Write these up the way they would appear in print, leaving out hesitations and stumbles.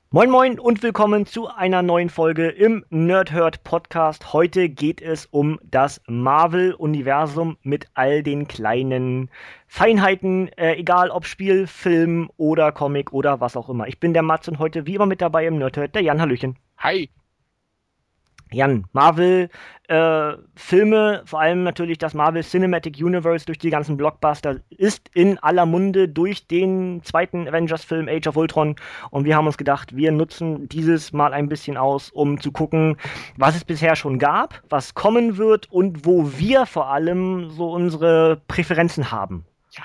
Moin Moin und willkommen zu einer neuen Folge im Nerdhurt Podcast. Heute geht es um das Marvel-Universum mit all den kleinen Feinheiten, egal ob Spiel, Film oder Comic oder was auch immer. Ich bin der Mats und heute wie immer mit dabei im Nerdhurt, der Jan. Hallöchen. Hi. Jan, Marvel, Filme, vor allem natürlich das Marvel Cinematic Universe durch die ganzen Blockbuster, ist in aller Munde durch den zweiten Avengers-Film Age of Ultron. Und wir haben uns gedacht, wir nutzen dieses mal ein bisschen aus, um zu gucken, was es bisher schon gab, was kommen wird und wo wir vor allem so unsere Präferenzen haben. Ja,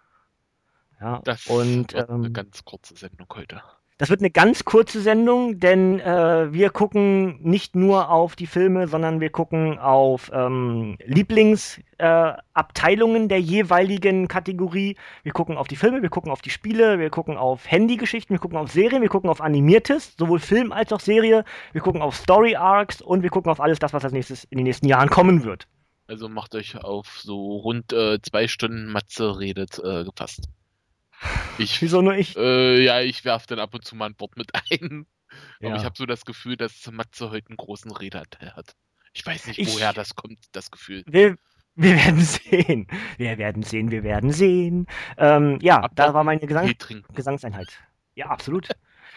Ja, das und wird eine ganz kurze Sendung heute. das wird eine ganz kurze Sendung, denn wir gucken nicht nur auf die Filme, sondern wir gucken auf Lieblingsabteilungen Abteilungen der jeweiligen Kategorie. Wir gucken auf die Filme, wir gucken auf die Spiele, wir gucken auf Handygeschichten, wir gucken auf Serien, wir gucken auf Animiertes, sowohl Film als auch Serie. Wir gucken auf Story Arcs und wir gucken auf alles das, was als nächstes in den nächsten Jahren kommen wird. Also macht euch auf so rund 2 Stunden Matze redet gefasst. Wieso Ich, nur ich? ja, ich werfe dann ab und zu mal ein Wort mit ein. Aber ich Ja. habe so das Gefühl, dass Matze heute einen großen Redeanteil hat. Ich weiß nicht, woher Ich das kommt, das Gefühl. Wir werden sehen. Wir werden sehen, wir werden sehen. Ja, da war Abwarten, meine Tee trinken. Gesangseinheit. Ja, absolut.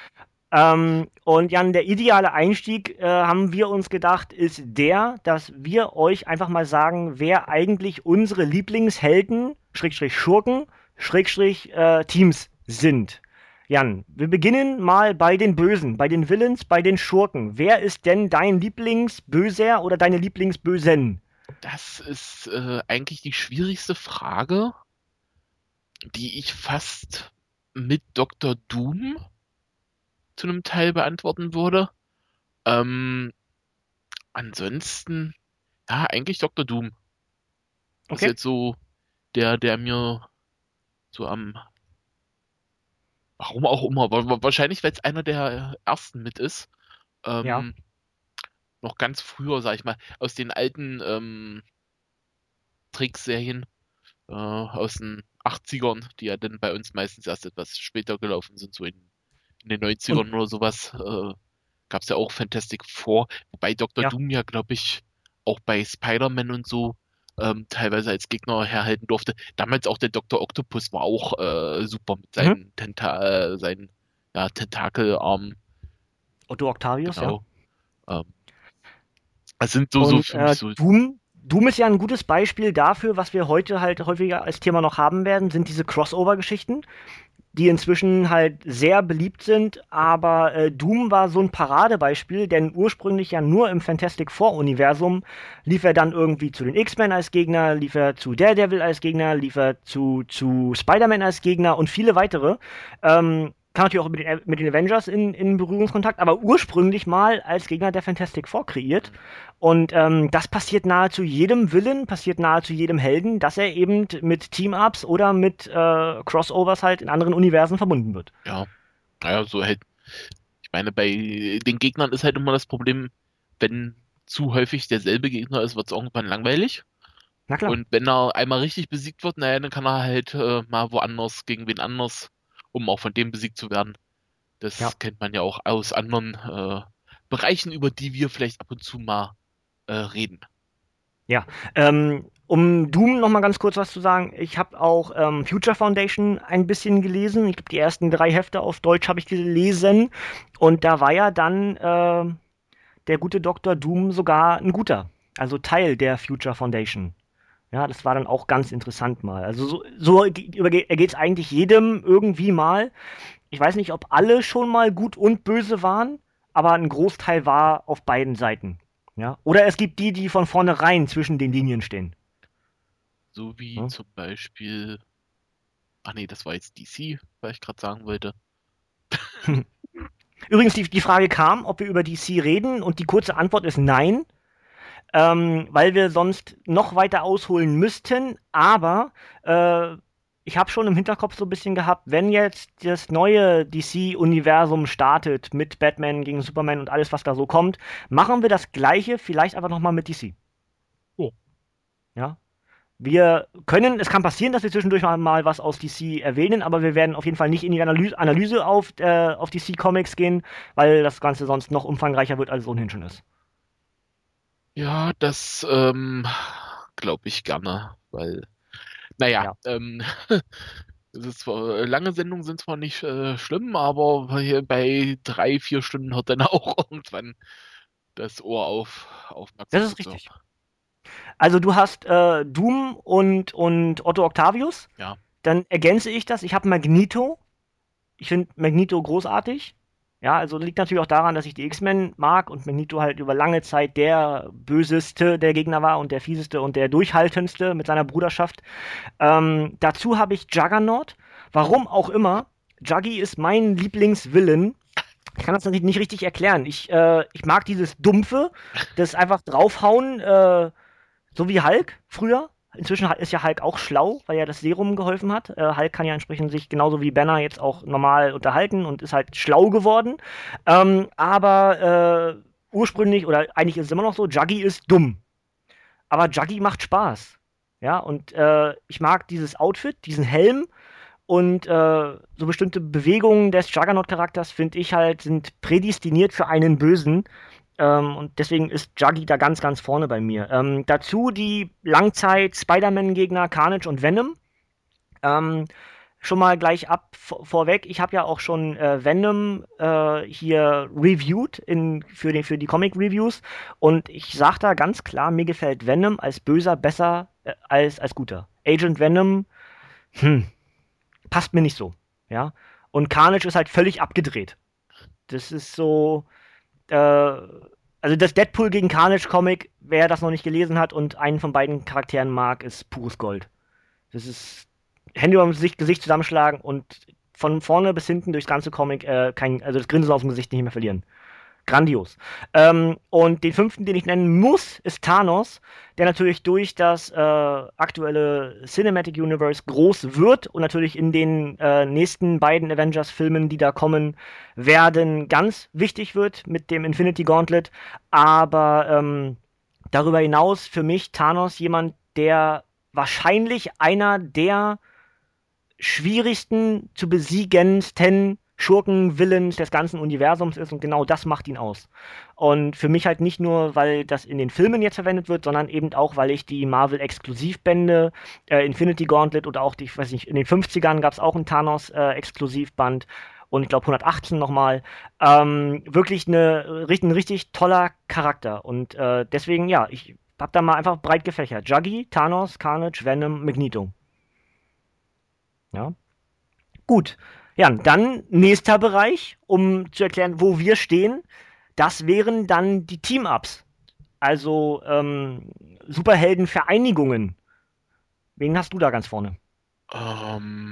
Und Jan, der ideale Einstieg, haben wir uns gedacht, ist der, dass wir euch einfach mal sagen, wer eigentlich unsere Lieblingshelden, Schrägstrich Schurken, Schrägstrich Teams sind. Jan, wir beginnen mal bei den Bösen, bei den Villains, bei den Schurken. Wer ist denn dein Lieblingsböser oder deine Lieblingsbösen? Das ist eigentlich die schwierigste Frage, die ich fast mit Dr. Doom zu einem Teil beantworten würde. Ähm, Ansonsten, ja, eigentlich Dr. Doom. Das ist Okay? jetzt so der mir so warum auch immer, wahrscheinlich, weil es einer der ersten mit ist, Ja. ähm, noch ganz früher, sag ich mal, aus den alten Trickserien, aus den 80ern, die ja dann bei uns meistens erst etwas später gelaufen sind, so in den Und 90ern oder sowas, gab es ja auch Fantastic Four, wobei Dr. ja. Doom ja, glaube ich, auch bei Spider-Man und so teilweise als Gegner herhalten durfte. Damals auch der Dr. Octopus war auch super mit Mhm. seinen ja, Tentakelarmen, Otto Octavius, ja. genau. Ähm, Das sind so Und für mich so, Doom ist ja ein gutes Beispiel dafür, was wir heute halt häufiger als Thema noch haben werden, sind diese Crossover-Geschichten, die inzwischen halt sehr beliebt sind. Aber Doom war so ein Paradebeispiel, denn ursprünglich ja nur im Fantastic Four-Universum lief er dann irgendwie zu den X-Men als Gegner, lief er zu Daredevil als Gegner, lief er zu Spider-Man als Gegner und viele weitere. Kam natürlich auch mit den Avengers in Berührungskontakt, aber ursprünglich mal als Gegner der Fantastic Four kreiert. Und das passiert nahezu jedem Villain, passiert nahezu jedem Helden, dass er eben mit Team-Ups oder mit Crossovers halt in anderen Universen verbunden wird. ja, naja, so halt, ich meine, bei den Gegnern ist halt immer das Problem, wenn zu häufig derselbe Gegner ist, wird es irgendwann langweilig. Na klar. Und wenn er einmal richtig besiegt wird, naja, dann kann er halt mal woanders gegen wen anders, um auch von dem besiegt zu werden. Ja. Das kennt man ja auch aus anderen Bereichen, über die wir vielleicht ab und zu mal reden. Ja. Um Doom noch mal ganz kurz was zu sagen, ich habe auch Future Foundation ein bisschen gelesen. Ich glaube, die ersten 3 Hefte auf Deutsch habe ich gelesen. Und da war ja dann der gute Dr. Doom sogar ein guter. Also Teil der Future Foundation. Ja, das war dann auch ganz interessant mal. Also so ergeht es eigentlich jedem irgendwie mal. Ich weiß nicht, ob alle schon mal gut und böse waren, aber ein Großteil war auf beiden Seiten. Ja? Oder es gibt die, die von vornherein zwischen den Linien stehen. So wie Ja? zum Beispiel, ach nee, das war jetzt DC, weil ich gerade sagen wollte. Übrigens, die Frage kam, ob wir über DC reden, und die kurze Antwort ist nein, weil wir sonst noch weiter ausholen müssten. Aber ich habe schon im Hinterkopf so ein bisschen gehabt, wenn jetzt das neue DC-Universum startet mit Batman gegen Superman und alles, was da so kommt, machen wir das Gleiche vielleicht aber noch mal mit DC. Oh. Ja? Es kann passieren, dass wir zwischendurch mal was aus DC erwähnen, aber wir werden auf jeden Fall nicht in die Analyse auf DC Comics gehen, weil das Ganze sonst noch umfangreicher wird, als es ohnehin schon ist. Ja, das glaube ich gerne, weil, naja, Ja. es ist zwar, lange Sendungen sind zwar nicht schlimm, aber hier bei 3, 4 Stunden hört dann auch irgendwann das Ohr auf, Das aufmerksam ist zu richtig. hören. Also du hast Doom und Otto Octavius. Ja, Dann ergänze ich das. Ich habe Magneto. Ich finde Magneto großartig. Ja, also liegt natürlich auch daran, dass ich die X-Men mag und Magneto halt über lange Zeit der böseste der Gegner war und der fieseste und der durchhaltendste mit seiner Bruderschaft. Dazu habe ich Juggernaut. Warum auch immer. Juggy ist mein Lieblingsvillain. Ich kann das natürlich nicht richtig erklären. Ich mag dieses Dumpfe, das einfach draufhauen, so wie Hulk früher. Inzwischen ist ja Hulk auch schlau, weil ja das Serum geholfen hat. Hulk kann ja entsprechend sich genauso wie Banner jetzt auch normal unterhalten und ist halt schlau geworden. Aber ursprünglich, oder eigentlich ist es immer noch so, Juggy ist dumm. Aber Juggy macht Spaß. Ja, und ich mag dieses Outfit, diesen Helm und so bestimmte Bewegungen des Juggernaut-Charakters, finde ich halt, sind prädestiniert für einen Bösen. Und deswegen ist Juggy da ganz, ganz vorne bei mir. Dazu die Langzeit-Spider-Man-Gegner Carnage und Venom. Ähm, Schon mal gleich vorweg, ich habe ja auch schon Venom hier reviewed für die Comic-Reviews und ich sag da ganz klar, mir gefällt Venom als Böser besser als guter. Agent Venom, hm, passt mir nicht so, ja. Und Carnage ist halt völlig abgedreht. Das ist so, also das Deadpool gegen Carnage Comic, wer das noch nicht gelesen hat und einen von beiden Charakteren mag, ist pures Gold. Das ist Hände über dem Gesicht zusammenschlagen und von vorne bis hinten durchs ganze Comic also das Grinsen aus dem Gesicht nicht mehr verlieren. Grandios. Und den fünften, den ich nennen muss, ist Thanos, der natürlich durch das aktuelle Cinematic Universe groß wird und natürlich in den nächsten beiden Avengers-Filmen, die da kommen, werden ganz wichtig wird mit dem Infinity Gauntlet. Aber darüber hinaus für mich Thanos jemand, der wahrscheinlich einer der schwierigsten zu besiegendsten Schurken-Villains des ganzen Universums ist und genau das macht ihn aus. Und für mich halt nicht nur, weil das in den Filmen jetzt verwendet wird, sondern eben auch, weil ich die Marvel-Exklusivbände, Infinity Gauntlet oder auch, die, ich weiß nicht, in den 50ern gab es auch einen Thanos-Exklusivband und ich glaube 118 nochmal. Wirklich ein richtig toller Charakter und deswegen, ja, ich hab da mal einfach breit gefächert. Juggy, Thanos, Carnage, Venom, Magneto. Ja. Gut. Ja, dann nächster Bereich, um zu erklären, wo wir stehen. Das wären dann die Team-Ups. Also Superheldenvereinigungen. Wen hast du da ganz vorne? ähm,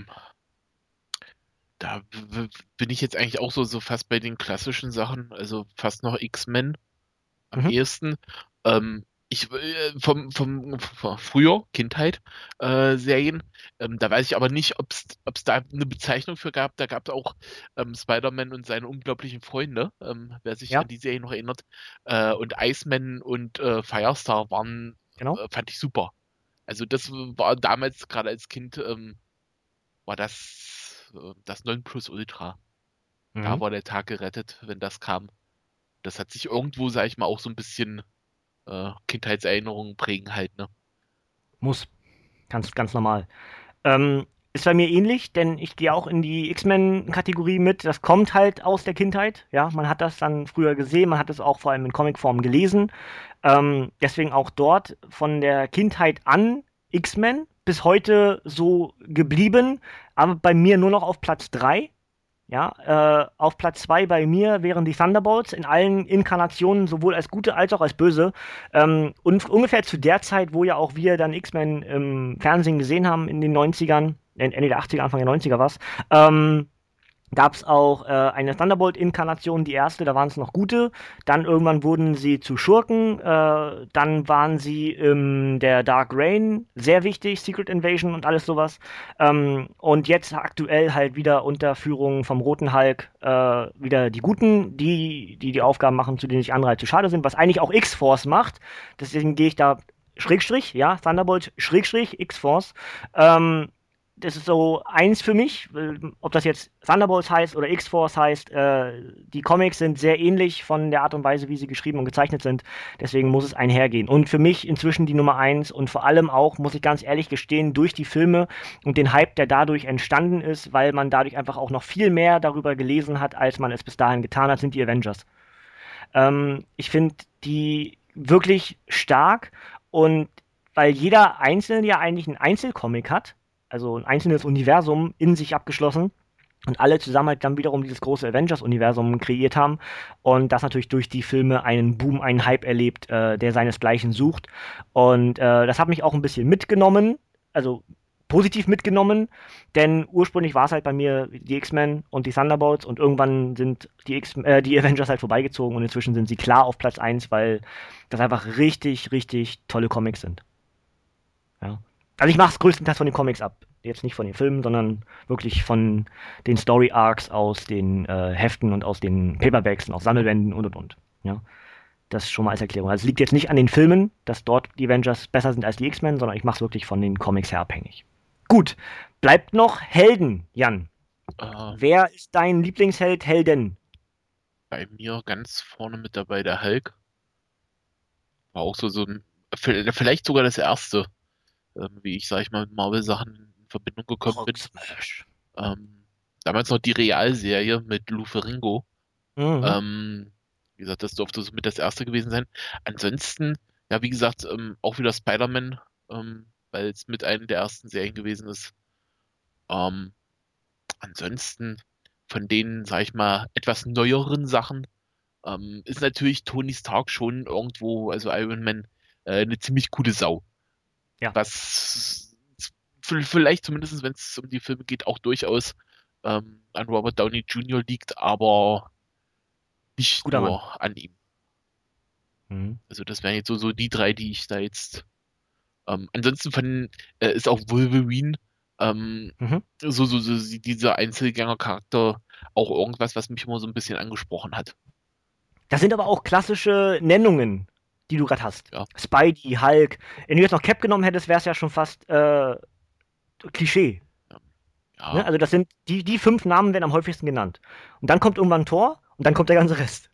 da bin ich jetzt eigentlich auch so fast bei den klassischen Sachen, also fast noch X-Men am Mhm. ehesten. Ich von früher, Kindheit, Serien, da weiß ich aber nicht, ob es da eine Bezeichnung für gab. Da gab es auch Spider-Man und seine unglaublichen Freunde, wer sich an Ja, die Serie noch erinnert. Und Iceman und Firestar waren, genau. fand ich super. Also das war damals, gerade als Kind, war das Nonplusultra. Da Mhm. war der Tag gerettet, wenn das kam. Das hat sich irgendwo, sag ich mal, auch so ein bisschen Kindheitserinnerungen prägen halt, ne? Muss. Ganz, ganz normal. Ist bei mir ähnlich, denn ich gehe auch in die X-Men-Kategorie mit. Das kommt halt aus der Kindheit. Ja, man hat das dann früher gesehen, man hat es auch vor allem in Comicform gelesen. Deswegen auch dort von der Kindheit an X-Men bis heute so geblieben, aber bei mir nur noch auf Platz 3. Ja, auf Platz 2 bei mir wären die Thunderbolts in allen Inkarnationen, sowohl als gute als auch als böse. Und ungefähr zu der Zeit, wo ja auch wir dann X-Men im Fernsehen gesehen haben, in den 90ern, Ende der 80er, Anfang der 90er war's, gab es auch eine Thunderbolt-Inkarnation, die erste, da waren es noch gute. Dann irgendwann wurden sie zu Schurken. Dann waren sie in der Dark Reign, sehr wichtig, Secret Invasion und alles sowas. Und jetzt aktuell halt wieder unter Führung vom Roten Hulk wieder die Guten, die Aufgaben machen, zu denen sich andere halt zu schade sind, was eigentlich auch X-Force macht. Deswegen gehe ich da Schrägstrich, ja, Thunderbolts, Schrägstrich, X-Force. Das ist so eins für mich, ob das jetzt Thunderbolts heißt oder X-Force heißt. Die Comics sind sehr ähnlich von der Art und Weise, wie sie geschrieben und gezeichnet sind. Deswegen muss es einhergehen. Und für mich inzwischen die Nummer eins und vor allem auch, muss ich ganz ehrlich gestehen, durch die Filme und den Hype, der dadurch entstanden ist, weil man dadurch einfach auch noch viel mehr darüber gelesen hat, als man es bis dahin getan hat, sind die Avengers. Ich finde die wirklich stark und weil jeder Einzelne ja eigentlich einen Einzelcomic hat, also ein einzelnes Universum in sich abgeschlossen und alle zusammen halt dann wiederum dieses große Avengers-Universum kreiert haben und das natürlich durch die Filme einen Boom, einen Hype erlebt, der seinesgleichen sucht. Und das hat mich auch ein bisschen mitgenommen, also positiv mitgenommen, denn ursprünglich war es halt bei mir die X-Men und die Thunderbolts und irgendwann sind die Avengers halt vorbeigezogen und inzwischen sind sie klar auf Platz eins, weil das einfach richtig, richtig tolle Comics sind. Ja. Also ich mache es größtenteils von den Comics ab. Jetzt nicht von den Filmen, sondern wirklich von den Story Arcs aus den Heften und aus den Paperbacks und aus Sammelbänden und. Ja. Das schon mal als Erklärung. Also es liegt jetzt nicht an den Filmen, dass dort die Avengers besser sind als die X-Men, sondern ich mache es wirklich von den Comics her abhängig. Gut, bleibt noch Helden, Jan. Ähm, Wer ist dein Lieblingsheld, Helden? Bei mir ganz vorne mit dabei der Hulk. War auch so ein, vielleicht sogar das erste, wie ich, sag ich mal, mit Marvel-Sachen in Verbindung gekommen bin. Hulk Smash. Damals noch die Realserie mit Lou Ferrigno. Mhm. Ähm, Wie gesagt, das dürfte so mit das erste gewesen sein. Ansonsten, ja, wie gesagt, auch wieder Spider-Man, weil es mit einer der ersten Serien gewesen ist. Ähm, Ansonsten von den, sag ich mal, etwas neueren Sachen, ist natürlich Tony Stark schon irgendwo, also Iron Man, eine ziemlich coole Sau. Ja, Was vielleicht zumindest, wenn es um die Filme geht, auch durchaus an Robert Downey Jr. liegt, aber nicht guter Mann. nur an ihm. Mhm. Also das wären jetzt so die drei, die ich da jetzt. Ansonsten ist auch Wolverine Mhm. dieser Einzelgänger-Charakter auch irgendwas, was mich immer so ein bisschen angesprochen hat. Das sind aber auch klassische Nennungen, die du gerade hast. Ja, Spidey, Hulk. Wenn du jetzt noch Cap genommen hättest, wäre es ja schon fast Klischee. ja, Ne? ja. Also das sind die fünf Namen werden am häufigsten genannt. Und dann kommt irgendwann Thor und dann kommt der ganze Rest.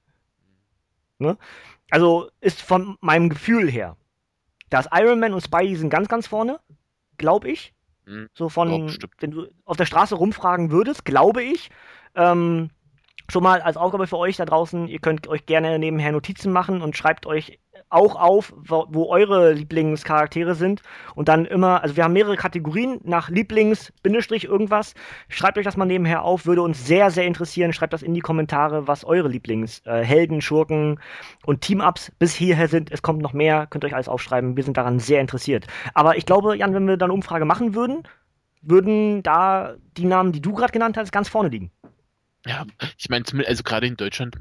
Ne? Also ist von meinem Gefühl her, dass Iron Man und Spidey sind ganz, ganz vorne, glaube ich. Hm, So ja, von, bestimmt. wenn du auf der Straße rumfragen würdest, glaube ich. Ähm, Schon mal als Aufgabe für euch da draußen, ihr könnt euch gerne nebenher Notizen machen und schreibt euch auch auf, wo eure Lieblingscharaktere sind. Und dann immer, also wir haben mehrere Kategorien nach Lieblings, Bindestrich irgendwas. Schreibt euch das mal nebenher auf, würde uns sehr, sehr interessieren. Schreibt das in die Kommentare, was eure Lieblingshelden, Schurken und Team-Ups bis hierher sind. Es kommt noch mehr, könnt ihr euch alles aufschreiben. Wir sind daran sehr interessiert. Aber ich glaube, Jan, wenn wir dann eine Umfrage machen würden, würden da die Namen, die du gerade genannt hast, ganz vorne liegen. Ja, ich meine, also gerade in Deutschland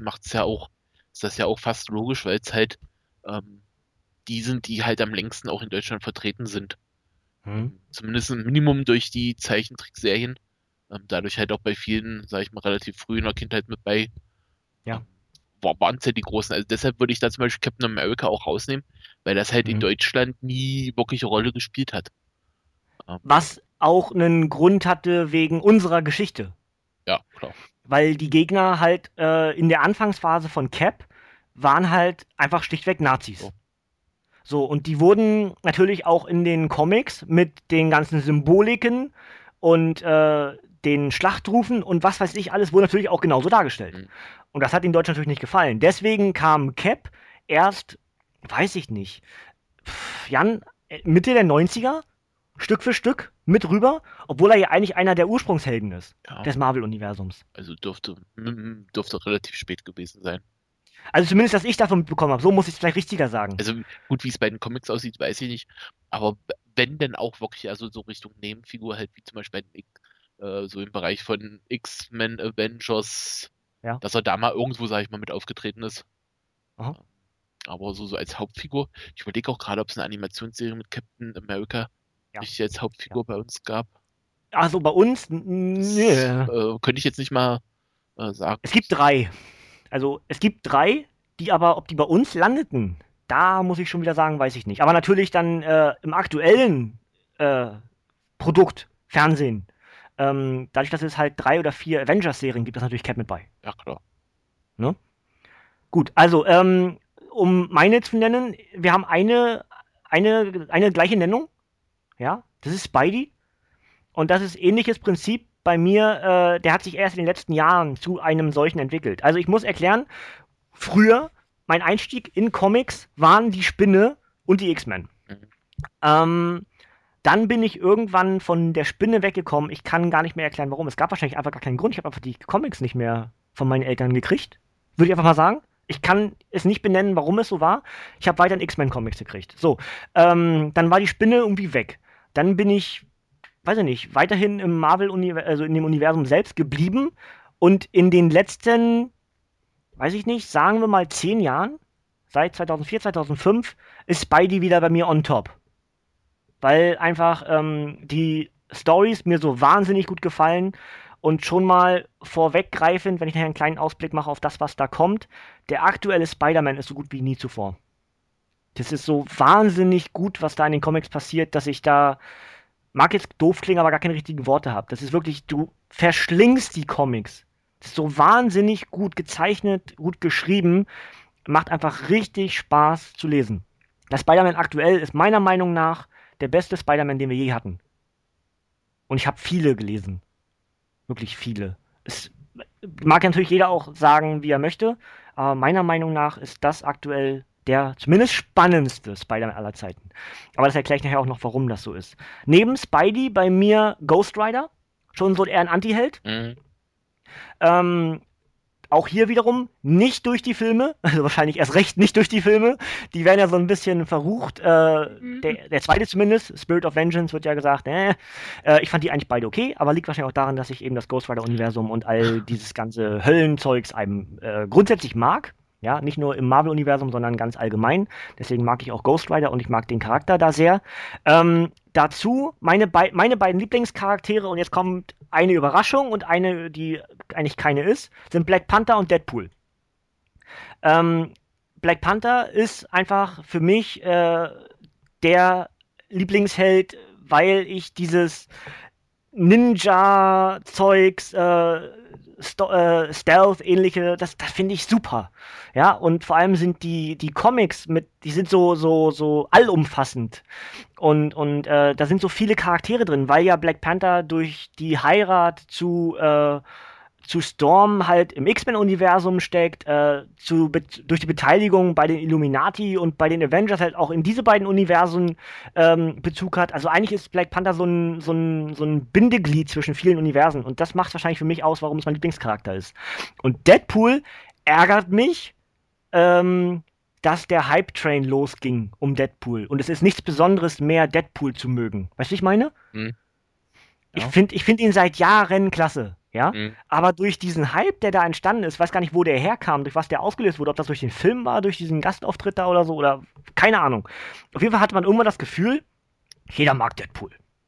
ist das ja auch fast logisch, weil es halt ähm, die sind, die halt am längsten auch in Deutschland vertreten sind. Hm. Zumindest im Minimum durch die Zeichentrickserien. Dadurch halt auch bei vielen, sage ich mal, relativ früh in der Kindheit mit bei. Ja. Ähm, Waren es ja die großen. Also deshalb würde ich da zum Beispiel Captain America auch rausnehmen, weil das halt in Mhm. Deutschland nie wirklich eine Rolle gespielt hat. Ähm, Was auch einen Grund hatte wegen unserer Geschichte. ja, klar. Weil die Gegner halt in der Anfangsphase von Cap waren halt einfach schlichtweg Nazis. So. So, und die wurden natürlich auch in den Comics mit den ganzen Symboliken und den Schlachtrufen und was weiß ich alles, wurde natürlich auch genauso dargestellt. Hm. Und das hat den Deutschen natürlich nicht gefallen. Deswegen kam Cap erst, weiß ich nicht, Jan, Mitte der 90er Stück für Stück mit rüber, obwohl er ja eigentlich einer der Ursprungshelden ist Ja, des Marvel-Universums. also dürfte relativ spät gewesen sein. Also zumindest, dass ich davon mitbekommen habe. So muss ich es vielleicht richtiger sagen. Also gut, wie es bei den Comics aussieht, weiß ich nicht. Aber wenn denn auch wirklich, also so Richtung Nebenfigur, halt wie zum Beispiel bei den so im Bereich von X-Men Avengers, Ja. dass er da mal irgendwo, sag ich mal, mit aufgetreten ist. Aha. Aber so als Hauptfigur, ich überlege auch gerade, ob es eine Animationsserie mit Captain America Ja. richtig als Ja. Hauptfigur bei uns gab. Also bei uns, Das nö. könnte ich jetzt nicht mal sagen. Es gibt drei. Also es gibt drei, die aber, ob die bei uns landeten, Da muss ich schon wieder sagen, weiß ich nicht. Aber natürlich dann im aktuellen äh, Produkt, Fernsehen, dadurch, dass es halt 3 oder 4 Avengers-Serien gibt, ist natürlich Cap mit bei. Ja, klar. Ne? Gut, also, um meine zu nennen, wir haben eine gleiche Nennung, ja, das ist Spidey. Und das ist ähnliches Prinzip bei mir, der hat sich erst in den letzten Jahren zu einem solchen entwickelt. Also ich muss erklären, früher, mein Einstieg in Comics waren die Spinne und die X-Men. Mhm. Dann bin ich irgendwann von der Spinne weggekommen. Ich kann gar nicht mehr erklären, warum. Es gab wahrscheinlich einfach gar keinen Grund. Ich habe einfach die Comics nicht mehr von meinen Eltern gekriegt. Würde ich einfach mal sagen. Ich kann es nicht benennen, warum es so war. Ich habe weiterhin X-Men-Comics gekriegt. So, dann war die Spinne irgendwie weg. Dann bin ich, weiß ich nicht, weiterhin im Marvel-Universum, also in dem Universum selbst geblieben. Und in den letzten, weiß ich nicht, sagen wir mal 10 Jahren, seit 2004, 2005, ist Spidey wieder bei mir on top. Weil einfach die Stories mir so wahnsinnig gut gefallen und schon mal vorweggreifend, wenn ich nachher einen kleinen Ausblick mache auf das, was da kommt, der aktuelle Spider-Man ist so gut wie nie zuvor. Das ist so wahnsinnig gut, was da in den Comics passiert, dass ich da, mag jetzt doof klingen, aber gar keine richtigen Worte habe. Das ist wirklich, du verschlingst die Comics. Das ist so wahnsinnig gut gezeichnet, gut geschrieben, macht einfach richtig Spaß zu lesen. Der Spider-Man aktuell ist meiner Meinung nach der beste Spider-Man, den wir je hatten. Und ich habe viele gelesen. Wirklich viele. Es mag natürlich jeder auch sagen, wie er möchte, aber meiner Meinung nach ist das aktuell der zumindest spannendste Spider-Man aller Zeiten. Aber das erkläre ich nachher auch noch, warum das so ist. Neben Spidey bei mir Ghost Rider, schon so eher ein Anti-Held. Mhm. Auch hier wiederum nicht durch die Filme, also wahrscheinlich erst recht nicht durch die Filme. Die werden ja so ein bisschen verrucht. Der zweite zumindest, Spirit of Vengeance, wird ja gesagt, ich fand die eigentlich beide okay, aber liegt wahrscheinlich auch daran, dass ich eben das Ghost Rider-Universum und all dieses ganze Höllenzeugs einem grundsätzlich mag. Ja, nicht nur im Marvel-Universum, sondern ganz allgemein. Deswegen mag ich auch Ghost Rider und ich mag den Charakter da sehr. Dazu meine beiden Lieblingscharaktere, und jetzt kommt eine Überraschung und eine, die eigentlich keine ist, sind Black Panther und Deadpool. Black Panther ist einfach für mich der Lieblingsheld, weil ich dieses Ninja-Zeugs, Stealth-ähnliche, das finde ich super. Ja, und vor allem sind die Comics die sind so allumfassend. Und da sind so viele Charaktere drin, weil ja Black Panther durch die Heirat zu Storm halt im X-Men-Universum steckt, durch die Beteiligung bei den Illuminati und bei den Avengers halt auch in diese beiden Universen Bezug hat. Also eigentlich ist Black Panther so ein Bindeglied zwischen vielen Universen und das macht wahrscheinlich für mich aus, warum es mein Lieblingscharakter ist. Und Deadpool ärgert mich, dass der Hype-Train losging um Deadpool und es ist nichts Besonderes mehr, Deadpool zu mögen. Weißt du, wie ich meine? Mhm. Ich Ja. find ihn seit Jahren klasse, ja. Mhm. Aber durch diesen Hype, der da entstanden ist, weiß gar nicht, wo der herkam, durch was der ausgelöst wurde, ob das durch den Film war, durch diesen Gastauftritt da oder so, oder keine Ahnung. Auf jeden Fall hatte man irgendwann das Gefühl, jeder mag Deadpool.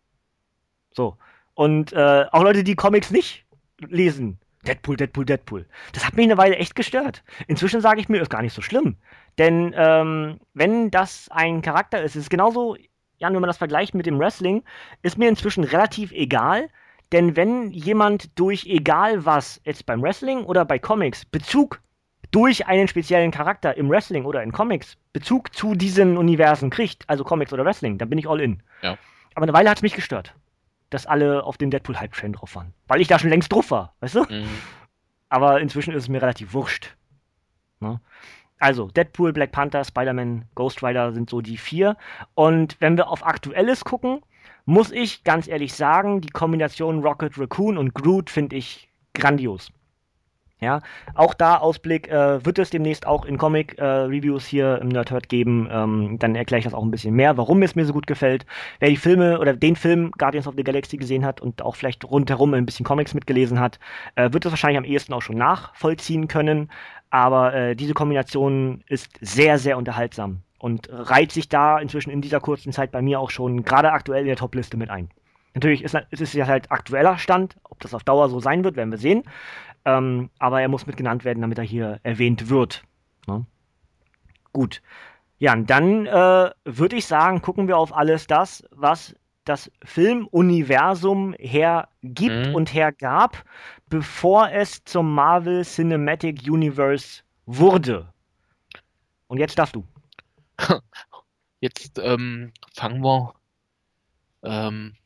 So. Und auch Leute, die Comics nicht lesen. Deadpool, Deadpool, Deadpool. Das hat mich eine Weile echt gestört. Inzwischen sage ich mir, ist gar nicht so schlimm. Denn wenn das ein Charakter ist, ist es genauso, Jan, wenn man das vergleicht mit dem Wrestling, ist mir inzwischen relativ egal. Denn wenn jemand durch egal was, jetzt beim Wrestling oder bei Comics, Bezug durch einen speziellen Charakter im Wrestling oder in Comics, Bezug zu diesen Universen kriegt, also Comics oder Wrestling, dann bin ich all in. Ja. Aber eine Weile hat es mich gestört, dass alle auf dem Deadpool-Hype-Train drauf waren. Weil ich da schon längst drauf war, weißt du? Mhm. Aber inzwischen ist es mir relativ wurscht. Ne? Also, Deadpool, Black Panther, Spider-Man, Ghost Rider sind so die 4. Und wenn wir auf Aktuelles gucken, muss ich ganz ehrlich sagen, die Kombination Rocket Raccoon und Groot finde ich grandios. Ja, auch da Ausblick, wird es demnächst auch in Comic-Reviews hier im Nerdhurt geben. Dann erkläre ich das auch ein bisschen mehr, warum es mir so gut gefällt. Wer die Filme oder den Film Guardians of the Galaxy gesehen hat und auch vielleicht rundherum ein bisschen Comics mitgelesen hat, wird das wahrscheinlich am ehesten auch schon nachvollziehen können. Aber diese Kombination ist sehr, sehr unterhaltsam und reiht sich da inzwischen in dieser kurzen Zeit bei mir auch schon gerade aktuell in der Top-Liste mit ein. Natürlich ist es ja halt aktueller Stand. Ob das auf Dauer so sein wird, werden wir sehen. Aber er muss mit genannt werden, damit er hier erwähnt wird. Ne? Gut. Ja, und dann würde ich sagen, gucken wir auf alles das, was das Filmuniversum hergibt Hm. und hergab, bevor es zum Marvel Cinematic Universe wurde. Und jetzt darfst du. Jetzt fangen wir ähm,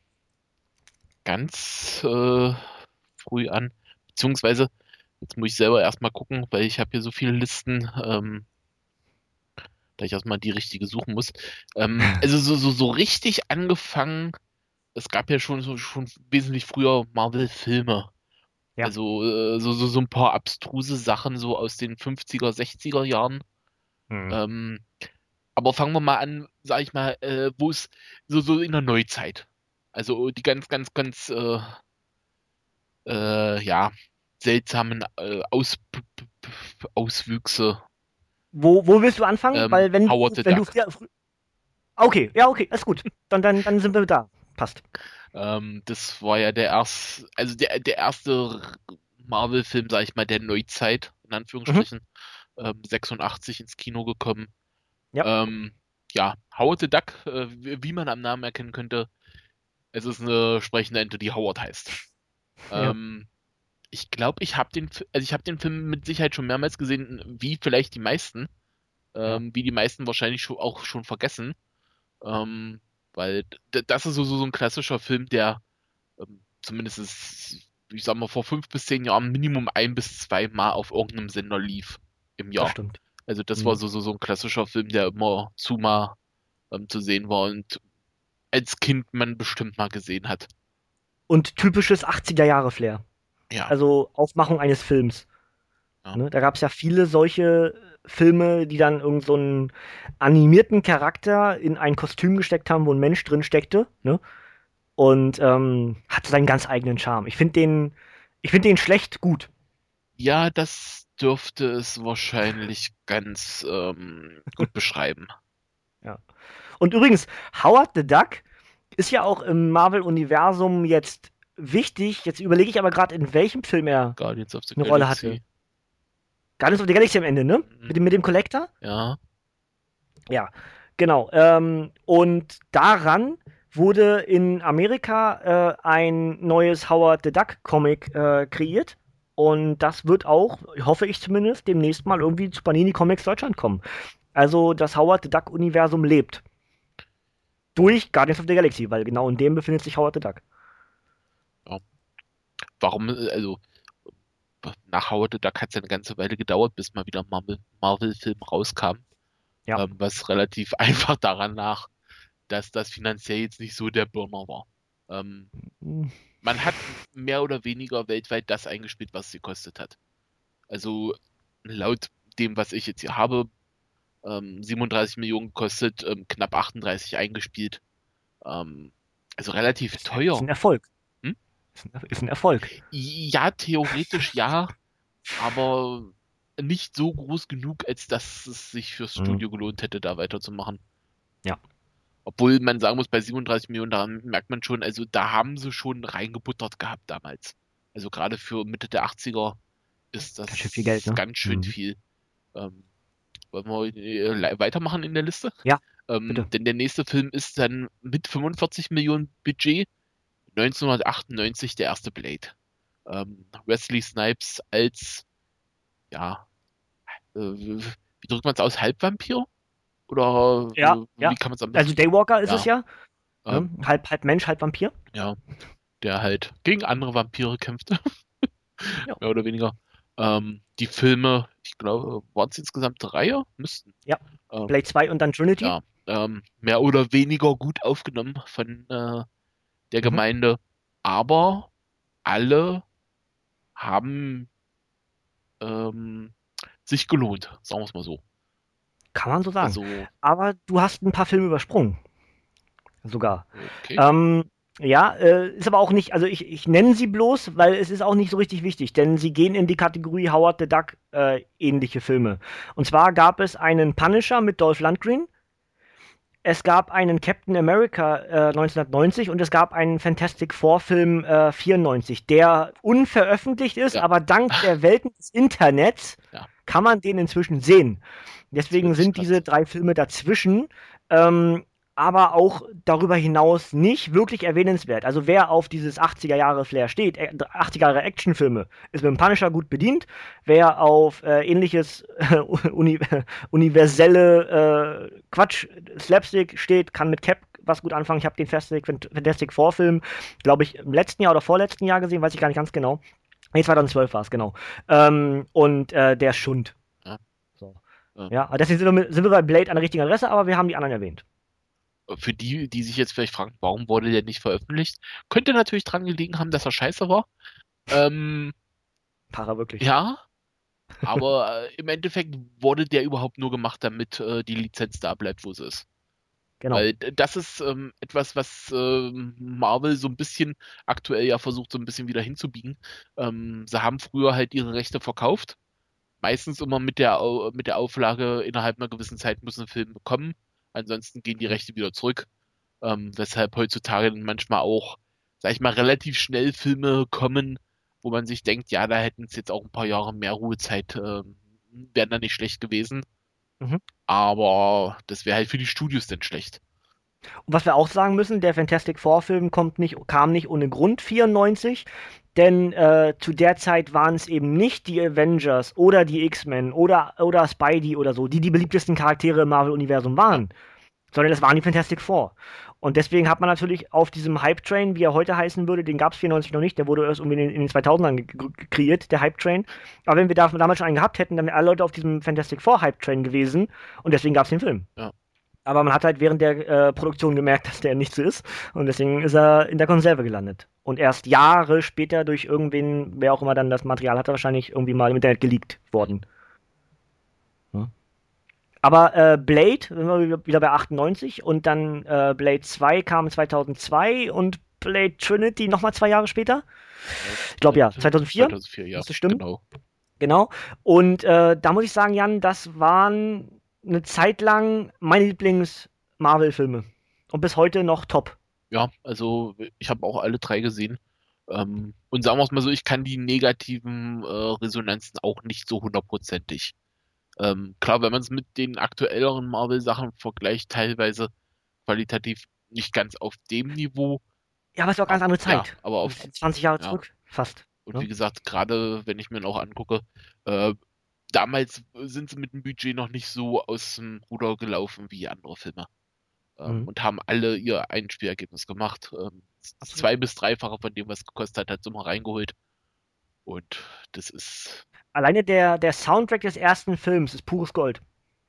ganz früh an. Beziehungsweise, jetzt muss ich selber erstmal gucken, weil ich habe hier so viele Listen, da ich erstmal die richtige suchen muss. Also so richtig angefangen, es gab ja schon wesentlich früher Marvel-Filme. Ja. Also so ein paar abstruse Sachen so aus den 50er, 60er Jahren. Hm. Ähm, aber fangen wir mal an, sag ich mal, wo es so in der Neuzeit. Also die ganz ja, seltsamen Auswüchse. Wo willst du anfangen? Weil Howard the wenn du Duck. früher, okay, ja, okay, ist gut. Dann sind wir da. Passt. Das war ja also der erste Marvel-Film, sag ich mal, der Neuzeit, in Mhm. Anführungsstrichen, 86 ins Kino gekommen. Ja, Ähm, ja, Howard the Duck, wie man am Namen erkennen könnte, es ist eine sprechende Ente, die Howard heißt. ja, Ähm, ich glaube, also ich habe den Film mit Sicherheit schon mehrmals gesehen, wie vielleicht die meisten, ja. wie die meisten wahrscheinlich auch schon vergessen, ähm, weil das ist so ein klassischer Film, der zumindest, ich sag mal, vor 5 bis 10 Jahren Minimum 1 bis 2 Mal auf irgendeinem Sender lief im Das Jahr. stimmt. Also das war Mhm. so ein klassischer Film, der immer mal zu sehen war und als Kind man bestimmt mal gesehen hat. Und typisches 80er Jahre Flair. Ja, Also Aufmachung eines Films. ja, Ne? Da gab es ja viele solche Filme, die dann irgend so einen animierten Charakter in ein Kostüm gesteckt haben, wo ein Mensch drin steckte, ne? Und hatte seinen ganz eigenen Charme. Ich finde den schlecht gut. ja, das dürfte es wahrscheinlich ganz gut beschreiben. Ja. Und übrigens, Howard the Duck ist ja auch im Marvel-Universum jetzt wichtig. Jetzt überlege ich aber gerade, in welchem Film er Guardians of the eine Rolle hatte. Galaxy. Guardians of the Galaxy am Ende, ne? Mhm. Mit dem Collector? Ja, Ja, genau. Und daran wurde in Amerika ein neues Howard the Duck Comic kreiert. Und das wird auch, hoffe ich zumindest, demnächst mal irgendwie zu Panini Comics Deutschland kommen. Also das Howard the Duck Universum lebt. ja, Durch Guardians of the Galaxy, weil genau in dem befindet sich Howard the Duck. ja. Warum, also nach Howard the Duck hat es eine ganze Weile gedauert, bis mal wieder ein Marvel-Film rauskam. Ja. Was relativ einfach daran lag, dass das finanziell jetzt nicht so der Burner war. Ähm, Hm. man hat mehr oder weniger weltweit das eingespielt, was es gekostet hat. Also laut dem, was ich jetzt hier habe, 37 Millionen gekostet, knapp 38 eingespielt. Ähm, also relativ Ist teuer. ein Erfolg. Hm? Ist ein Erfolg. Ja, theoretisch ja, aber nicht so groß genug, als dass es sich fürs Hm. Studio gelohnt hätte, da weiterzumachen. Ja. Obwohl man sagen muss, bei 37 Millionen, da merkt man schon, also da haben sie schon reingebuttert gehabt damals. Also gerade für Mitte der 80er ist Ganz schön viel Geld, das ne? ganz schön Hm. viel. Ähm, wollen wir weitermachen in der Liste? Ja, bitte. Denn der nächste Film ist dann mit 45 Millionen Budget 1998 der erste Blade. Wesley Snipes als, ja, wie drückt man es aus, Halbvampir? Oder Ja, wie ja. kann man es am Also besten? Daywalker ist es Ja, ja. Ne? ähm, Halb Mensch, halb Vampir. ja, der halt gegen andere Vampire kämpfte, Ja. mehr oder weniger. Die Filme, ich glaube, waren es insgesamt 3? Müssten. Ja. Ähm, Blade 2 und dann Trinity. ja, mehr oder weniger gut aufgenommen von der Mhm. Gemeinde, aber alle haben ähm, sich gelohnt, sagen wir es mal so. Kann man so sagen. Also, Aber du hast ein paar Filme übersprungen. Sogar. okay. Ähm, ja, ist aber auch nicht, also ich nenne sie bloß, weil es ist auch nicht so richtig wichtig, denn sie gehen in die Kategorie Howard the Duck ähnliche Filme. Und zwar gab es einen Punisher mit Dolph Lundgren, es gab einen Captain America 1990 und es gab einen Fantastic Four Film 94, der unveröffentlicht ist, Ja, aber dank der Welten des Internets ja. kann man den inzwischen sehen. Deswegen wirklich sind diese krass. 3 Filme dazwischen, ähm, aber auch darüber hinaus nicht wirklich erwähnenswert. Also wer auf dieses 80er Jahre Flair steht, 80er Jahre Actionfilme, ist mit dem Punisher gut bedient. Wer auf ähnliches uni universelle Quatsch, Slapstick steht, kann mit Cap was gut anfangen. Ich habe den Fantastic Four Film, glaube ich, im letzten Jahr oder vorletzten Jahr gesehen, weiß ich gar nicht ganz genau. Nee, 2012 war es, genau. Der Schund. Ja. So. Ähm, Ja, deswegen sind wir bei Blade an der richtigen Adresse, aber wir haben die anderen erwähnt. für die, die sich jetzt vielleicht fragen, warum wurde der nicht veröffentlicht, könnte natürlich dran gelegen haben, dass er scheiße war. Ähm, Para wirklich. ja, aber im Endeffekt wurde der überhaupt nur gemacht, damit die Lizenz da bleibt, wo sie ist. Genau. Weil das ist etwas, was Marvel so ein bisschen aktuell ja versucht, so ein bisschen wieder hinzubiegen. Sie haben früher halt ihre Rechte verkauft. Meistens immer mit der Auflage, innerhalb einer gewissen Zeit muss ein Film bekommen. Ansonsten gehen die Rechte wieder zurück. Weshalb heutzutage manchmal auch, sag ich mal, relativ schnell Filme kommen, wo man sich denkt, ja, da hätten es jetzt auch ein paar Jahre mehr Ruhezeit, wären da nicht schlecht gewesen. Mhm. Aber das wäre halt für die Studios dann schlecht. Und was wir auch sagen müssen, der Fantastic Four Film kam nicht ohne Grund 94, denn zu der Zeit waren es eben nicht die Avengers oder die X-Men oder Spidey oder so, die beliebtesten Charaktere im Marvel-Universum Ja, waren, sondern es waren die Fantastic Four. Und deswegen hat man natürlich auf diesem Hype-Train, wie er heute heißen würde, den gab es 94 noch nicht, der wurde erst irgendwie in den 2000ern kreiert, der Hype-Train. Aber wenn wir damals schon einen gehabt hätten, dann wären alle Leute auf diesem Fantastic Four Hype-Train gewesen und deswegen gab es den Film. ja. Aber man hat halt während der Produktion gemerkt, dass der nicht so ist. Und deswegen ist er in der Konserve gelandet. Und erst Jahre später durch irgendwen, wer auch immer dann das Material hatte, wahrscheinlich irgendwie mal im Internet geleakt worden. Ja. Aber Blade, sind wir wieder bei 98 und dann Blade 2 kam 2002 und Blade Trinity nochmal 2 Jahre später. Ich glaube ja, 2004, 2004, ja, müsste stimmen. genau. Genau. Und da muss ich sagen, Jan, das waren eine Zeit lang meine Lieblings-Marvel-Filme. Und bis heute noch top. Ja, also ich habe auch alle drei gesehen. Und sagen wir es mal so, ich kann die negativen Resonanzen auch nicht so hundertprozentig. Klar, wenn man es mit den aktuelleren Marvel-Sachen vergleicht, teilweise qualitativ nicht ganz auf dem Niveau. Ja, aber es war auch ganz andere Ja, Zeit. aber Das auf, ist 20 Jahre ja. zurück, fast. Und wie Ne? gesagt, gerade wenn ich mir auch angucke, äh, damals sind sie mit dem Budget noch nicht so aus dem Ruder gelaufen wie andere Filme. Mhm. Und haben alle ihr Einspielergebnis gemacht. Das Absolut. bis dreifache von dem, was es gekostet hat, hat sie mal reingeholt. Und das ist, Alleine der Soundtrack des ersten Films ist pures Gold.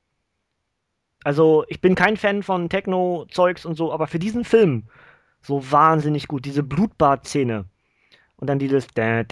Also, ich bin kein Fan von Techno-Zeugs und so, aber für diesen Film so wahnsinnig gut. Diese Blutbad-Szene. Und dann dieses.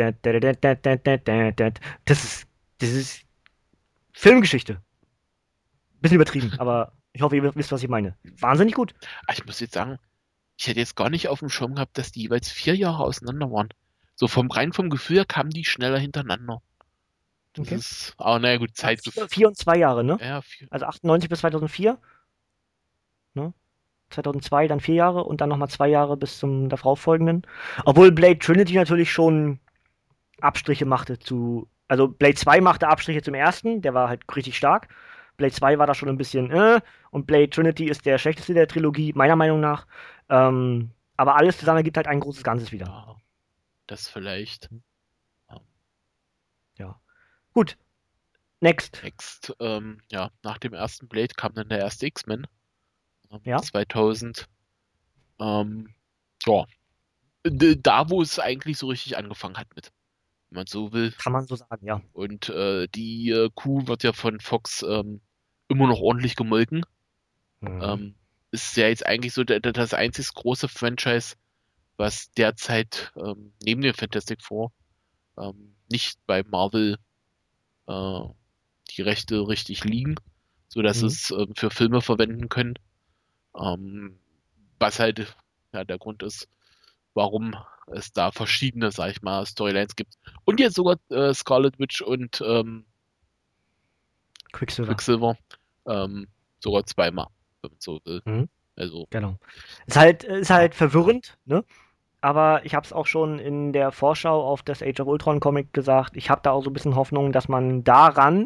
Das ist Filmgeschichte. Bisschen übertrieben, aber ich hoffe, ihr wisst, was ich meine. Wahnsinnig gut. ich muss jetzt sagen, ich hätte jetzt gar nicht auf dem Schirm gehabt, dass die jeweils 4 Jahre auseinander waren. So rein vom Gefühl her kamen die schneller hintereinander. Das Okay. ist, aber naja, gut, Ja, Zeit, 4 und 2 Jahre, ne? ja, Also 98 bis 2004, ne? 2002 dann 4 Jahre und dann nochmal 2 Jahre bis zum darauf folgenden. Obwohl Blade Trinity natürlich schon Abstriche machte zu. Also Blade 2 machte Abstriche zum ersten, der war halt richtig stark. Blade 2 war da schon ein bisschen, und Blade Trinity ist der schlechteste der Trilogie, meiner Meinung nach. Aber alles zusammen ergibt halt ein großes Ganzes wieder. ja, das vielleicht. Ähm, Ja. Gut, next. Next, ja, nach dem ersten Blade kam dann der erste X-Men, Ja, 2000. Ähm, ja, da, wo es eigentlich so richtig angefangen hat mit, wenn man so will. kann man so sagen, ja. Und die Kuh wird ja von Fox immer noch ordentlich gemolken. Mhm. Ähm, ist ja jetzt eigentlich so das einzig große Franchise, was derzeit neben dem Fantastic Four nicht bei Marvel äh, die Rechte richtig liegen, so dass Mhm. es für Filme verwenden können. Ähm, was halt ja der Grund ist, warum es da verschiedene, sag ich mal, Storylines gibt. Und jetzt sogar Scarlet Witch und Quicksilver. Quicksilver sogar zweimal, wenn man so will. Mhm. Also, Genau. Ist halt ja, verwirrend, ne? Aber ich habe es auch schon in der Vorschau auf das Age of Ultron Comic gesagt. Ich habe da auch so ein bisschen Hoffnung, dass man daran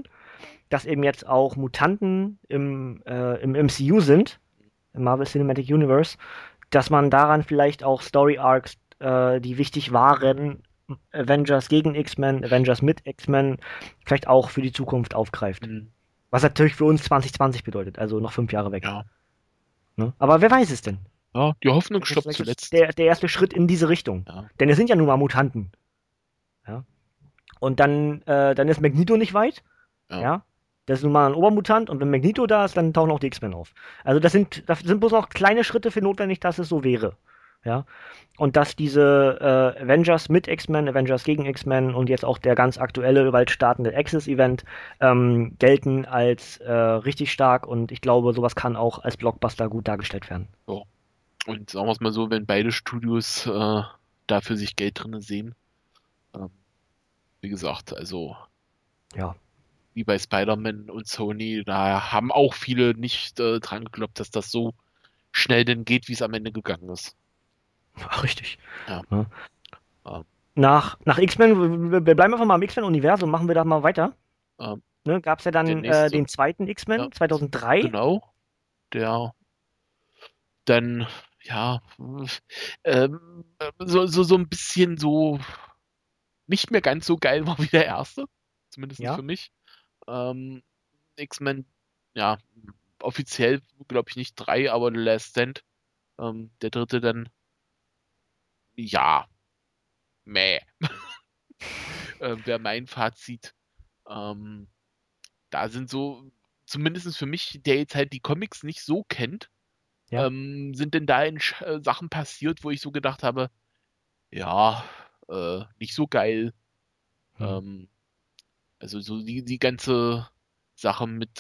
dass eben jetzt auch Mutanten im MCU sind, im Marvel Cinematic Universe, dass man daran vielleicht auch Story Arcs, die wichtig waren, Avengers gegen X-Men, Avengers mit X-Men, vielleicht auch für die Zukunft aufgreift. Mhm. Was natürlich für uns 2020 bedeutet, also noch 5 Jahre weg. Ja. Ne? Aber wer weiß es denn? Ja, die Hoffnung Das ist stirbt vielleicht jetzt zuletzt. der erste Schritt in diese Richtung. Ja. Denn es sind ja nun mal Mutanten. Ja? Und dann ist Magneto nicht weit. Ja. Ja? Das ist nun mal ein Obermutant und wenn Magneto da ist, dann tauchen auch die X-Men auf. Also das sind bloß noch kleine Schritte für notwendig, dass es so wäre. Ja? Und dass diese Avengers mit X-Men, Avengers gegen X-Men und jetzt auch der ganz aktuelle, bald startende Access-Event gelten als richtig stark und ich glaube, sowas kann auch als Blockbuster gut dargestellt werden. Ja. Und sagen wir es mal so, wenn beide Studios dafür sich Geld drin sehen, ähm, wie gesagt, also Ja, wie bei Spider-Man und Sony, da haben auch viele nicht dran geglaubt, dass das so schnell denn geht, wie es am Ende gegangen ist. richtig. Ja. Ja. Ähm, Nach X-Men, wir bleiben einfach mal im X-Men-Universum, machen wir da mal weiter. ähm, Ne, gab es ja der dann nächste, den zweiten ja, X-Men 2003. genau, der dann, ja, so ein bisschen so nicht mehr ganz so geil war wie der erste, zumindest für Ja. mich. Ähm, X-Men, ja, offiziell glaube ich nicht drei, aber The Last Stand, der dritte dann, ja, meh, wäre mein Fazit. Ähm, da sind so, zumindest für mich, der jetzt halt die Comics nicht so kennt, Ja. sind denn da Sachen passiert, wo ich so gedacht habe, ja, nicht so geil. Hm. Ähm, also so die ganze Sache mit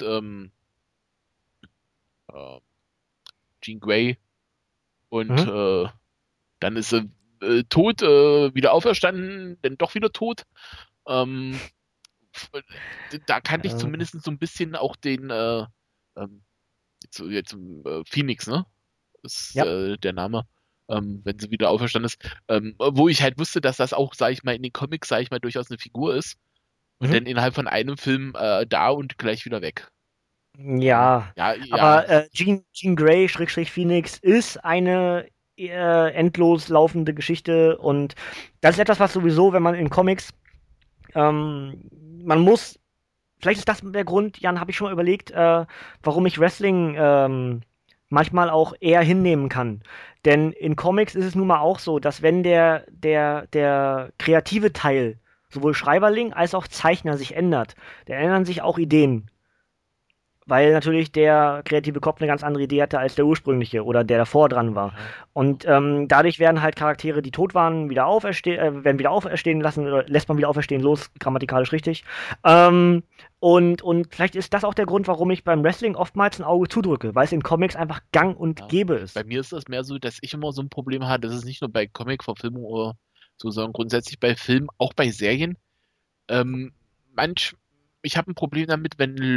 äh, Jean Grey und Mhm. dann ist sie tot, wieder auferstanden, dann doch wieder tot. Ähm, da kannte ich Äh, zumindest so ein bisschen auch den ähm, jetzt Phoenix, ne? Ist ja. der Name, wenn sie wieder auferstanden ist. Wo ich halt wusste, dass das auch, sage ich mal, in den Comics, sage ich mal, durchaus eine Figur ist. Und Mhm. dann innerhalb von einem Film da und gleich wieder weg. Ja. Ja, ja, Aber Jean Grey, Schrägstrich Phoenix, ist eine endlos laufende Geschichte und das ist etwas, was sowieso, wenn man in Comics, ähm, man muss, vielleicht ist das der Grund, Jan, habe ich schon mal überlegt, warum ich Wrestling manchmal auch eher hinnehmen kann. Denn in Comics ist es nun mal auch so, dass wenn der kreative Teil, sowohl Schreiberling als auch Zeichner sich ändert, dann ändern sich auch Ideen. Weil natürlich der kreative Kopf eine ganz andere Idee hatte als der ursprüngliche oder der davor dran war. ja, Und dadurch werden halt Charaktere, die tot waren, werden wieder auferstehen lassen oder lässt man wieder auferstehen, los, grammatikalisch richtig. Und vielleicht ist das auch der Grund, warum ich beim Wrestling oftmals ein Auge zudrücke, weil es in Comics einfach gang und ja. gäbe Bei ist. mir ist das mehr so, dass ich immer so ein Problem habe, das ist nicht nur bei Comic-Verfilmungen oder so, sondern grundsätzlich bei Filmen, auch bei Serien. Ähm, manch, ich habe ein Problem damit,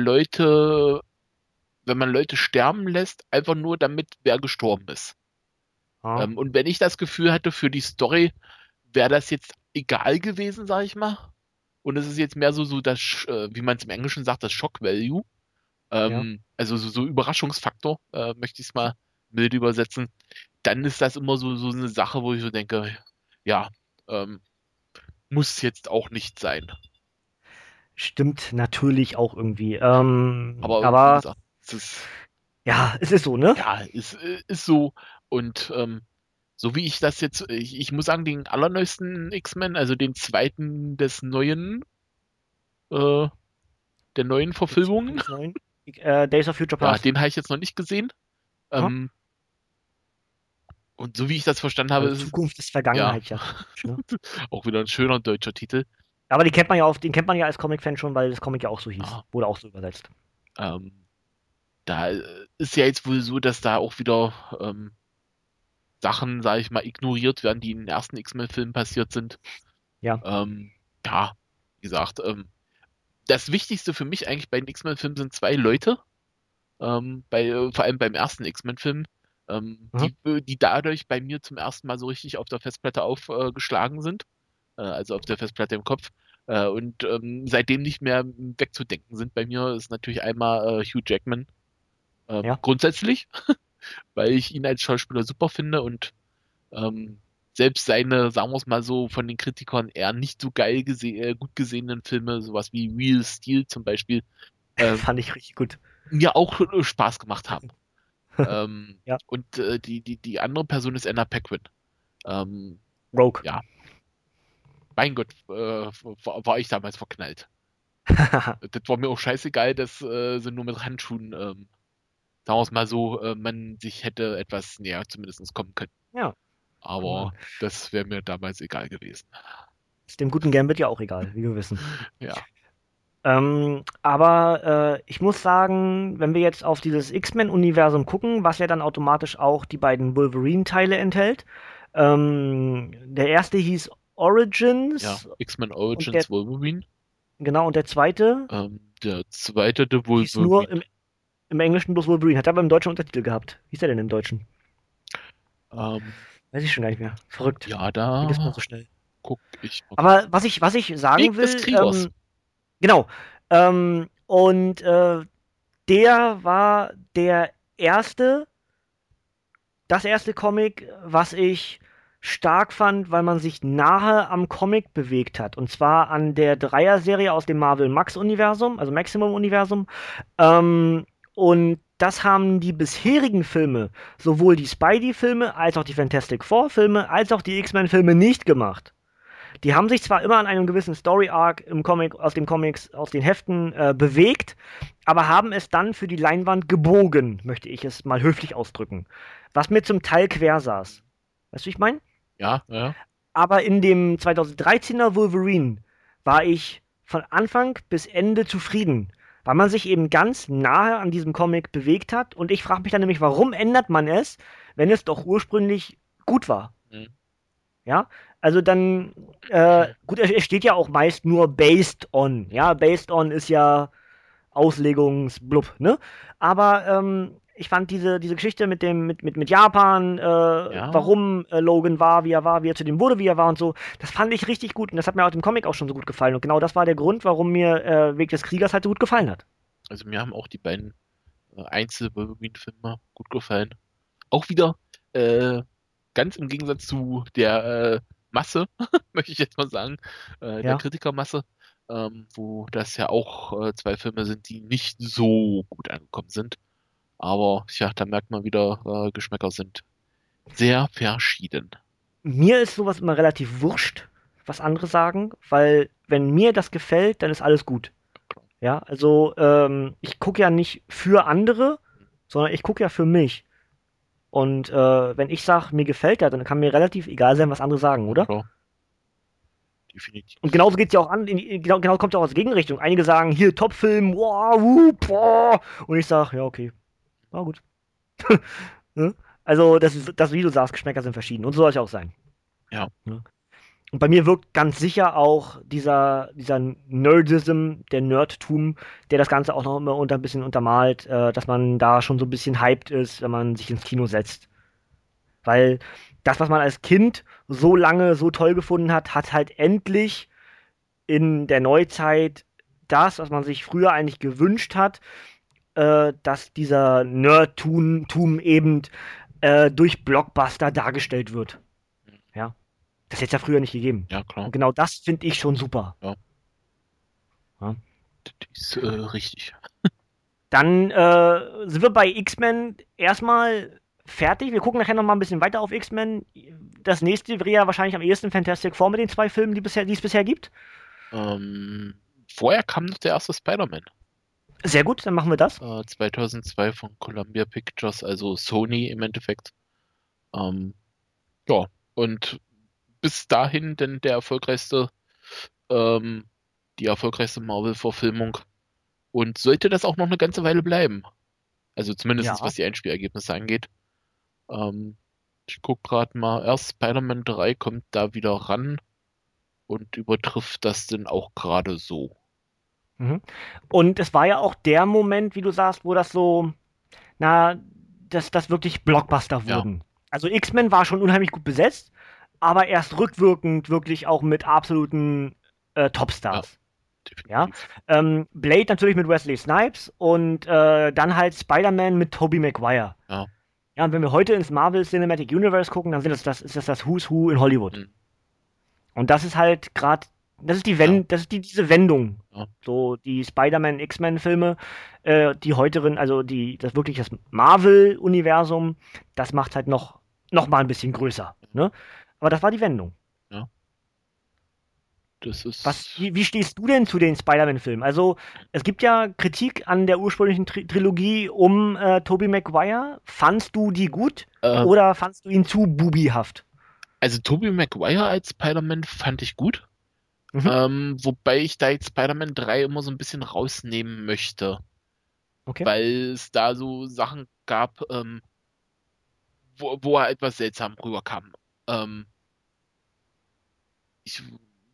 wenn man Leute sterben lässt, einfach nur damit wer gestorben ist. Ja, Und wenn ich das Gefühl hatte, für die Story wäre das jetzt egal gewesen, sag ich mal. Und es ist jetzt mehr so das, wie man es im Englischen sagt, das Shock Value. ja. Also so Überraschungsfaktor, möchte ich es mal mild übersetzen. Dann ist das immer so eine Sache, wo ich so denke, ja, ähm, muss jetzt auch nicht sein. Stimmt natürlich auch irgendwie. Aber wie Aber gesagt, es ist, ja, es ist so, ne? ja, ist so. Und so wie ich das jetzt, ich muss sagen, den allerneuesten X-Men, also den zweiten äh, der neuen Verfilmungen, Des Neuen. Days of Future ja, Past. den habe ich jetzt noch nicht gesehen. Aha. Ähm, und so wie ich das verstanden habe, Also ist es, Zukunft ist ja, Vergangenheit, ja. Ne? auch wieder ein schöner deutscher Titel. Aber den kennt man ja als Comic-Fan schon, weil das Comic ja auch so hieß. Ja, Wurde auch so übersetzt. ähm, da ist ja jetzt wohl so, dass da auch wieder Sachen, sage ich mal, ignoriert werden, die in den ersten X-Men-Filmen passiert sind. Ja. Ähm, ja, wie gesagt, das Wichtigste für mich eigentlich bei den X-Men-Filmen sind zwei Leute, vor allem beim ersten X-Men-Film, Mhm. die dadurch bei mir zum ersten Mal so richtig auf der Festplatte aufgeschlagen sind, also auf der Festplatte im Kopf. Und seitdem nicht mehr wegzudenken sind bei mir ist natürlich einmal Hugh Jackman. Ja. Grundsätzlich, weil ich ihn als Schauspieler super finde und ähm, selbst seine, sagen wir es mal so, von den Kritikern eher nicht so geil gut gesehenen Filme, sowas wie Real Steel zum Beispiel, äh, Fand ich richtig gut. mir auch Spaß gemacht haben. Ja. Und die andere Person ist Anna Paquin. Ähm, Rogue. ja, mein Gott, war ich damals verknallt. Das war mir auch scheißegal, dass sie nur mit Handschuhen, sagen wir es mal so, man sich hätte etwas näher zumindest kommen können. Ja. Aber das wäre mir damals egal gewesen. Ist dem guten Gambit ja auch egal, wie wir wissen. Ja. Aber ich muss sagen, wenn wir jetzt auf dieses X-Men-Universum gucken, was ja dann automatisch auch die beiden Wolverine-Teile enthält, der erste hieß Ja, Origins X-Men und der, Origins Wolverine. genau, und der zweite Der zweite, der hieß nur Wolverine. im Englischen bloß Wolverine, hat aber im Deutschen Untertitel gehabt. Wie hieß der denn im Deutschen? Ähm, Weiß ich schon gar nicht mehr. Verrückt. ja, Vergisst man da so schnell. guck ich mal. Aber was ich sagen Weg des will, Kriegers. genau, und der war der erste, das erste Comic, was ich stark fand, weil man sich nahe am Comic bewegt hat. Und zwar an der Dreier-Serie aus dem Marvel Max-Universum, also Maximum-Universum. Und das haben die bisherigen Filme, sowohl die Spidey-Filme, als auch die Fantastic Four-Filme, als auch die X-Men-Filme nicht gemacht. Die haben sich zwar immer an einem gewissen Story-Arc im Comic, aus den Comics, aus den Heften bewegt, aber haben es dann für die Leinwand gebogen, möchte ich es mal höflich ausdrücken. Was mir zum Teil quer saß. Weißt du, wie ich meine? Ja, ja. Aber in dem 2013er Wolverine war ich von Anfang bis Ende zufrieden, weil man sich eben ganz nahe an diesem Comic bewegt hat. Und ich frage mich dann nämlich, warum ändert man es, wenn es doch ursprünglich gut war? Hm. Ja, also dann, gut, es steht ja auch meist nur based on. Ja, based on ist ja Auslegungsblub, ne? Aber ich fand diese Geschichte mit Japan, Ja, warum Logan war, wie er zu dem wurde, wie er war und so, das fand ich richtig gut. Und das hat mir auch im Comic auch schon so gut gefallen. Und genau das war der Grund, warum mir Weg des Kriegers halt so gut gefallen hat. also mir haben auch die beiden Einzel-Wolverine-Filme gut gefallen. Auch wieder äh, ganz im Gegensatz zu der Masse, möchte ich jetzt mal sagen, der Ja. Kritikermasse, wo das ja auch zwei Filme sind, die nicht so gut angekommen sind. Aber ja, da merkt man wieder, Geschmäcker sind sehr verschieden. Mir ist sowas immer relativ wurscht, was andere sagen, weil wenn mir das gefällt, dann ist alles gut. Ja, also ich gucke ja nicht für andere, sondern ich gucke ja für mich. Und wenn ich sage, mir gefällt das, dann kann mir relativ egal sein, was andere sagen, Ja, oder? klar, definitiv. Und genauso geht's ja auch an, genau kommt ja auch aus der Gegenrichtung. Einige sagen, hier, Top-Film, wow, boah. Und ich sage, ja, okay, war gut. Ne? Also, das, wie du sagst, Geschmäcker sind verschieden. Und so soll es ja auch sein. Ja, Ne? Und bei mir wirkt ganz sicher auch dieser Nerdism, der Nerdtum, der das Ganze auch noch immer ein bisschen untermalt, dass man da schon so ein bisschen hyped ist, wenn man sich ins Kino setzt. Weil das, was man als Kind so lange so toll gefunden hat, hat halt endlich in der Neuzeit das, was man sich früher eigentlich gewünscht hat, dass dieser Nerdtum eben durch Blockbuster dargestellt wird. Ja. Das hätte es ja früher nicht gegeben. ja, klar. Und genau das finde ich schon super. Ja, Ja. das ist richtig. Dann sind wir bei X-Men erstmal fertig. Wir gucken nachher noch mal ein bisschen weiter auf X-Men. Das nächste wäre ja wahrscheinlich am ehesten Fantastic Four mit den zwei Filmen, die es bisher gibt. Vorher kam noch der erste Spider-Man. Sehr gut, dann machen wir das. 2002 von Columbia Pictures, also Sony im Endeffekt. Ähm, ja, und bis dahin denn ähm, die erfolgreichste Marvel-Verfilmung. Und sollte das auch noch eine ganze Weile bleiben. Also zumindest Ja. was die Einspielergebnisse angeht. Ähm, Ich guck gerade mal, erst Spider-Man 3 kommt da wieder ran und übertrifft das denn auch gerade so. Mhm. Und es war ja auch der Moment, wie du sagst, wo das so, na, dass das wirklich Blockbuster Ja, wurden. Also X-Men war schon unheimlich gut besetzt, aber erst rückwirkend wirklich auch mit absoluten Ja, Topstars. Ja, definitiv. Blade natürlich mit Wesley Snipes und dann halt Spider-Man mit Tobey Maguire. Ja. Ja, und wenn wir heute ins Marvel Cinematic Universe gucken, dann ist das Who's Who in Hollywood. Hm. Und das ist halt gerade, Ja. diese Wendung. Ja. So die Spider-Man, X-Men-Filme, die heuteren, also das wirklich das Marvel-Universum, das macht halt noch mal ein bisschen größer. Ne? Aber das war die Wendung. Ja. Das ist. Wie stehst du denn zu den Spider-Man-Filmen? Also, es gibt ja Kritik an der ursprünglichen Trilogie um Tobey Maguire. Fandst du die gut Äh, oder fandst du ihn zu bubihaft? also Tobey Maguire als Spider-Man fand ich gut. Mhm, Wobei ich da jetzt Spider-Man 3 immer so ein bisschen rausnehmen möchte, okay. weil es da so Sachen gab, wo er etwas seltsam rüberkam. Ähm, ich,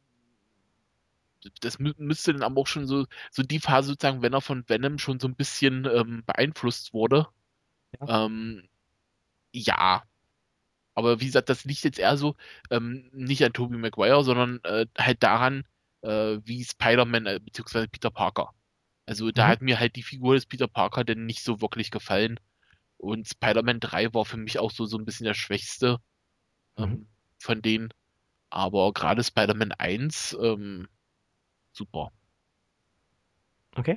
das müsste dann aber auch schon so die Phase sozusagen, wenn er von Venom schon so ein bisschen beeinflusst wurde. Ja. Ähm, ja, aber wie gesagt, das liegt jetzt eher so nicht an Tobey Maguire, sondern halt daran, wie Spider-Man beziehungsweise Peter Parker. Also da Mhm, hat mir halt die Figur des Peter Parker denn nicht so wirklich gefallen. Und Spider-Man 3 war für mich auch so ein bisschen der schwächste mhm, von denen. Aber gerade Spider-Man 1, super. okay.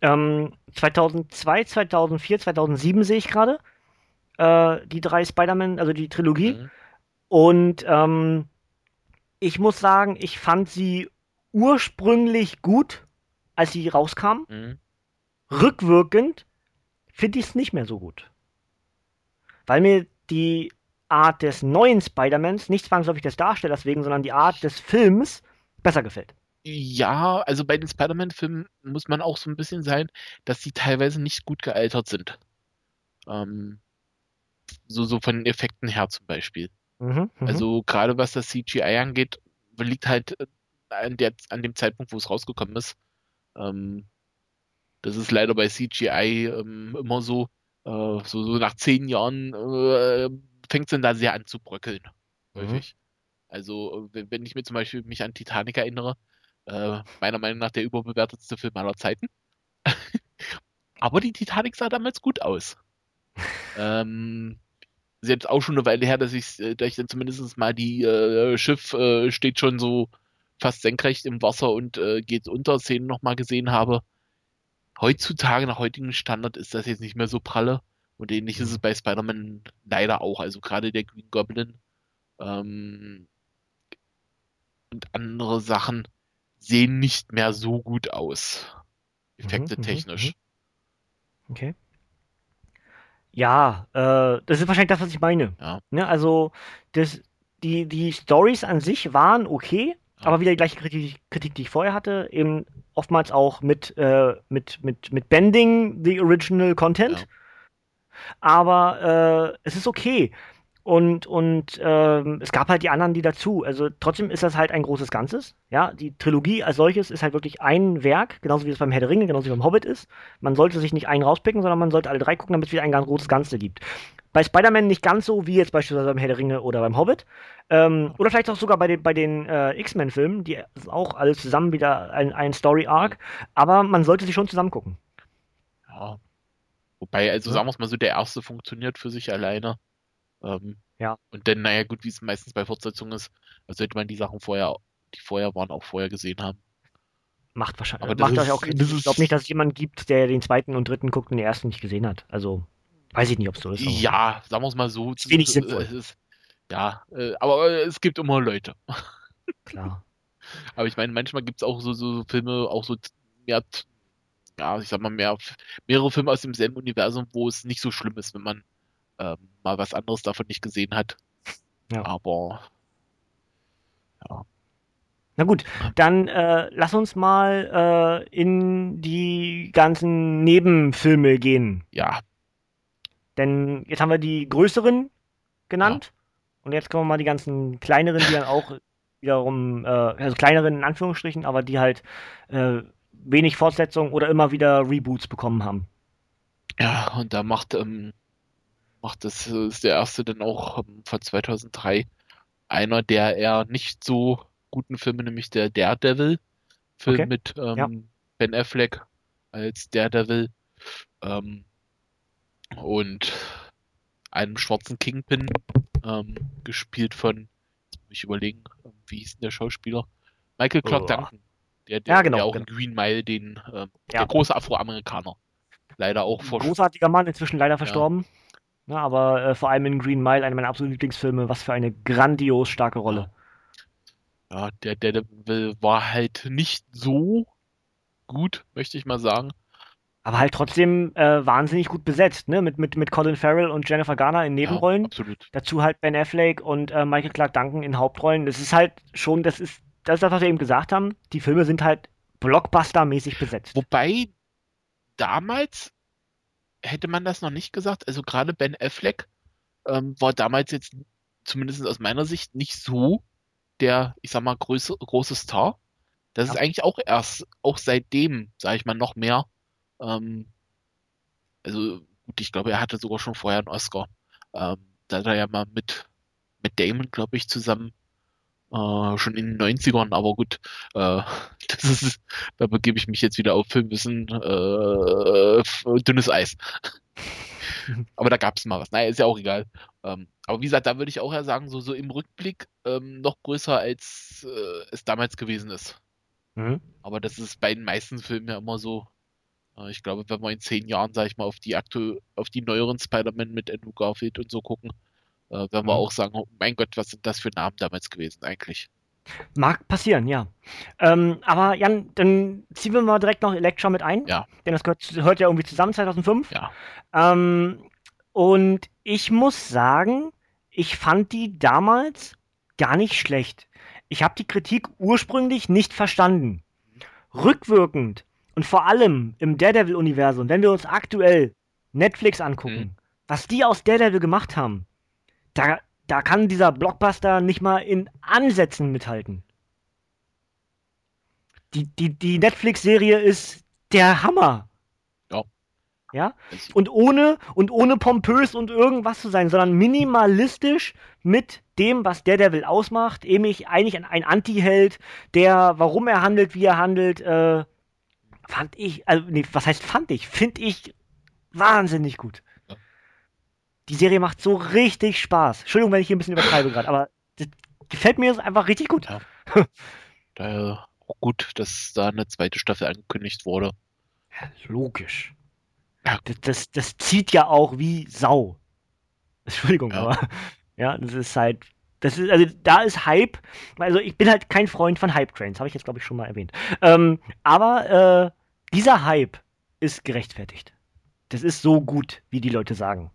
2002, 2004, 2007 sehe ich gerade die drei Spider-Man, also die Trilogie. Mhm. Und ich muss sagen, ich fand sie ursprünglich gut, als sie rauskamen. Mhm. Rückwirkend finde ich es nicht mehr so gut. Weil mir die Art des neuen Spider-Mans, nicht zwangsläufig des Darstellers wegen, sondern die Art des Films besser gefällt. Ja, also bei den Spider-Man-Filmen muss man auch so ein bisschen sein, dass die teilweise nicht gut gealtert sind. Ähm, so von den Effekten her zum Beispiel. Mhm, mhm, Also gerade was das CGI angeht, liegt halt an dem Zeitpunkt, wo es rausgekommen ist. Ähm, Das ist leider bei CGI immer so, so nach 10 Jahren fängt es dann da sehr an zu bröckeln, mhm. häufig. Also wenn ich mir zum Beispiel mich an Titanic erinnere, meiner Meinung nach der überbewertetste Film aller Zeiten. Aber die Titanic sah damals gut aus. Ähm, Ist jetzt auch schon eine Weile her, dass ich dann zumindest mal die Schiff steht schon so fast senkrecht im Wasser und geht unter Szenen nochmal gesehen habe. Heutzutage, nach heutigem Standard, ist das jetzt nicht mehr so pralle. Und ähnlich ist es Mhm. bei Spider-Man leider auch. Also gerade der Green Goblin ähm, und andere Sachen sehen nicht mehr so gut aus. Mhm, Effekte mhm, mhm. technisch. Okay. Ja, das ist wahrscheinlich das, was ich meine. Ja, Ne? Also, das, die Stories an sich waren okay, ja, aber wieder die gleiche Kritik, die ich vorher hatte, eben oftmals auch mit Bending the Original ja. Content. Aber es ist okay. Und es gab halt die anderen, die dazu. Also trotzdem ist das halt ein großes Ganzes. Ja, die Trilogie als solches ist halt wirklich ein Werk, genauso wie es beim Herr der Ringe, genauso wie beim Hobbit ist. Man sollte sich nicht einen rauspicken, sondern man sollte alle drei gucken, damit es wieder ein ganz großes Ganze gibt. Bei Spider-Man nicht ganz so wie jetzt beispielsweise beim Herr der Ringe oder beim Hobbit. Oder vielleicht auch sogar bei den X-Men-Filmen, die ist auch alles zusammen wieder ein Hm, Story-Arc. Aber man sollte sie schon zusammen gucken. ja. Wobei, also Ne? sagen wir es mal so, der erste funktioniert für sich alleine. Ähm, Ja, und dann, naja, gut, wie es meistens bei Fortsetzungen ist, sollte man die Sachen vorher, die vorher waren, auch vorher gesehen haben. macht wahrscheinlich, Aber das macht das auch ist, keinen das Sinn. Ich glaube nicht, ist, dass es jemanden gibt, der den zweiten und dritten guckt und den ersten nicht gesehen hat. Also, weiß ich nicht, ob es so ist, aber ja, sagen wir es mal so, ist wenig sinnvoll. es ist, ja, aber es gibt immer Leute. Klar. Aber ich meine, manchmal gibt es auch so Filme, auch so mehr, ja, ich sag mal, mehrere Filme aus demselben Universum, wo es nicht so schlimm ist, wenn man mal was anderes davon nicht gesehen hat. Ja. Aber, ja, Na gut, dann lass uns mal in die ganzen Nebenfilme gehen. ja, Denn jetzt haben wir die größeren ja, genannt und jetzt kommen wir mal die ganzen kleineren, die dann auch wiederum, also kleineren in Anführungsstrichen, aber die halt wenig Fortsetzung oder immer wieder Reboots bekommen haben. ja, und da macht das, ist der erste dann auch von 2003 einer der eher nicht so guten Filme, nämlich der Daredevil. Film Okay. mit Ja. Ben Affleck als Daredevil und einem schwarzen Kingpin, gespielt von, jetzt muss ich überlegen, wie hieß denn der Schauspieler? Michael Clark Oh. Duncan, Ja, der genau, auch in genau. Green Mile der Ja. große Afroamerikaner, leider auch Ein großartiger Mann, inzwischen leider ja, verstorben. Ja, aber vor allem in Green Mile, einer meiner absoluten Lieblingsfilme, was für eine grandios starke ja, Rolle. ja, der Daredevil war halt nicht so gut, möchte ich mal sagen. Aber halt trotzdem wahnsinnig gut besetzt, ne? Mit Colin Farrell und Jennifer Garner in Ja, Nebenrollen. absolut. Dazu halt Ben Affleck und Michael Clarke Duncan in Hauptrollen. Das ist halt schon, das ist das, was wir eben gesagt haben. Die Filme sind halt Blockbuster-mäßig besetzt. Wobei damals hätte man das noch nicht gesagt. Also gerade Ben Affleck war damals jetzt zumindest aus meiner Sicht nicht so der, ich sag mal, große Star. Das ist Ja. eigentlich auch erst, auch seitdem, sage ich mal, noch mehr. Ähm, also gut, ich glaube, er hatte sogar schon vorher einen Oscar. Da hat er ja mal mit Damon, glaube ich, zusammen schon in den 90ern, aber gut, äh, das ist, da begebe ich mich jetzt wieder auf Filmwissen, dünnes Eis. Aber da gab es mal was. Naja, ist ja auch egal. Aber wie gesagt, da würde ich auch ja sagen, so im Rückblick noch größer als es damals gewesen ist. Mhm. Aber das ist bei den meisten Filmen ja immer so. Ich glaube, wenn wir in 10 Jahren, sag ich mal, auf die neueren Spider-Man mit Andrew Garfield und so gucken, werden wir Mhm. auch sagen, oh mein Gott, was sind das für Namen damals gewesen eigentlich? Mag passieren, ja. Aber Jan, dann ziehen wir mal direkt noch Elektra mit ein, Ja, denn das hört ja irgendwie zusammen, 2005. ja. Ähm, und ich muss sagen, ich fand die damals gar nicht schlecht. Ich habe die Kritik ursprünglich nicht verstanden. Rückwirkend und vor allem im Daredevil-Universum, wenn wir uns aktuell Netflix Hm. angucken, was die aus Daredevil gemacht haben, da, da kann dieser Blockbuster nicht mal in Ansätzen mithalten. Die Netflix-Serie ist der Hammer. Ja, Ja? also, Und ohne pompös und irgendwas zu sein, sondern minimalistisch mit dem, was Daredevil ausmacht, nämlich eigentlich ein Anti-Held, der, warum er handelt, wie er handelt, fand ich, also, nee, was heißt fand ich? Finde ich wahnsinnig gut. ja, Die Serie macht so richtig Spaß. Entschuldigung, wenn ich hier ein bisschen übertreibe gerade, aber das gefällt mir einfach richtig gut. ja. Daher auch gut, dass da eine zweite Staffel angekündigt wurde. Logisch. Ja, Das zieht ja auch wie Sau. Entschuldigung, ja. aber ja, das ist halt, also da ist Hype, also ich bin halt kein Freund von Hype-Trains, habe ich jetzt glaube ich schon mal erwähnt. Aber dieser Hype ist gerechtfertigt. Das ist so gut, wie die Leute sagen.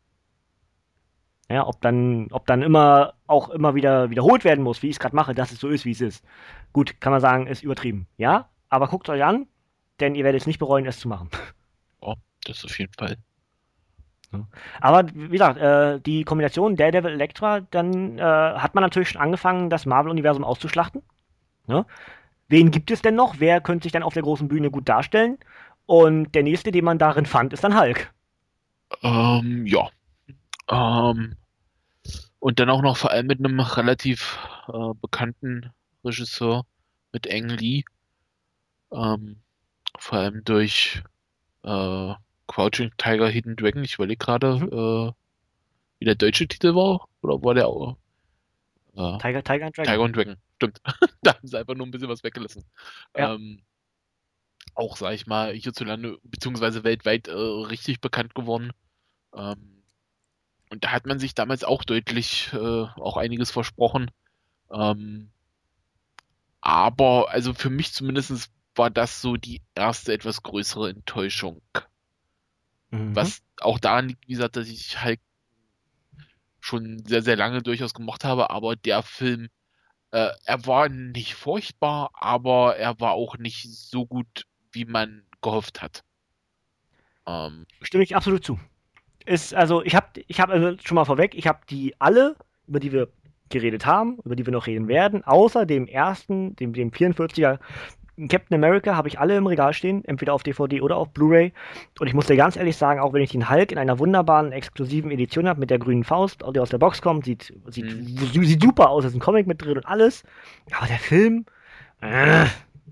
Ja, ob dann immer wieder wiederholt werden muss, wie ich es gerade mache, dass es so ist, wie es ist. Gut, kann man sagen, ist übertrieben. Ja, aber guckt euch an, denn ihr werdet es nicht bereuen, es zu machen. Ja, das auf jeden Fall. Ja. Aber wie gesagt, die Kombination Daredevil Elektra, dann hat man natürlich schon angefangen, das Marvel-Universum auszuschlachten. Ne? Wen gibt es denn noch? Wer könnte sich dann auf der großen Bühne gut darstellen? Und der nächste, den man darin fand, ist dann Hulk. Ja. Ähm, und dann auch noch vor allem mit einem relativ bekannten Regisseur, mit Ang Lee. Ähm, vor allem durch äh, Crouching Tiger, Hidden Dragon. Ich überlege Mhm. gerade, wie der deutsche Titel war. Oder war der auch äh, Tiger and Dragon. Tiger und Dragon? Stimmt. Da haben sie einfach nur ein bisschen was weggelassen. Ja. Ähm, auch, sag ich mal, hierzulande, beziehungsweise weltweit richtig bekannt geworden. Ähm, und da hat man sich damals auch deutlich auch einiges versprochen. Ähm, aber, also für mich zumindest war das so die erste etwas größere Enttäuschung. Mhm. Was auch daran liegt, wie gesagt, dass ich halt schon sehr, sehr lange durchaus gemocht habe, aber der Film, er war nicht furchtbar, aber er war auch nicht so gut, wie man gehofft hat. Ähm, Stimme ich absolut zu. Also ich hab also schon mal vorweg, ich habe die alle, über die wir geredet haben, über die wir noch reden werden, außer dem ersten, dem 44er Captain America habe ich alle im Regal stehen, entweder auf DVD oder auf Blu-ray. Und ich muss dir ganz ehrlich sagen, auch wenn ich den Hulk in einer wunderbaren, exklusiven Edition habe, mit der grünen Faust, die aus der Box kommt, sieht, hm, sieht super aus, ist ein Comic mit drin und alles. Aber der Film, äh,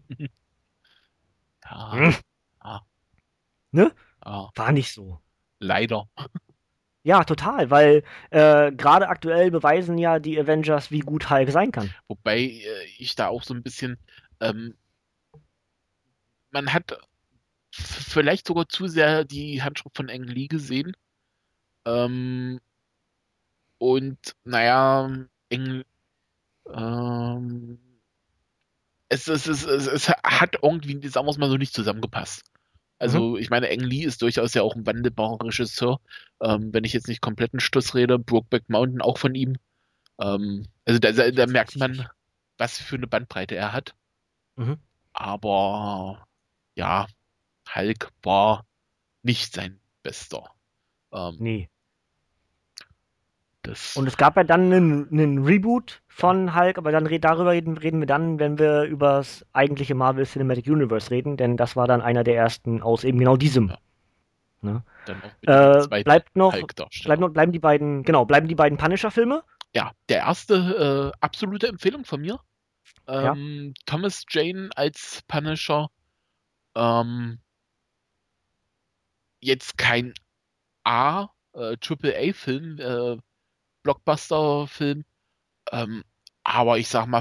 Ja, Hm, ja, ne? ja, War nicht so. leider. Ja, total, weil gerade aktuell beweisen ja die Avengers, wie gut Hulk sein kann. Wobei ich da auch so ein bisschen, ähm, man hat vielleicht sogar zu sehr die Handschrift von Ang Lee gesehen. Ähm, und naja, ähm, es hat irgendwie, sagen wir es mal so, nicht zusammengepasst. Mhm. Also, ich meine, Ang Lee ist durchaus ja auch ein wandelbarer Regisseur. Wenn ich jetzt nicht kompletten Stuss rede, Brokeback Mountain auch von ihm. Also, da Jetzt weiß merkt ich man, nicht. was für eine Bandbreite er hat. Mhm. Aber ja, Hulk war nicht sein bester. Ähm, Nee. das, Und es gab ja dann einen Reboot ja, von Hulk, aber dann darüber reden wir dann, wenn wir über das eigentliche Marvel Cinematic Universe reden, denn das war dann einer der ersten aus eben genau diesem. ja, Ne? dann auch mit dem zweiten Hulk-Darsteller. Bleiben die beiden, genau, bleiben die beiden Punisher-Filme. Ja, der erste absolute Empfehlung von mir. Ja. Thomas Jane als Punisher. Ähm, jetzt kein Triple A-Film, Blockbuster-Film, ähm, aber ich sag mal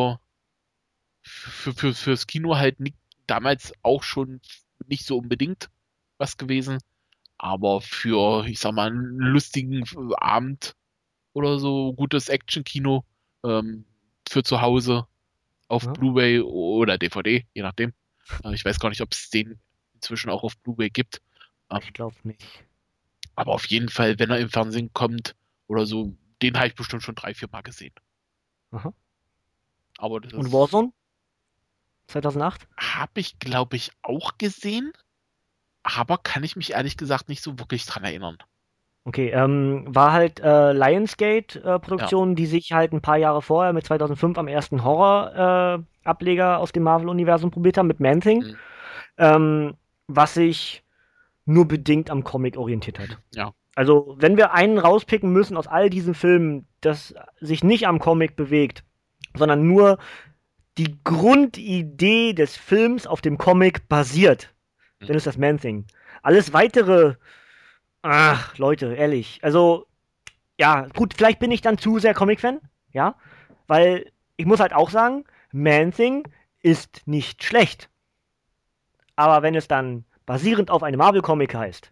fürs Kino halt nicht, damals auch schon nicht so unbedingt was gewesen, aber für, ich sag mal, einen lustigen Abend oder so, gutes Action-Kino für zu Hause auf Ja. Blu-ray oder DVD, je nachdem. Ich weiß gar nicht, ob es den inzwischen auch auf Blu-ray gibt. Ich Ähm, glaube nicht. aber auf jeden Fall, wenn er im Fernsehen kommt oder so, den habe ich bestimmt schon 3, 4 Mal gesehen. Aha. Aber das Und ist, Warzone 2008? habe ich, glaube ich, auch gesehen, aber kann ich mich ehrlich gesagt nicht so wirklich dran erinnern. Okay, war halt Ja. Lionsgate-Produktion, die sich halt ein paar Jahre vorher mit 2005 am ersten Horror-Ableger aus dem Marvel-Universum probiert haben, mit Man-Thing, Hm, ähm, was sich nur bedingt am Comic orientiert hat. ja. Also, wenn wir einen rauspicken müssen aus all diesen Filmen, das sich nicht am Comic bewegt, sondern nur die Grundidee des Films auf dem Comic basiert, Hm, dann ist das Man-Thing. Alles weitere, ach, Leute, ehrlich. Also, ja, gut, vielleicht bin ich dann zu sehr Comic-Fan, ja, weil ich muss halt auch sagen, Man-Thing ist nicht schlecht. Aber wenn es dann basierend auf einem Marvel-Comic heißt,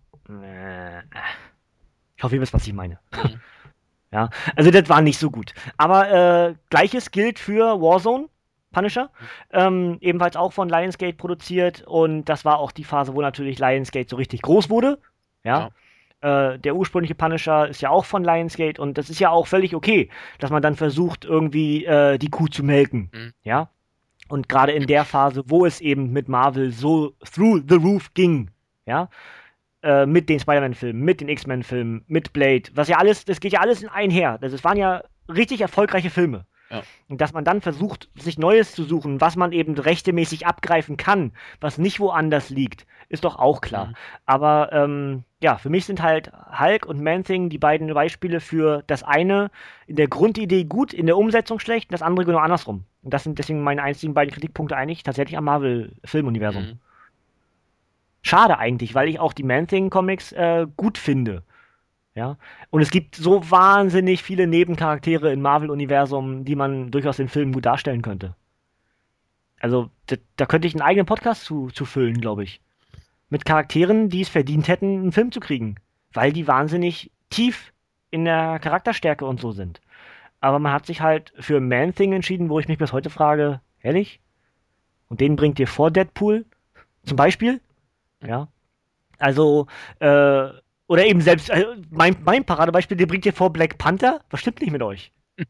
ich hoffe, ihr wisst, was ich meine. hm, Ja, also das war nicht so gut. Aber gleiches gilt für Warzone, Punisher. hm, Ebenfalls auch von Lionsgate produziert. Und das war auch die Phase, wo natürlich Lionsgate so richtig groß wurde. Ja. ja. Der ursprüngliche Punisher ist ja auch von Lionsgate und das ist ja auch völlig okay, dass man dann versucht, irgendwie die Kuh zu melken. Hm, Ja. Und gerade in der Phase, wo es eben mit Marvel so through the roof ging, ja, mit den Spider-Man-Filmen, mit den X-Men-Filmen, mit Blade, was ja alles, das geht ja alles in einher. Das waren ja richtig erfolgreiche Filme. ja. Und dass man dann versucht, sich Neues zu suchen, was man eben rechtemäßig abgreifen kann, was nicht woanders liegt, ist doch auch klar. Hm, Aber ja, für mich sind halt Hulk und Man-Thing die beiden Beispiele für das eine in der Grundidee gut, in der Umsetzung schlecht, und das andere genau andersrum. Und das sind deswegen meine einzigen beiden Kritikpunkte eigentlich tatsächlich am Marvel-Filmuniversum. hm. Schade eigentlich, weil ich auch die Man-Thing-Comics gut finde. Ja. Und es gibt so wahnsinnig viele Nebencharaktere im Marvel-Universum, die man durchaus in Filmen gut darstellen könnte. Also, da könnte ich einen eigenen Podcast zu füllen, glaube ich. Mit Charakteren, die es verdient hätten, einen Film zu kriegen. Weil die wahnsinnig tief in der Charakterstärke und so sind. Aber man hat sich halt für Man-Thing entschieden, wo ich mich bis heute frage, ehrlich? Und den bringt ihr vor Deadpool? Zum Beispiel? Ja. Also, oder eben selbst, mein Paradebeispiel, den bringt ihr vor Black Panther? Was stimmt nicht mit euch?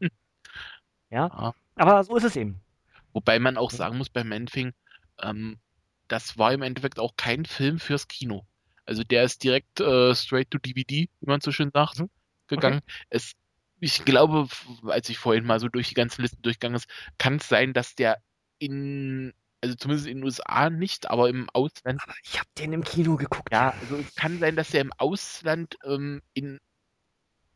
Ja. Ja. Aber so ist es eben. Wobei man auch sagen muss, bei Manfing, ähm, das war im Endeffekt auch kein Film fürs Kino. Also der ist direkt straight to DVD, wie man so schön sagt, Mhm. Okay. gegangen. Es, ich glaube, als ich vorhin mal so durch die ganzen Listen durchgegangen ist, kann es sein, dass der also zumindest in den USA nicht, aber im Ausland, Aber ich habe den im Kino geguckt. ja, also es kann sein, dass der im Ausland in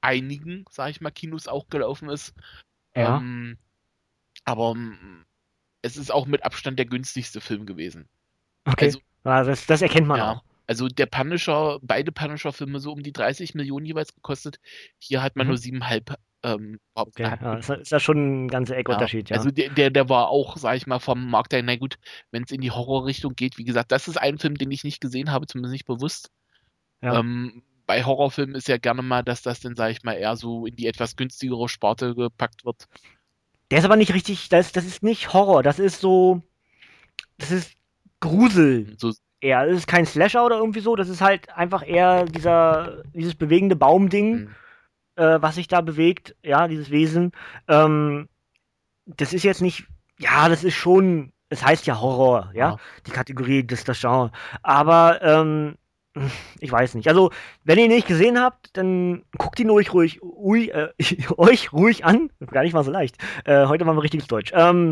einigen, sage ich mal, Kinos auch gelaufen ist. Ja. Ähm, aber es ist auch mit Abstand der günstigste Film gewesen. Okay. Also, Ja, das erkennt man ja, auch. also der Punisher, beide Punisher-Filme so um die 30 Millionen jeweils gekostet. Hier hat man Mhm. nur 7,5 Okay, gehabt. ja, ist ja schon ein ganzer Ja, Eckunterschied, ja. also der war auch, sag ich mal, vom Markt her, na gut, wenn es in die Horrorrichtung geht, wie gesagt, das ist ein Film, den ich nicht gesehen habe, zumindest nicht bewusst. Ja. Bei Horrorfilmen ist ja gerne mal, dass das dann, sag ich mal, eher so in die etwas günstigere Sparte gepackt wird. Der ist aber nicht richtig, das ist nicht Horror, das ist Grusel So, eher. Das ist kein Slasher oder irgendwie so, das ist halt einfach eher dieses bewegende Baumding, hm, was sich da bewegt, ja, dieses Wesen. Ähm, Das ist jetzt nicht, ja, das ist schon, es heißt ja Horror, ja, ja, die Kategorie, das Genre. Aber ich weiß nicht. Also, wenn ihr ihn nicht gesehen habt, dann guckt ihn euch ruhig an. Gar nicht mal so leicht. Heute machen wir richtiges Deutsch.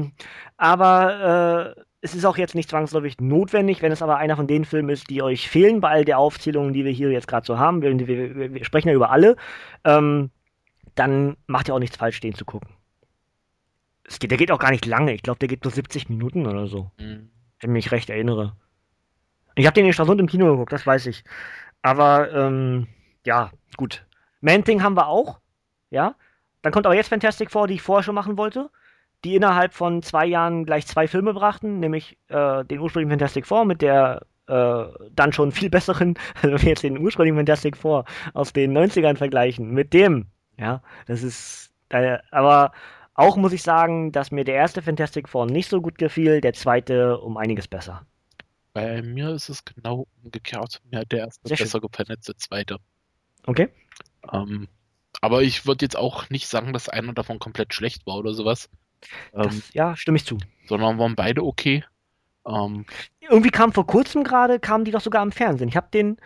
Aber es ist auch jetzt nicht zwangsläufig notwendig, wenn es aber einer von den Filmen ist, die euch fehlen bei all der Aufzählungen, die wir hier jetzt gerade so haben. Wir sprechen ja über alle. Ähm, Dann macht ihr auch nichts falsch, den zu gucken. Der geht auch gar nicht lange. Ich glaube, der geht nur 70 Minuten oder so. hm. Wenn ich mich recht erinnere. Ich habe den in Stralsund im Kino geguckt, das weiß ich. Aber, ja, gut. Man-Thing haben wir auch. Ja. Dann kommt aber jetzt Fantastic Four, die ich vorher schon machen wollte. Die innerhalb von 2 Jahren gleich 2 Filme brachten. Nämlich den ursprünglichen Fantastic Four mit der dann schon viel besseren, also wenn wir jetzt den ursprünglichen Fantastic Four aus den 90ern vergleichen, mit dem. Ja, das ist. Aber auch muss ich sagen, dass mir der erste Fantastic Four nicht so gut gefiel, der zweite um einiges besser. Bei mir ist es genau umgekehrt. Mir hat der erste Sehr schön. besser gefallen als der zweite. Okay? Ähm, aber ich würde jetzt auch nicht sagen, dass einer davon komplett schlecht war oder sowas, ähm, Ja, stimme ich zu. sondern waren beide okay. Ähm, Irgendwie kam vor kurzem gerade, kamen die doch sogar im Fernsehen. Ich habe den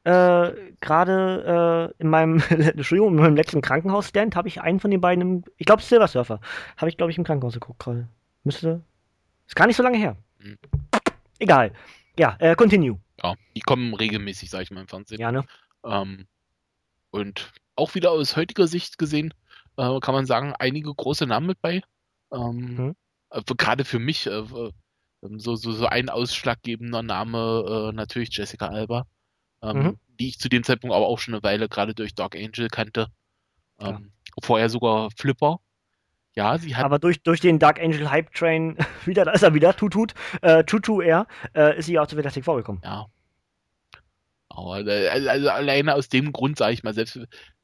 gerade in meinem, Entschuldigung, in meinem letzten Krankenhausstand habe ich einen von den beiden, ich glaube Silver Surfer, habe ich glaube ich im Krankenhaus geguckt gerade. Ist gar nicht so lange her. hm, Egal. Ja, continue. ja, die kommen regelmäßig, sag ich mal, im Fernsehen. Ja, ne? Ähm, und auch wieder aus heutiger Sicht gesehen, kann man sagen, einige große Namen mit bei. Ähm, Hm? gerade für mich so ein ausschlaggebender Name natürlich Jessica Alba, Mhm. die ich zu dem Zeitpunkt aber auch schon eine Weile gerade durch Dark Angel kannte. Klar. Vorher sogar Flipper. Ja, sie hat, Aber durch den Dark Angel Hype Train, da ist er wieder, Tutu er, ist sie auch zu Fantastic vorgekommen. ja, aber, also alleine aus dem Grund, sage ich mal, selbst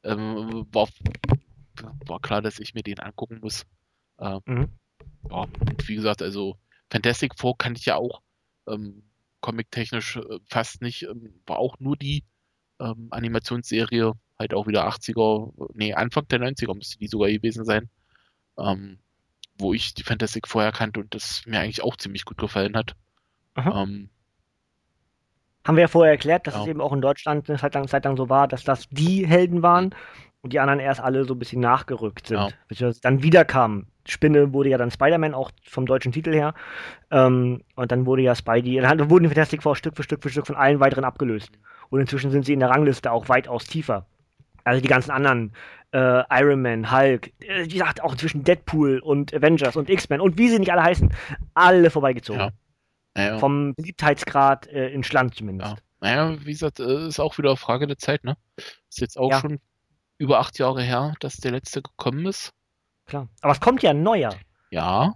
war klar, dass ich mir den angucken muss. Ähm, Mhm. ja, und wie gesagt, also Fantastic Four kannte ich ja auch comic-technisch fast nicht, war auch nur die Animationsserie, halt auch wieder 80er, nee, Anfang der 90er müsste die sogar gewesen sein, ähm, wo ich die Fantastic vorher kannte und das mir eigentlich auch ziemlich gut gefallen hat. Aha. Ähm, Haben wir ja vorher erklärt, dass es ja, eben auch in Deutschland eine Zeit lang so war, dass das die Helden hm, waren und die anderen erst alle so ein bisschen nachgerückt ja, sind. Beziehungsweise dann wieder kamen. Spinne wurde ja dann Spider-Man, auch vom deutschen Titel her. Und dann wurde ja Spidey, dann wurden die Fantastic Four Stück für Stück für Stück von allen weiteren abgelöst. Und inzwischen sind sie in der Rangliste auch weitaus tiefer. Also die ganzen anderen, Iron Man, Hulk, wie gesagt, auch inzwischen Deadpool und Avengers und X-Men und wie sie nicht alle heißen, alle ja, vorbeigezogen. naja, Vom Beliebtheitsgrad in Schland ja. zumindest. Naja, wie gesagt, ist auch wieder eine Frage der Zeit, ne? Ist jetzt auch Ja, schon über 8 Jahre her, dass der letzte gekommen ist. klar. Aber es kommt ja ein neuer. Ja,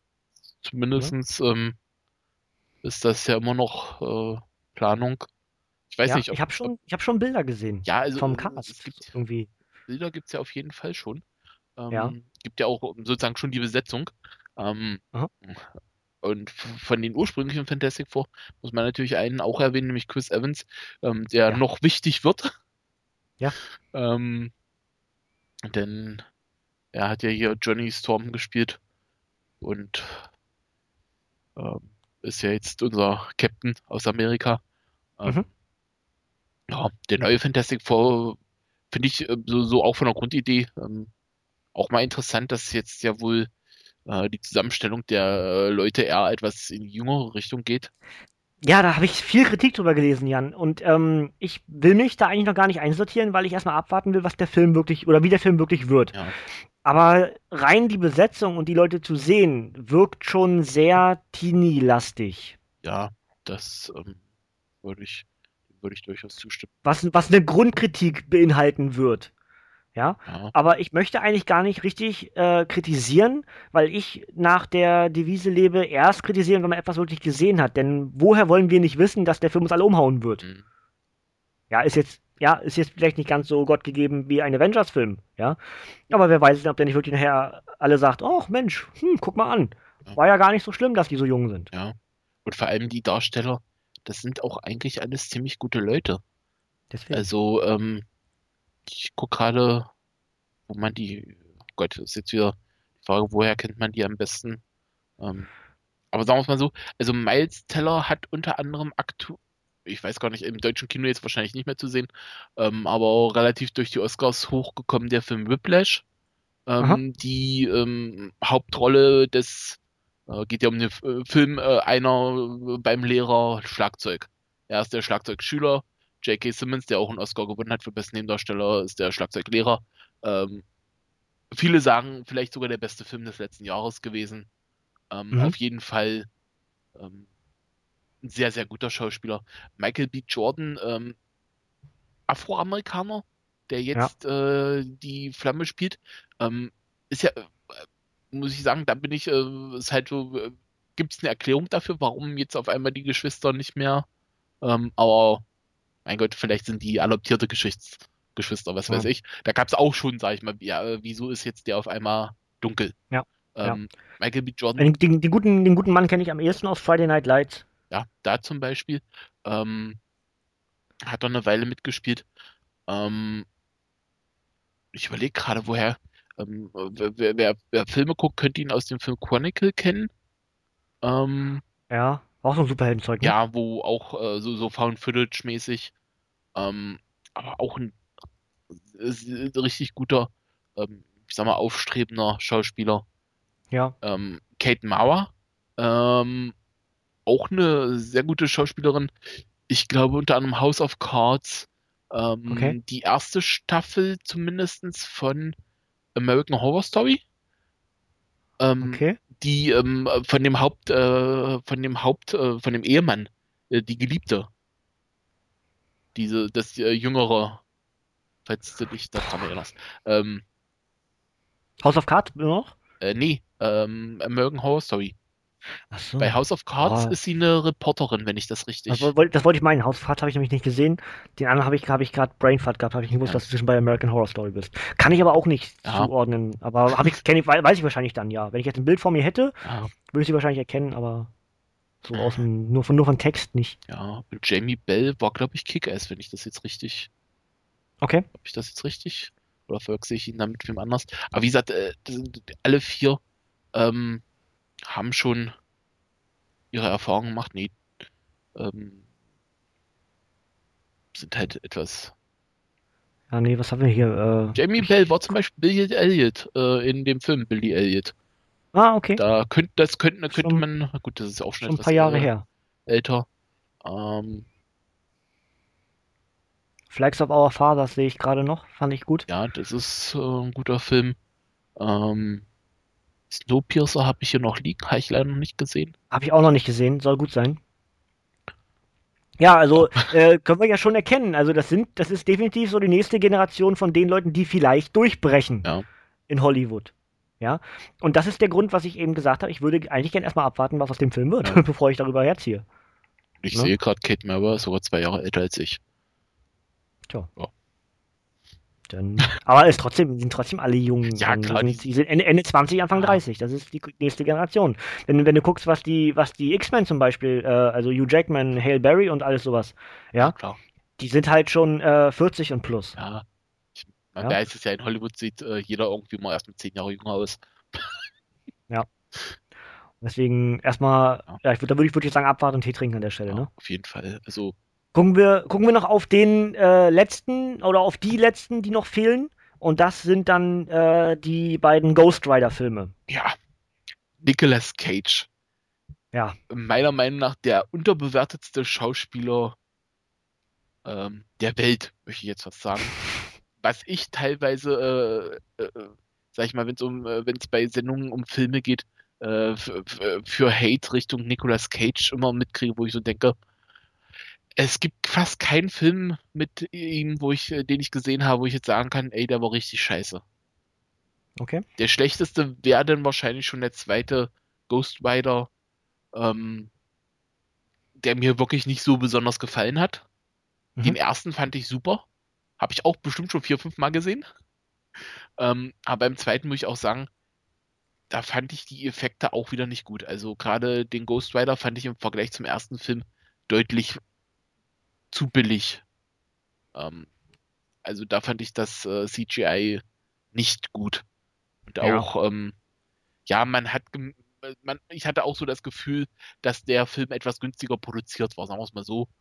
Ne? zumindestens ist das ja immer noch Planung. Ich weiß Ja, nicht, ich hab schon Bilder gesehen. ja, also Vom es Cast. gibt Irgendwie. Bilder gibt es ja auf jeden Fall schon. Ja. Gibt ja auch sozusagen schon die Besetzung. Ähm, Aha. und von den ursprünglichen Fantastic Four muss man natürlich einen auch erwähnen, nämlich Chris Evans, der Ja. noch wichtig wird. Ja. Ähm, denn er hat ja hier Johnny Storm gespielt und ähm, ist ja jetzt unser Captain aus Amerika. Mhm. Ähm, ja, der neue Fantastic Four finde ich so auch von der Grundidee auch mal interessant, dass jetzt ja wohl die Zusammenstellung der Leute eher etwas in die jüngere Richtung geht. Ja, da habe ich viel Kritik drüber gelesen, Jan. Und ich will mich da eigentlich noch gar nicht einsortieren, weil ich erstmal abwarten will, was der Film wirklich, oder wie der Film wirklich wird. Ja, Aber rein die Besetzung und die Leute zu sehen, wirkt schon sehr Teenie-lastig. Ja, das würde ich, würde ich durchaus zustimmen. Was eine Grundkritik beinhalten wird. Ja, Ja, aber ich möchte eigentlich gar nicht richtig kritisieren, weil ich nach der Devise lebe, erst kritisieren, wenn man etwas wirklich gesehen hat. Denn woher wollen wir nicht wissen, dass der Film uns alle umhauen wird? hm, Ja, ist jetzt vielleicht nicht ganz so gottgegeben wie ein Avengers-Film, ja. Aber wer weiß, ob der nicht wirklich nachher alle sagt, oh Mensch, guck mal an. ja, War ja gar nicht so schlimm, dass die so jung sind. ja. Und vor allem die Darsteller, das sind auch eigentlich alles ziemlich gute Leute. Deswegen. Also, ich gucke gerade, wo man die, oh Gott, das ist jetzt wieder die Frage, woher kennt man die am besten? Ähm, aber sagen wir es mal so, also Miles Teller hat unter anderem ich weiß gar nicht, im deutschen Kino jetzt wahrscheinlich nicht mehr zu sehen, aber auch relativ durch die Oscars hochgekommen, der Film Whiplash. Aha. Die Hauptrolle geht ja um den Film einer beim Lehrer Schlagzeug. Er ist der Schlagzeugschüler. J.K. Simmons, der auch einen Oscar gewonnen hat für besten Nebendarsteller, ist der Schlagzeuglehrer. Ähm, Viele sagen, vielleicht sogar der beste Film des letzten Jahres gewesen. Mhm. Auf jeden Fall ähm, ein sehr, sehr guter Schauspieler. Michael B. Jordan, Afroamerikaner, der Ja. jetzt die Flamme spielt, ist ja, muss ich sagen, da bin ich, ist halt so, gibt es eine Erklärung dafür, warum jetzt auf einmal die Geschwister nicht mehr, aber mein Gott, vielleicht sind die adoptierte Geschwister, was weiß Ja. ich. Da gab es auch schon, sag ich mal, ja, wieso ist jetzt der auf einmal dunkel? Ja. Ja. Michael B. Jordan, Den guten Mann kenne ich am ehesten aus Friday Night Lights. ja, da zum Beispiel, ähm, hat er eine Weile mitgespielt. Ähm, Ich überlege gerade, woher. Wer Filme guckt, könnte ihn aus dem Film Chronicle kennen. Ähm, Ja. Auch so ein Superheldenzeug, ne? ja, wo auch so Found-Footage-mäßig, ähm, aber auch ein richtig guter, ich sag mal, aufstrebender Schauspieler. Ja. Kate Mara, ähm, auch eine sehr gute Schauspielerin. Ich glaube unter anderem House of Cards, Okay. die erste Staffel zumindestens von American Horror Story. ähm, Okay. die von dem Ehemann, die Geliebte, das Jüngere, falls du dich daran erinnerst. Ähm, House of Cards immer noch? Nee, American Horror Story. Ach Bei so. House of Cards Oh, ist sie eine Reporterin, wenn ich das richtig. das wollte ich meinen. House of Cards habe ich nämlich nicht gesehen. Den anderen habe ich gerade Brainfart gehabt. Habe ich nicht gewusst, Ja, dass du zwischen bei American Horror Story bist. Kann ich aber auch nicht ja, zuordnen. Aber weiß ich wahrscheinlich dann, ja. Wenn ich jetzt ein Bild vor mir hätte, ja, würde ich sie wahrscheinlich erkennen, aber so ja. nur von Text nicht. Ja. Und Jamie Bell war, glaube ich, Kick-Ass, wenn ich das jetzt richtig. Okay. Habe ich das jetzt richtig? Oder verwechsel ich ihn dann mit wem anders? Aber wie gesagt, alle vier ähm, haben schon ihre Erfahrungen gemacht. Nee, ähm, sind halt etwas. Ja, nee, was haben wir hier? Jamie Bell war zum Beispiel Billy Elliot in dem Film Billy Elliot. Okay. Da könnte Schon, man, na gut, das ist auch schon schon ein etwas paar Jahre her. älter. Ähm, Flags of Our Fathers sehe ich gerade noch. Fand ich gut. ja, das ist ein guter Film. Ähm, Snowpiercer habe ich hier noch liegen, habe ich leider noch nicht gesehen. Habe ich auch noch nicht gesehen. Soll gut sein. Ja, Ja, also können wir ja schon erkennen. Also das ist definitiv so die nächste Generation von den Leuten, die vielleicht durchbrechen ja. in Hollywood. Ja. Und das ist der Grund, was ich eben gesagt habe. Ich würde eigentlich gerne erstmal abwarten, was aus dem Film wird, Ja. bevor ich darüber herziehe. Ich Ne? sehe gerade, Kate Mara ist sogar 2 Jahre älter als ich. Tja. Ja, Aber sind trotzdem alle jung. ja klar, Die sind Ende 20, Anfang ja, 30. Das ist die nächste Generation. Wenn du guckst, was die X-Men zum Beispiel, also Hugh Jackman, Halle Berry und alles sowas, ja ja, klar. die sind halt schon 40 und plus. Ja, man Ja, weiß es ja, in Hollywood sieht jeder irgendwie mal erst mit 10 Jahre jünger aus. ja. Deswegen erstmal, Ja, ja, da würde ich sagen, abwarten und Tee trinken an der Stelle, ja, ne? auf jeden Fall. Also, Gucken wir noch auf den letzten oder auf die letzten, die noch fehlen. Und das sind dann die beiden Ghost Rider-Filme. ja, Nicolas Cage. Ja, Meiner Meinung nach der unterbewertetste Schauspieler der Welt, möchte ich jetzt was sagen. Was ich teilweise sag ich mal, wenn es bei Sendungen um Filme geht, für Hate Richtung Nicolas Cage immer mitkriege, wo ich so denke, es gibt fast keinen Film mit ihm, den ich gesehen habe, wo ich jetzt sagen kann, ey, der war richtig scheiße. Okay. Der schlechteste wäre dann wahrscheinlich schon der zweite Ghost Rider, ähm, der mir wirklich nicht so besonders gefallen hat. Den ersten fand ich super. Habe ich auch bestimmt schon 4, 5 Mal gesehen. Aber beim zweiten muss ich auch sagen, da fand ich die Effekte auch wieder nicht gut. Also gerade den Ghost Rider fand ich im Vergleich zum ersten Film deutlich zu billig. Also da fand ich das CGI nicht gut. Und auch, ja, ich hatte auch so das Gefühl, dass der Film etwas günstiger produziert war, sagen wir es mal so.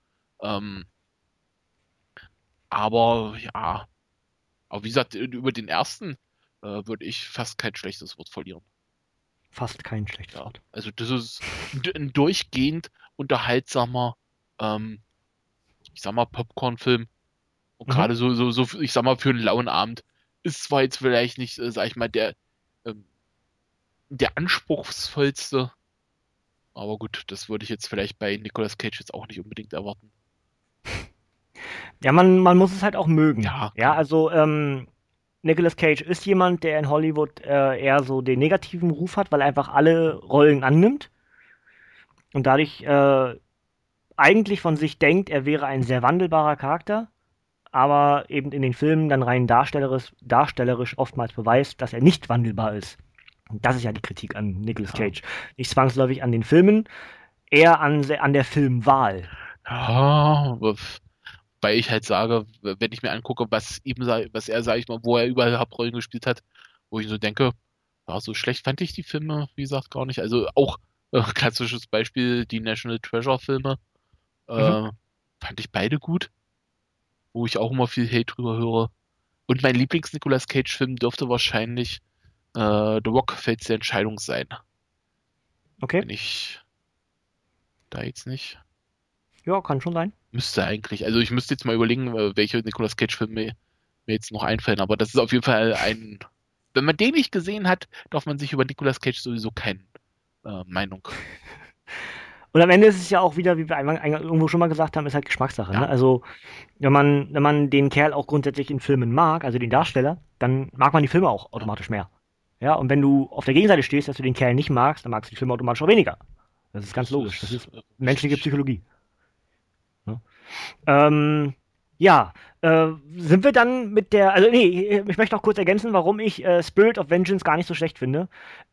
Aber ja, aber wie gesagt, über den ersten würde ich fast kein schlechtes Wort verlieren. Fast kein schlechtes Ja, Wort. also das ist ein durchgehend unterhaltsamer, ich sag mal, Popcorn-Film. Und gerade ich sag mal, für einen lauen Abend ist zwar jetzt vielleicht nicht, sag ich mal, ähm, der anspruchsvollste, aber gut, das würde ich jetzt vielleicht bei Nicolas Cage jetzt auch nicht unbedingt erwarten. Ja, man muss es halt auch mögen. Ja, Ja, klar. also Nicolas Cage ist jemand, der in Hollywood eher so den negativen Ruf hat, weil er einfach alle Rollen annimmt und dadurch eigentlich von sich denkt, er wäre ein sehr wandelbarer Charakter, aber eben in den Filmen dann rein darstellerisch oftmals beweist, dass er nicht wandelbar ist. Und das ist ja die Kritik an Nicolas Ja. Cage. Nicht zwangsläufig an den Filmen, eher an der Filmwahl. Ja, weil ich halt sage, wenn ich mir angucke, was er, sag ich mal, wo er überall Hauptrollen gespielt hat, wo ich so denke, ja, so schlecht fand ich die Filme, wie gesagt, gar nicht. Also auch klassisches Beispiel, die National Treasure Filme, Mhm. äh, fand ich beide gut, wo ich auch immer viel Hate drüber höre. Und mein Lieblings-Nicolas Cage-Film dürfte wahrscheinlich The Rock Fels der Entscheidung sein. Okay. Wenn ich da jetzt nicht. Ja, kann schon sein. Müsste eigentlich. Also ich müsste jetzt mal überlegen, welche Nicolas Cage-Filme mir jetzt noch einfallen. Aber das ist auf jeden Fall wenn man den nicht gesehen hat, darf man sich über Nicolas Cage sowieso keine Meinung. Und am Ende ist es ja auch wieder, wie wir einmal irgendwo schon mal gesagt haben, ist halt Geschmackssache. Ja, Ne? Also, wenn man den Kerl auch grundsätzlich in Filmen mag, also den Darsteller, dann mag man die Filme auch ja. automatisch mehr. Ja, und wenn du auf der Gegenseite stehst, dass du den Kerl nicht magst, dann magst du die Filme automatisch auch weniger. Das ist ganz Das logisch. Das ist ist menschliche richtig. Psychologie. Ne? Ähm, ja, sind wir dann mit der, also nee, ich möchte noch kurz ergänzen, warum ich Spirit of Vengeance gar nicht so schlecht finde.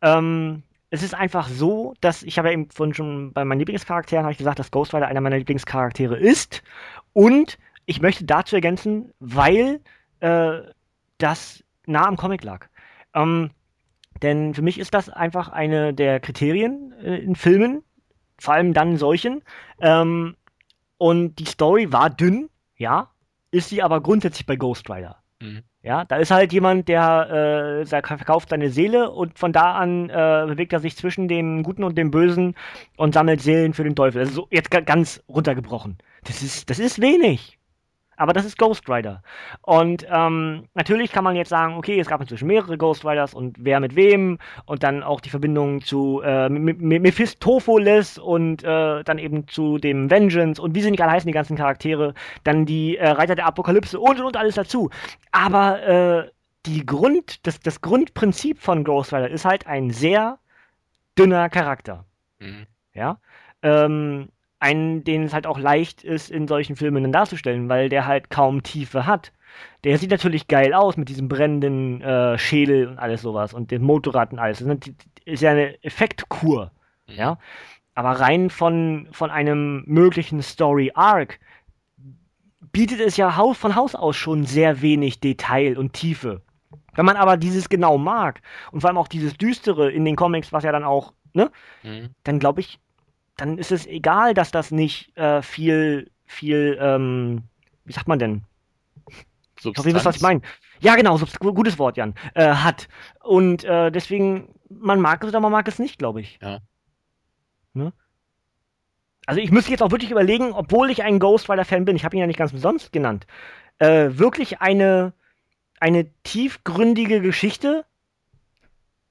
Es ist einfach so, dass ich habe ja eben vorhin schon bei meinen Lieblingscharakteren habe ich gesagt, dass Ghost Rider einer meiner Lieblingscharaktere ist. Und ich möchte dazu ergänzen, weil äh, das nah am Comic lag. Ähm, denn für mich ist das einfach eine der Kriterien in Filmen, vor allem dann solchen. Ähm, und die Story war dünn, ja, ist sie aber grundsätzlich bei Ghost Rider. Mhm. Ja, da ist halt jemand, der verkauft seine Seele und von da an bewegt er sich zwischen dem Guten und dem Bösen und sammelt Seelen für den Teufel. Also so jetzt ganz runtergebrochen. Das ist wenig. Aber das ist Ghost Rider. Und natürlich kann man jetzt sagen, okay, es gab inzwischen mehrere Ghost Riders und wer mit wem und dann auch die Verbindung zu Mephistopheles und dann eben zu dem Vengeance und wie sie nicht alle heißen, die ganzen Charaktere, dann die Reiter der Apokalypse und alles dazu. Aber das Grundprinzip von Ghost Rider ist halt ein sehr dünner Charakter. Mhm. Ja. Einen, den es halt auch leicht ist, in solchen Filmen dann darzustellen, weil der halt kaum Tiefe hat. Der sieht natürlich geil aus mit diesem brennenden Schädel und alles sowas und dem Motorrad und alles. Ist ja eine Effektkur. Mhm. Ja. Aber rein von einem möglichen Story-Arc bietet es ja von Haus aus schon sehr wenig Detail und Tiefe. Wenn man aber dieses genau mag und vor allem auch dieses Düstere in den Comics, was ja dann auch, ne, Mhm. dann glaube ich, dann ist es egal, dass das nicht viel, wie sagt man denn? Ich hoffe, ihr wisst, was ich Substanz. meine. Ja, genau, gutes Wort, Jan, hat. Und deswegen, man mag es oder man mag es nicht, glaube ich. Ja. Ne? Also ich müsste jetzt auch wirklich überlegen, obwohl ich ein Ghost Rider-Fan bin, ich habe ihn ja nicht ganz umsonst genannt, wirklich eine tiefgründige Geschichte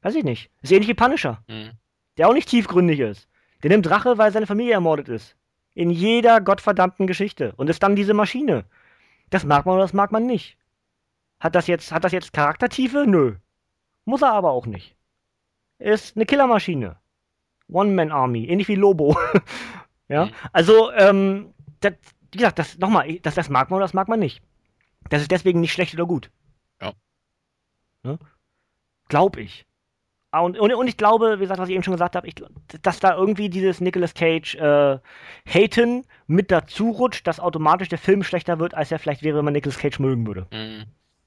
Weiß ich nicht. Ist ähnlich wie Punisher, Hm. der auch nicht tiefgründig ist. Der nimmt Rache, weil seine Familie ermordet ist. In jeder gottverdammten Geschichte. Und ist dann diese Maschine. Das mag man oder das mag man nicht. Hat das jetzt Charaktertiefe? Nö. Muss er aber auch nicht. Ist eine Killermaschine. One-Man-Army. Ähnlich wie Lobo. Ja. Hm. Also, das, wie gesagt, das nochmal, das mag man oder das mag man nicht. Das ist deswegen nicht schlecht oder gut. Ja. Ne? Glaub ich. Und ich glaube, wie gesagt, was ich eben schon gesagt habe, dass da irgendwie dieses Nicolas Cage Haten mit dazu rutscht, dass automatisch der Film schlechter wird, als er vielleicht wäre, wenn man Nicolas Cage mögen würde. Hm.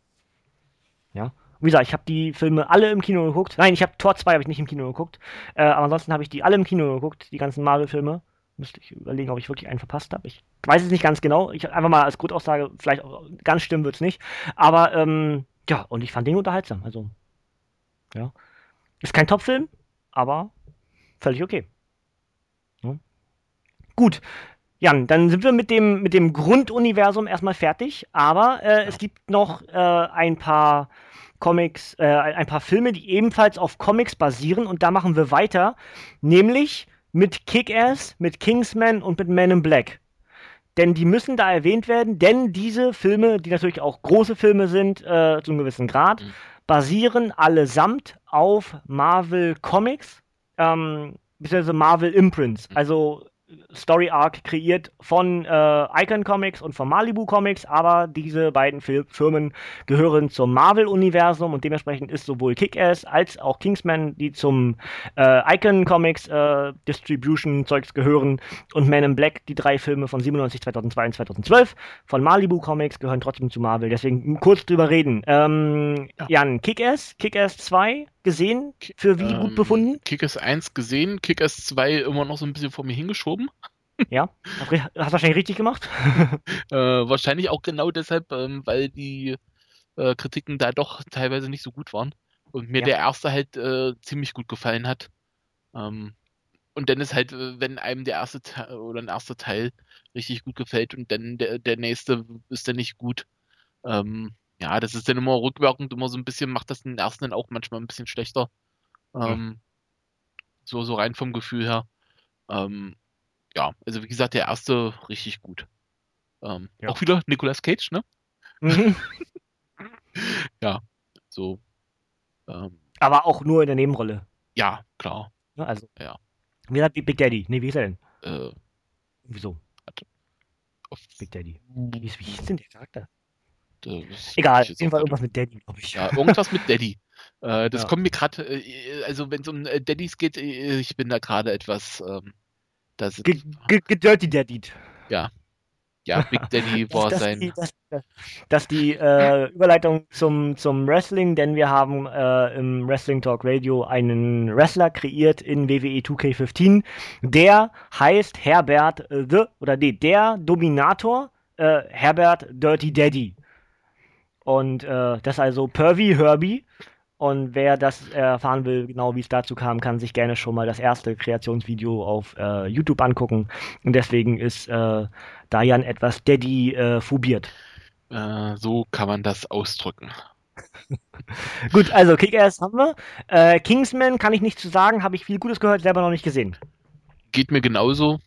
Ja. Wie gesagt, ich habe die Filme alle im Kino geguckt. Nein, ich habe Tor 2 habe ich nicht im Kino geguckt. Aber ansonsten habe ich die alle im Kino geguckt, die ganzen Marvel-Filme. Müsste ich überlegen, ob ich wirklich einen verpasst habe. Ich weiß es nicht ganz genau. Ich einfach mal als Grundaussage, vielleicht auch, ganz stimmen wird es nicht. Aber ja, und ich fand den unterhaltsam. Also, ja. Ist kein Top-Film, aber völlig okay. Ja. Gut, Jan, dann sind wir mit dem Grunduniversum erstmal fertig, aber Ja. es gibt noch ein paar Comics, ein paar Filme, die ebenfalls auf Comics basieren und da machen wir weiter, nämlich mit Kick-Ass, mit Kingsman und mit Men in Black. Denn die müssen da erwähnt werden, denn diese Filme, die natürlich auch große Filme sind, zu einem gewissen Grad, Hm. basieren allesamt auf Marvel Comics, beziehungsweise Marvel Imprints. Hm. Also Story Arc kreiert von Icon Comics und von Malibu Comics, aber diese beiden Firmen gehören zum Marvel-Universum und dementsprechend ist sowohl Kick-Ass als auch Kingsman, die zum Icon Comics Distribution-Zeugs gehören, und Man in Black, die drei Filme von 97, 2002 und 2012 von Malibu Comics, gehören trotzdem zu Marvel. Deswegen kurz drüber reden. Ja. Jan, Kick-Ass 2 gesehen, für wie gut befunden? Kick-Ass 1 gesehen, Kick-Ass 2 immer noch so ein bisschen vor mir hingeschoben. Ja, hast wahrscheinlich richtig gemacht. Wahrscheinlich auch genau deshalb, weil die Kritiken da doch teilweise nicht so gut waren. Und mir Ja. der erste halt ziemlich gut gefallen hat. Ähm, und dann ist halt, wenn einem der erste Teil oder ein erster Teil richtig gut gefällt und dann der nächste ist dann nicht gut. Ja, das ist dann immer rückwirkend, immer so ein bisschen, macht das den ersten dann auch manchmal ein bisschen schlechter. Ähm, so rein vom Gefühl her. Ähm, ja, also wie gesagt, der erste richtig gut. Ja. Auch wieder Nicolas Cage, ne? Mhm. Ja, so. Ähm, Aber auch nur in der Nebenrolle. ja, klar. Ne? Also, Ja. wie gesagt, Big Daddy. Nee, wie hieß er denn? Äh, Wieso? warte, auf, Big Daddy. Wie hieß denn der Charakter? das weiß Egal, ich auf jetzt jeden auch Fall gerade. irgendwas mit Daddy, glaube ich. Ja, irgendwas mit Daddy. Das Ja. kommt mir gerade, also wenn es um Daddys geht, ich bin da gerade etwas, da sind, Gedirty Daddied. ja, ja, Big Daddy Das, war das, sein, die, das, das, das die Überleitung zum Wrestling, denn wir haben im Wrestling Talk Radio einen Wrestler kreiert in WWE 2K15. Der heißt Herbert der Dominator Herbert Dirty Daddy. Und das ist also Pervy Herbie. Und wer das erfahren will, genau wie es dazu kam, kann sich gerne schon mal das erste Kreationsvideo auf YouTube angucken. Und deswegen ist Dayan etwas Daddy-phobiert. so kann man das ausdrücken. Gut, also Kick-Ass haben wir. Kingsman kann ich nicht zu sagen, habe ich viel Gutes gehört, selber noch nicht gesehen. Geht mir genauso.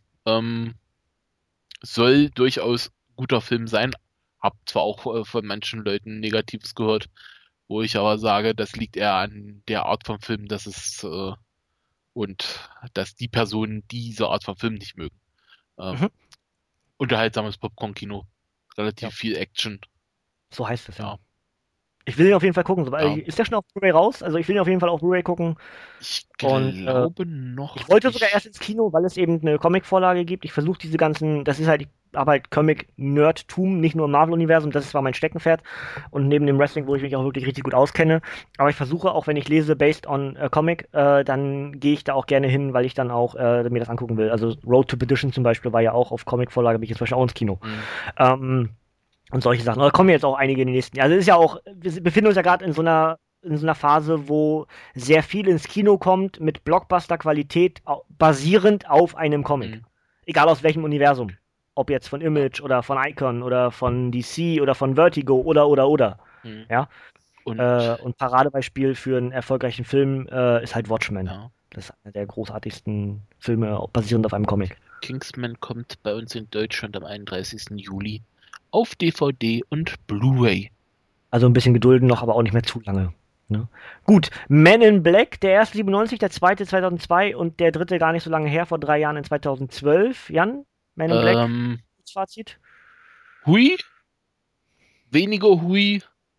Soll durchaus guter Film sein. Hab zwar auch von manchen Leuten Negatives gehört, wo ich aber sage, das liegt eher an der Art von Film, dass es und dass die Personen diese Art von Film nicht mögen. Mhm. Ähm, unterhaltsames Popcorn-Kino, Ja, relativ viel Action. so heißt es ja. Ja, Ich will ihn auf jeden Fall gucken. ja. Ist der schon auf Blu-ray raus? Also ich will ihn auf jeden Fall auf Blu-ray gucken. Ich Und glaube ich noch wollte sogar erst nicht. ins Kino, weil es eben eine Comic-Vorlage gibt. Ich versuche diese ganzen, das ist halt, ich habe halt Comic-Nerdtum, nicht nur im Marvel-Universum, das ist zwar mein Steckenpferd und neben dem Wrestling, wo ich mich auch wirklich richtig gut auskenne, aber ich versuche auch, wenn ich lese based on Comic, dann gehe ich da auch gerne hin, weil ich dann auch mir das angucken will. Also Road to Perdition zum Beispiel war ja auch auf Comic-Vorlage, bin ich jetzt zum Beispiel auch ins Kino. Hm. Ähm, und solche Sachen. Da kommen jetzt auch einige in den nächsten Jahren. Also es ist ja auch, wir befinden uns ja gerade in so einer Phase, wo sehr viel ins Kino kommt mit Blockbuster-Qualität, basierend auf einem Comic. Hm. Egal aus welchem Universum. Ob jetzt von Ja. Image oder von Icon oder von DC oder von Vertigo oder. Hm. Ja. Und Und Paradebeispiel für einen erfolgreichen Film ist halt Watchmen. ja, Das ist einer der großartigsten Filme, basierend auf einem Comic. Kingsman kommt bei uns in Deutschland am 31. Juli auf DVD und Blu-ray. Also ein bisschen gedulden noch, aber auch nicht mehr zu lange. Ne? Gut, Men in Black, der erste 97, der zweite 2002 und der dritte gar nicht so lange her, vor 3 Jahren in 2012. Jan, Men in Black, Ähm, Fazit? Hui, weniger Hui,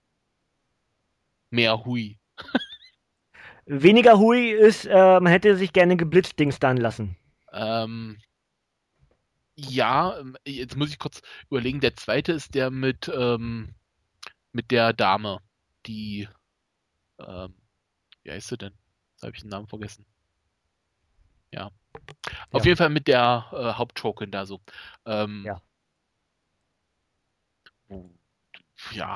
mehr Hui. Weniger Hui ist, man hätte sich gerne geblitzdingstern lassen. Ähm, ja, jetzt muss ich kurz überlegen. Der zweite ist der mit der Dame, die, ähm, wie heißt sie denn? Jetzt habe ich den Namen vergessen. Ja, auf Ja, jeden Fall mit der Hauptschurkin da so. Ähm, ja. ja,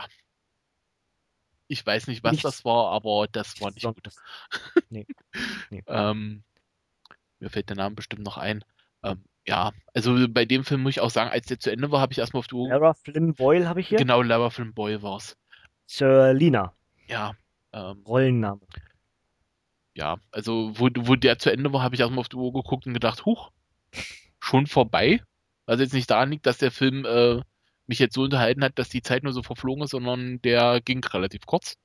ich weiß nicht, was das Nichts war, aber das war nicht gut. Besonderes. Nee, nee. Ähm, Mir fällt der Name bestimmt noch ein. Ja, also bei dem Film muss ich auch sagen, als der zu Ende war, habe ich erstmal auf die Uhr. Lara Flynn Boyle habe ich hier. Genau, Lara Flynn Boyle war's. Sir Lina, Ja, ähm, Rollenname. ja, also wo der zu Ende war, habe ich erstmal auf die Uhr geguckt und gedacht, huch, schon vorbei. Was jetzt nicht daran liegt, dass der Film mich jetzt so unterhalten hat, dass die Zeit nur so verflogen ist, sondern der ging relativ kurz.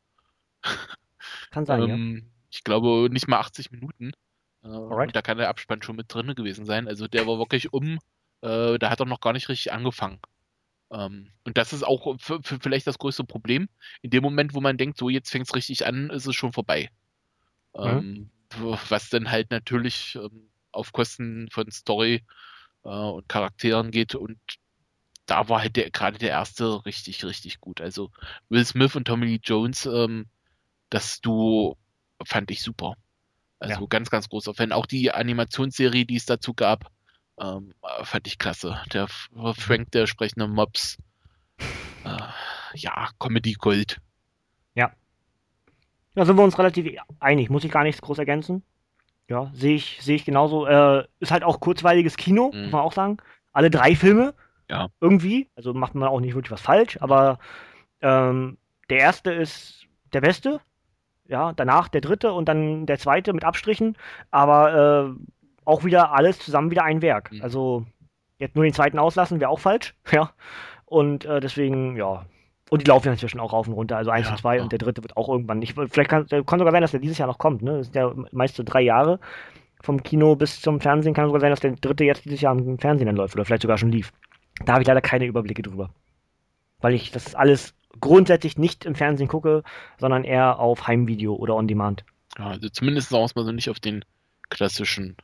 Kann sein, ja. Ich glaube nicht mal 80 Minuten. Und Alright. da kann der Abspann schon mit drin gewesen sein. Also der war wirklich da hat er noch gar nicht richtig angefangen. Und das ist auch für vielleicht das größte Problem. In dem Moment, wo man denkt, so jetzt fängt es richtig an, ist es schon vorbei. Mhm. Ähm, Was dann halt natürlich auf Kosten von Story und Charakteren geht. Und da war halt gerade der erste richtig, richtig gut. Also Will Smith und Tommy Lee Jones, das Duo fand ich super. Ja. Also ganz, ganz großer Fan. Auch die Animationsserie, die es dazu gab, fand ich klasse. Der Mhm. Frank, der sprechende Mops, äh, ja, Comedy Gold. Ja. Da sind wir uns relativ einig. Muss ich gar nichts groß ergänzen. Ja, sehe ich genauso. Ist halt auch kurzweiliges Kino, muss Mhm. man auch sagen. Alle 3 Filme Ja, irgendwie. Also macht man auch nicht wirklich was falsch, aber ähm, der erste ist der beste. Ja, danach der dritte und dann der zweite mit Abstrichen. Aber auch wieder alles zusammen wieder ein Werk. mhm. Also jetzt nur den zweiten auslassen wäre auch falsch. Ja. Und deswegen, ja. Und die laufen ja inzwischen auch rauf und runter. Also eins und Ja, zwei und ja. der dritte wird auch irgendwann nicht. Vielleicht kann sogar sein, dass der dieses Jahr noch kommt. Ne? Das sind ja meist so 3 Jahre. Vom Kino bis zum Fernsehen kann sogar sein, dass der dritte jetzt dieses Jahr im Fernsehen dann läuft oder vielleicht sogar schon lief. Da habe ich leider keine Überblicke drüber. Weil ich das alles grundsätzlich nicht im Fernsehen gucke, sondern eher auf Heimvideo oder on Demand. Ja, also zumindest sagen wir es mal so nicht auf den klassischen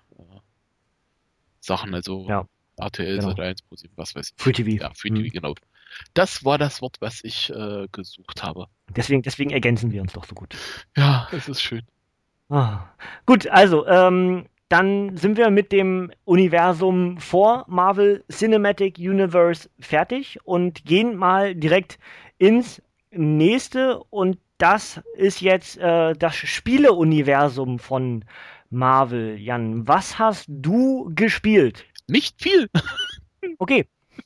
Sachen, also Ja, RTL, genau. Sat.1, ProSieben, was weiß Free ich. TV. Ja, Free TV, Hm. genau. Das war das Wort, was ich gesucht habe. Deswegen ergänzen wir uns doch so gut. Ja, es ist schön. Ah. Gut, also, dann sind wir mit dem Universum vor Marvel Cinematic Universe fertig und gehen mal direkt ins nächste und das ist jetzt das Spieleuniversum von Marvel. Jan, was hast du gespielt? Nicht viel. Okay.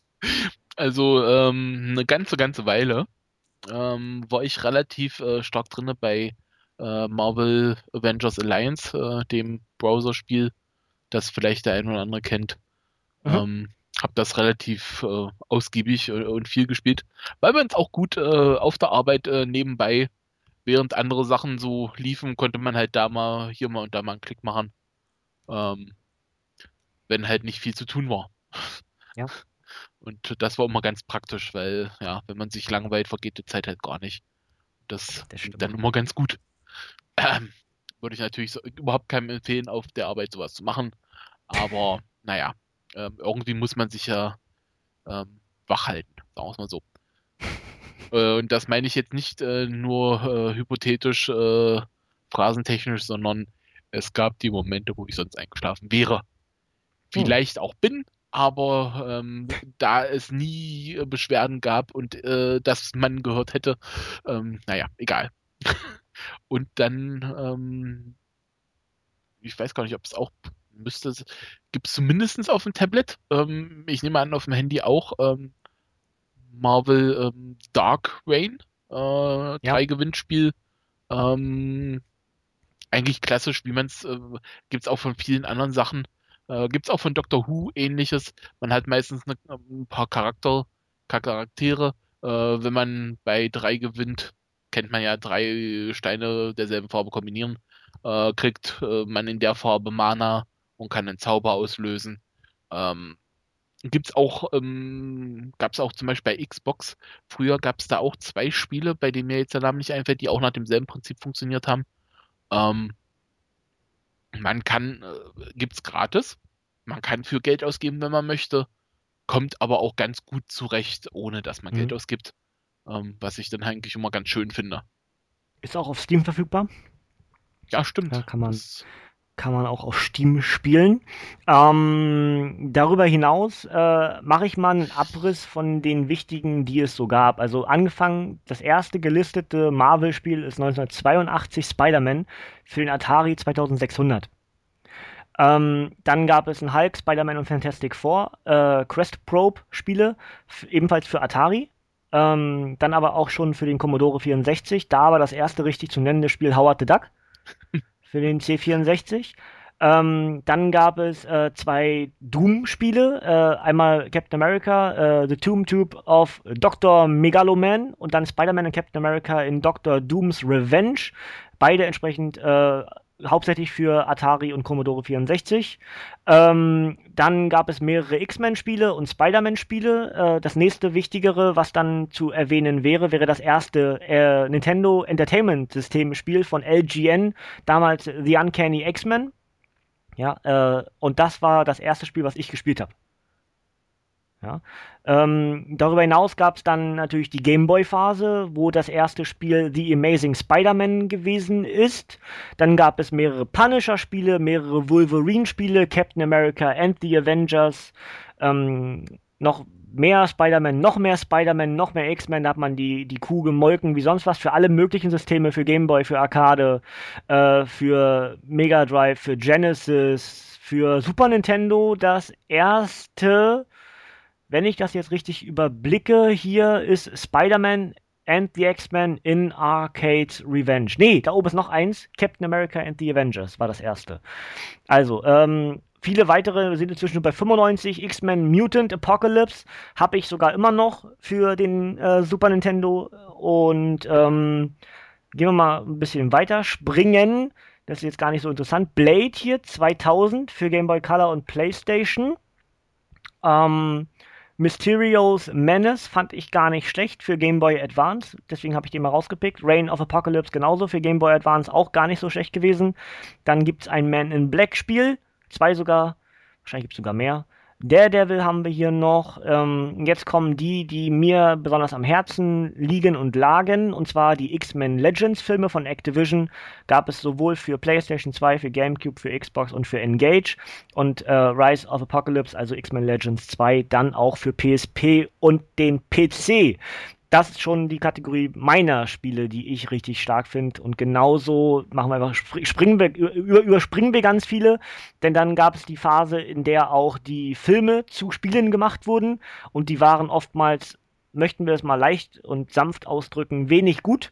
Also eine ganze Weile war ich relativ stark drinne bei Marvel Avengers Alliance, dem Browserspiel, das vielleicht der ein oder andere kennt. Mhm. Ähm, hab das relativ ausgiebig und viel gespielt, weil man es auch gut auf der Arbeit nebenbei, während andere Sachen so liefen, konnte man halt da mal, hier mal und da mal einen Klick machen, ähm, wenn halt nicht viel zu tun war. Ja, Und das war immer ganz praktisch, weil, ja, wenn man sich langweilt, vergeht die Zeit halt gar nicht. Das das ging stimmt. dann immer ganz gut. Ähm, Würde ich natürlich überhaupt keinem empfehlen, auf der Arbeit sowas zu machen. Aber naja, irgendwie muss man sich ja wach halten, sagen wir es mal so. Und das meine ich jetzt nicht nur hypothetisch, phrasentechnisch, sondern es gab die Momente, wo ich sonst eingeschlafen wäre. Hm. Vielleicht auch bin, aber da es nie Beschwerden gab und dass man gehört hätte, naja, egal. Und dann, ich weiß gar nicht, ob es auch müsste, gibt es zumindest auf dem Tablet. Ich nehme an, auf dem Handy auch Marvel Dark Reign. Ja. Drei-Gewinnspiel. Ähm, Eigentlich klassisch, wie man es, gibt es auch von vielen anderen Sachen. Gibt es auch von Doctor Who ähnliches. Man hat meistens ein paar Charaktere. Wenn man bei drei gewinnt, kennt man ja drei Steine derselben Farbe kombinieren, kriegt man in der Farbe Mana und kann einen Zauber auslösen. Ähm, gab es auch zum Beispiel bei Xbox. Früher gab es da auch zwei Spiele, bei denen mir jetzt der Name nicht einfällt, die auch nach demselben Prinzip funktioniert haben. Ähm, gibt's gratis. Man kann für Geld ausgeben, wenn man möchte, kommt aber auch ganz gut zurecht, ohne dass man Geld Mhm. ausgibt, was ich dann eigentlich immer ganz schön finde. Ist auch auf Steam verfügbar. Ja, Ja, stimmt. kann man auch auf Steam spielen. Darüber hinaus mache ich mal einen Abriss von den wichtigen, die es so gab. Also angefangen, das erste gelistete Marvel-Spiel ist 1982 Spider-Man für den Atari 2600. Dann gab es einen Hulk, Spider-Man und Fantastic Four, Quest Probe-Spiele, ebenfalls für Atari. Dann aber auch schon für den Commodore 64. Da war das erste richtig zu nennende Spiel Howard the Duck für den C64. Dann gab es zwei Doom-Spiele. Einmal Captain America, The Tomb Tube of Dr. Megaloman und dann Spider-Man und Captain America in Dr. Doom's Revenge. Beide entsprechend hauptsächlich für Atari und Commodore 64. Dann gab es mehrere X-Men-Spiele und Spider-Man-Spiele. Das nächste wichtigere, was dann zu erwähnen wäre, wäre das erste Nintendo Entertainment System-Spiel von LGN, damals The Uncanny X-Men. Ja, und das war das erste Spiel, was ich gespielt habe. Ja. Darüber hinaus gab es dann natürlich die Gameboy-Phase, wo das erste Spiel The Amazing Spider-Man gewesen ist. Dann gab es mehrere Punisher-Spiele, mehrere Wolverine-Spiele, Captain America and the Avengers, noch mehr Spider-Man, noch mehr Spider-Man, noch mehr X-Men. Da hat man die Kuh gemolken wie sonst was für alle möglichen Systeme, für Gameboy, für Arcade, für Mega Drive, für Genesis, für Super Nintendo. Das erste, wenn ich das jetzt richtig überblicke, hier ist Spider-Man and the X-Men in Arcade Revenge. Nee, da oben ist noch eins. Captain America and the Avengers war das erste. Also, viele weitere sind inzwischen bei 95. X-Men Mutant Apocalypse habe ich sogar immer noch für den Super Nintendo. Und gehen wir mal ein bisschen weiter. Springen. Das ist jetzt gar nicht so interessant. Blade hier 2000 für Game Boy Color und PlayStation. Ähm, Mysterios Menace fand ich gar nicht schlecht für Game Boy Advance, deswegen habe ich den mal rausgepickt. Reign of Apocalypse genauso für Game Boy Advance auch gar nicht so schlecht gewesen. Dann gibt es ein Man in Black Spiel, zwei sogar, wahrscheinlich gibt es sogar mehr. Daredevil haben wir hier noch. Jetzt kommen die mir besonders am Herzen liegen und lagen. Und zwar die X-Men Legends Filme von Activision. Gab es sowohl für PlayStation 2, für GameCube, für Xbox und für Engage. Und Rise of Apocalypse, also X-Men Legends 2, dann auch für PSP und den PC. Das ist schon die Kategorie meiner Spiele, die ich richtig stark finde. Und genauso machen wir einfach, überspringen wir ganz viele. Denn dann gab es die Phase, in der auch die Filme zu Spielen gemacht wurden. Und die waren oftmals, möchten wir es mal leicht und sanft ausdrücken, wenig gut.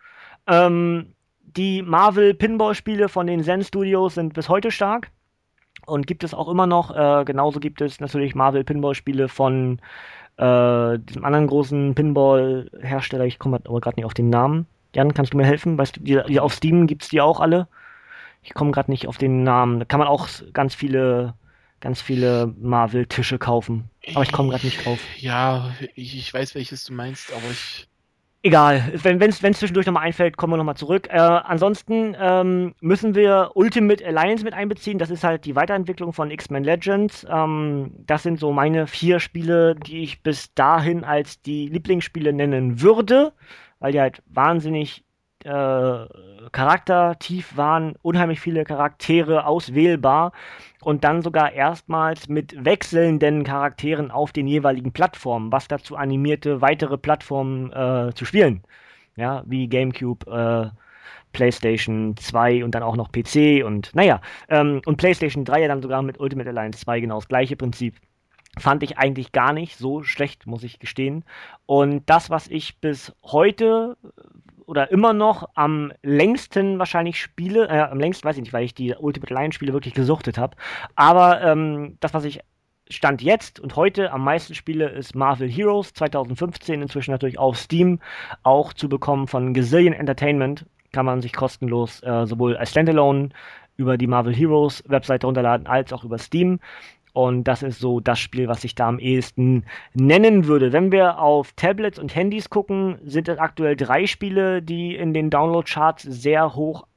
Die Marvel Pinball-Spiele von den Zen Studios sind bis heute stark. Und gibt es auch immer noch. Genauso gibt es natürlich Marvel Pinball-Spiele von diesem anderen großen Pinball-Hersteller, ich komme aber gerade nicht auf den Namen. Jan, kannst du mir helfen? Weißt du, die auf Steam gibt es die auch alle? Ich komme gerade nicht auf den Namen. Da kann man auch ganz viele Marvel-Tische kaufen. Aber ich komme gerade nicht drauf. Ja, ich weiß, welches du meinst, aber ich. Egal, wenn es zwischendurch nochmal einfällt, kommen wir nochmal zurück. Ansonsten müssen wir Ultimate Alliance mit einbeziehen. Das ist halt die Weiterentwicklung von X-Men Legends. Das sind so meine 4 Spiele, die ich bis dahin als die Lieblingsspiele nennen würde, weil die halt wahnsinnig charaktertief waren, unheimlich viele Charaktere auswählbar und dann sogar erstmals mit wechselnden Charakteren auf den jeweiligen Plattformen, was dazu animierte, weitere Plattformen zu spielen. Ja, wie GameCube, PlayStation 2 und dann auch noch PC und naja, und PlayStation 3 ja dann sogar mit Ultimate Alliance 2 genau das gleiche Prinzip. Fand ich eigentlich gar nicht so schlecht, muss ich gestehen. Und das, was ich bis heute oder immer noch am längsten wahrscheinlich spiele. Am längsten weiß ich nicht, weil ich die Ultimate Alliance Spiele wirklich gesuchtet habe. Aber das, was ich Stand jetzt und heute am meisten spiele, ist Marvel Heroes 2015, inzwischen natürlich auf Steam, auch zu bekommen von Gazillion Entertainment. Kann man sich kostenlos sowohl als Standalone über die Marvel Heroes Webseite runterladen, als auch über Steam. Und das ist so das Spiel, was ich da am ehesten nennen würde. Wenn wir auf Tablets und Handys gucken, sind es aktuell 3 Spiele, die in den Download-Charts sehr hoch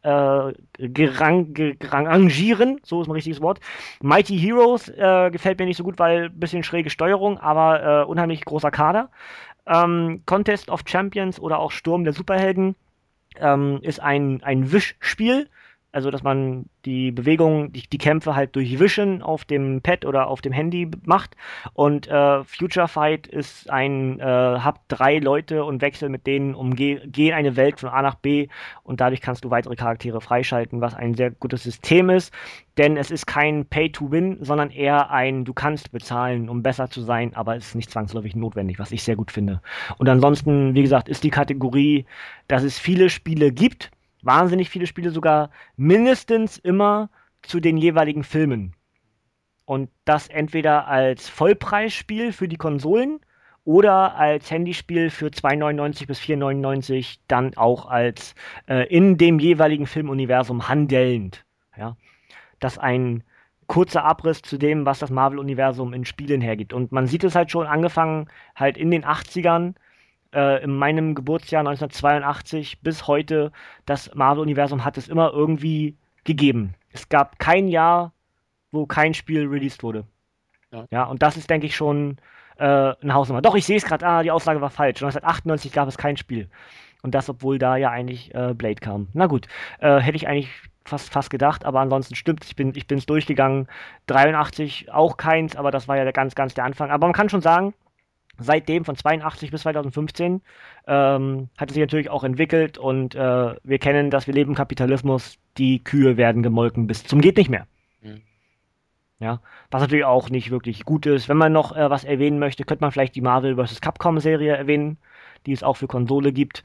rangieren. So ist ein richtiges Wort. Mighty Heroes gefällt mir nicht so gut, weil ein bisschen schräge Steuerung, aber unheimlich großer Kader. Contest of Champions oder auch Sturm der Superhelden ist ein Wischspiel. Also, dass man die Bewegungen, die Kämpfe halt durch Wischen auf dem Pad oder auf dem Handy macht. Und Future Fight ist habt 3 Leute und wechsel mit denen, geh eine Welt von A nach B und dadurch kannst du weitere Charaktere freischalten, was ein sehr gutes System ist. Denn es ist kein Pay-to-Win, sondern eher du kannst bezahlen, um besser zu sein, aber es ist nicht zwangsläufig notwendig, was ich sehr gut finde. Und ansonsten, wie gesagt, ist die Kategorie, dass es viele Spiele gibt, wahnsinnig viele Spiele sogar mindestens immer zu den jeweiligen Filmen. Und das entweder als Vollpreisspiel für die Konsolen oder als Handyspiel für 2,99 bis 4,99 dann auch als in dem jeweiligen Filmuniversum handelnd. Ja, das ist ein kurzer Abriss zu dem, was das Marvel-Universum in Spielen hergibt. Und man sieht es halt schon angefangen halt in den 80ern, in meinem Geburtsjahr 1982 bis heute, das Marvel-Universum hat es immer irgendwie gegeben. Es gab kein Jahr, wo kein Spiel released wurde. Ja. Ja, und das ist, denke ich, schon eine Hausnummer. Doch, ich sehe es gerade, die Aussage war falsch. 1998 gab es kein Spiel. Und das, obwohl da ja eigentlich Blade kam. Na gut, hätte ich eigentlich fast gedacht, aber ansonsten stimmt, ich bin's durchgegangen. 83 auch keins, aber das war ja ganz der Anfang. Aber man kann schon sagen, seitdem von 82 bis 2015 hat es sich natürlich auch entwickelt und wir kennen, dass wir leben im Kapitalismus, die Kühe werden gemolken bis zum geht nicht mehr. Mhm. Ja, was natürlich auch nicht wirklich gut ist. Wenn man noch was erwähnen möchte, könnte man vielleicht die Marvel vs. Capcom Serie erwähnen, die es auch für Konsole gibt.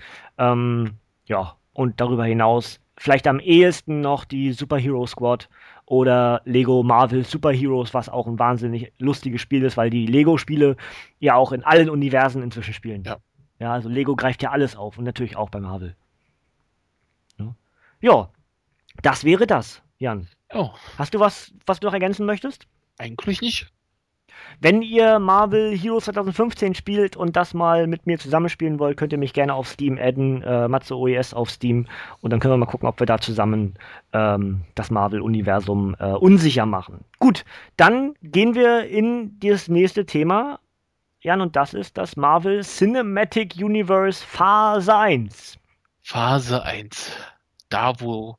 Ja, und darüber hinaus vielleicht am ehesten noch die Super Hero Squad oder Lego Marvel Super Heroes, was auch ein wahnsinnig lustiges Spiel ist, weil die Lego-Spiele ja auch in allen Universen inzwischen spielen. Ja. Ja, also Lego greift ja alles auf und natürlich auch bei Marvel. Ja, ja, das wäre das, Jan. Oh, Hast du was du noch ergänzen möchtest? eigentlich nicht. Wenn ihr Marvel Heroes 2015 spielt und das mal mit mir zusammenspielen wollt, könnt ihr mich gerne auf Steam adden, Matze OES auf Steam, und dann können wir mal gucken, ob wir da zusammen das Marvel-Universum unsicher machen. Gut, dann gehen wir in das nächste Thema, Jan, und das ist das Marvel Cinematic Universe Phase 1. Phase 1. Da, wo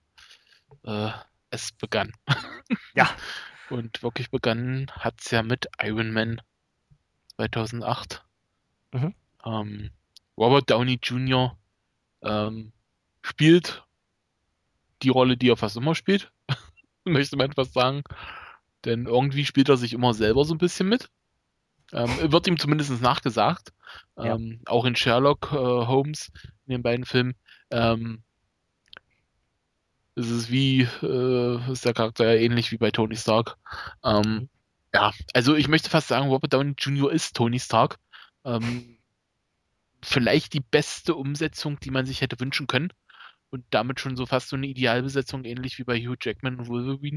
es begann. Ja. Und wirklich begonnen hat es ja mit Iron Man 2008. Mhm. Robert Downey Jr. Spielt die Rolle, die er fast immer spielt, möchte man etwas sagen. Denn irgendwie spielt er sich immer selber so ein bisschen mit. Wird ihm zumindest nachgesagt. Ja. Auch in Sherlock Holmes, in den beiden Filmen. Es ist ist der Charakter ja ähnlich wie bei Tony Stark. Ja, also ich möchte fast sagen, Robert Downey Jr. ist Tony Stark. Vielleicht die beste Umsetzung, die man sich hätte wünschen können. Und damit schon so fast so eine Idealbesetzung, ähnlich wie bei Hugh Jackman und Wolverine.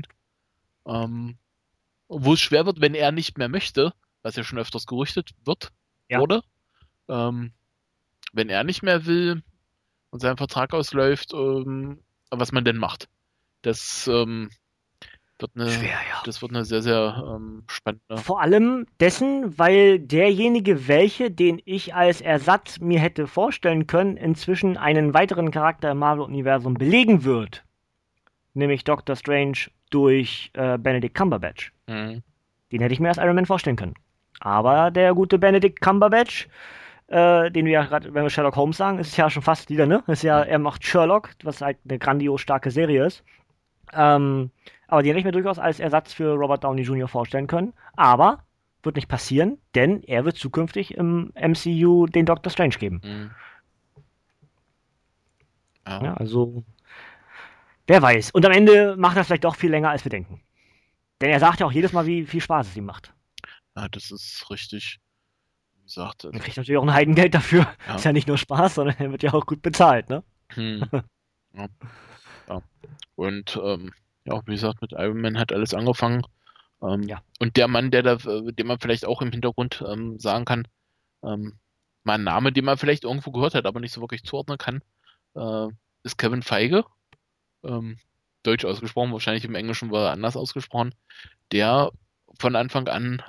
Wo es schwer wird, wenn er nicht mehr möchte, was ja schon öfters gerüchtet Ja. wurde. Wenn er nicht mehr will und sein Vertrag ausläuft, was man denn macht. Das Schwer, ja. das wird eine sehr, sehr spannende. Vor allem dessen, weil derjenige, den ich als Ersatz mir hätte vorstellen können, inzwischen einen weiteren Charakter im Marvel-Universum belegen wird. Nämlich Doctor Strange durch Benedict Cumberbatch. Mhm. Den hätte ich mir als Iron Man vorstellen können. Aber der gute Benedict Cumberbatch, den wir ja gerade, wenn wir Sherlock Holmes sagen, ist es ja schon fast wieder, ne? Ist ja, er macht Sherlock, was halt eine grandios starke Serie ist. Aber den hätte ich mir durchaus als Ersatz für Robert Downey Jr. vorstellen können. Aber wird nicht passieren, denn er wird zukünftig im MCU den Doctor Strange geben. Mhm. Ja, Ja, also, wer weiß. Und am Ende macht das vielleicht doch viel länger, als wir denken. Denn er sagt ja auch jedes Mal, wie viel Spaß es ihm macht. ja, das ist richtig. Wie gesagt, Er also, kriegt natürlich auch ein Heidengeld dafür. Ist ja. ja nicht nur Spaß, sondern er wird ja auch gut bezahlt, ne? Hm, ja, ja. Und ja, wie gesagt, mit Iron Man hat alles angefangen. Ja. Und der Mann, den man vielleicht auch im Hintergrund sagen kann, mal ein Name, den man vielleicht irgendwo gehört hat, aber nicht so wirklich zuordnen kann, äh, ist Kevin Feige. Ähm, Deutsch ausgesprochen, wahrscheinlich im Englischen war er anders ausgesprochen. Der von Anfang an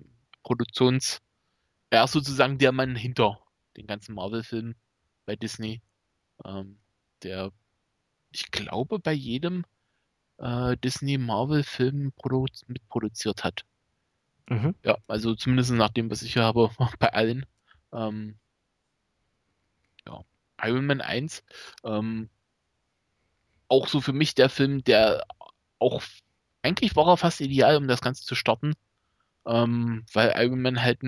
er ist sozusagen der Mann hinter den ganzen Marvel-Filmen bei Disney, ähm, der, ich glaube, bei jedem Disney-Marvel-Film mitproduziert hat. Mhm. Ja, also zumindest nach dem, was ich hier habe, bei allen. Ähm, ja. Iron Man 1, ähm, auch so für mich der Film, der auch, eigentlich war er fast ideal, um das Ganze zu starten, weil Iron Man halt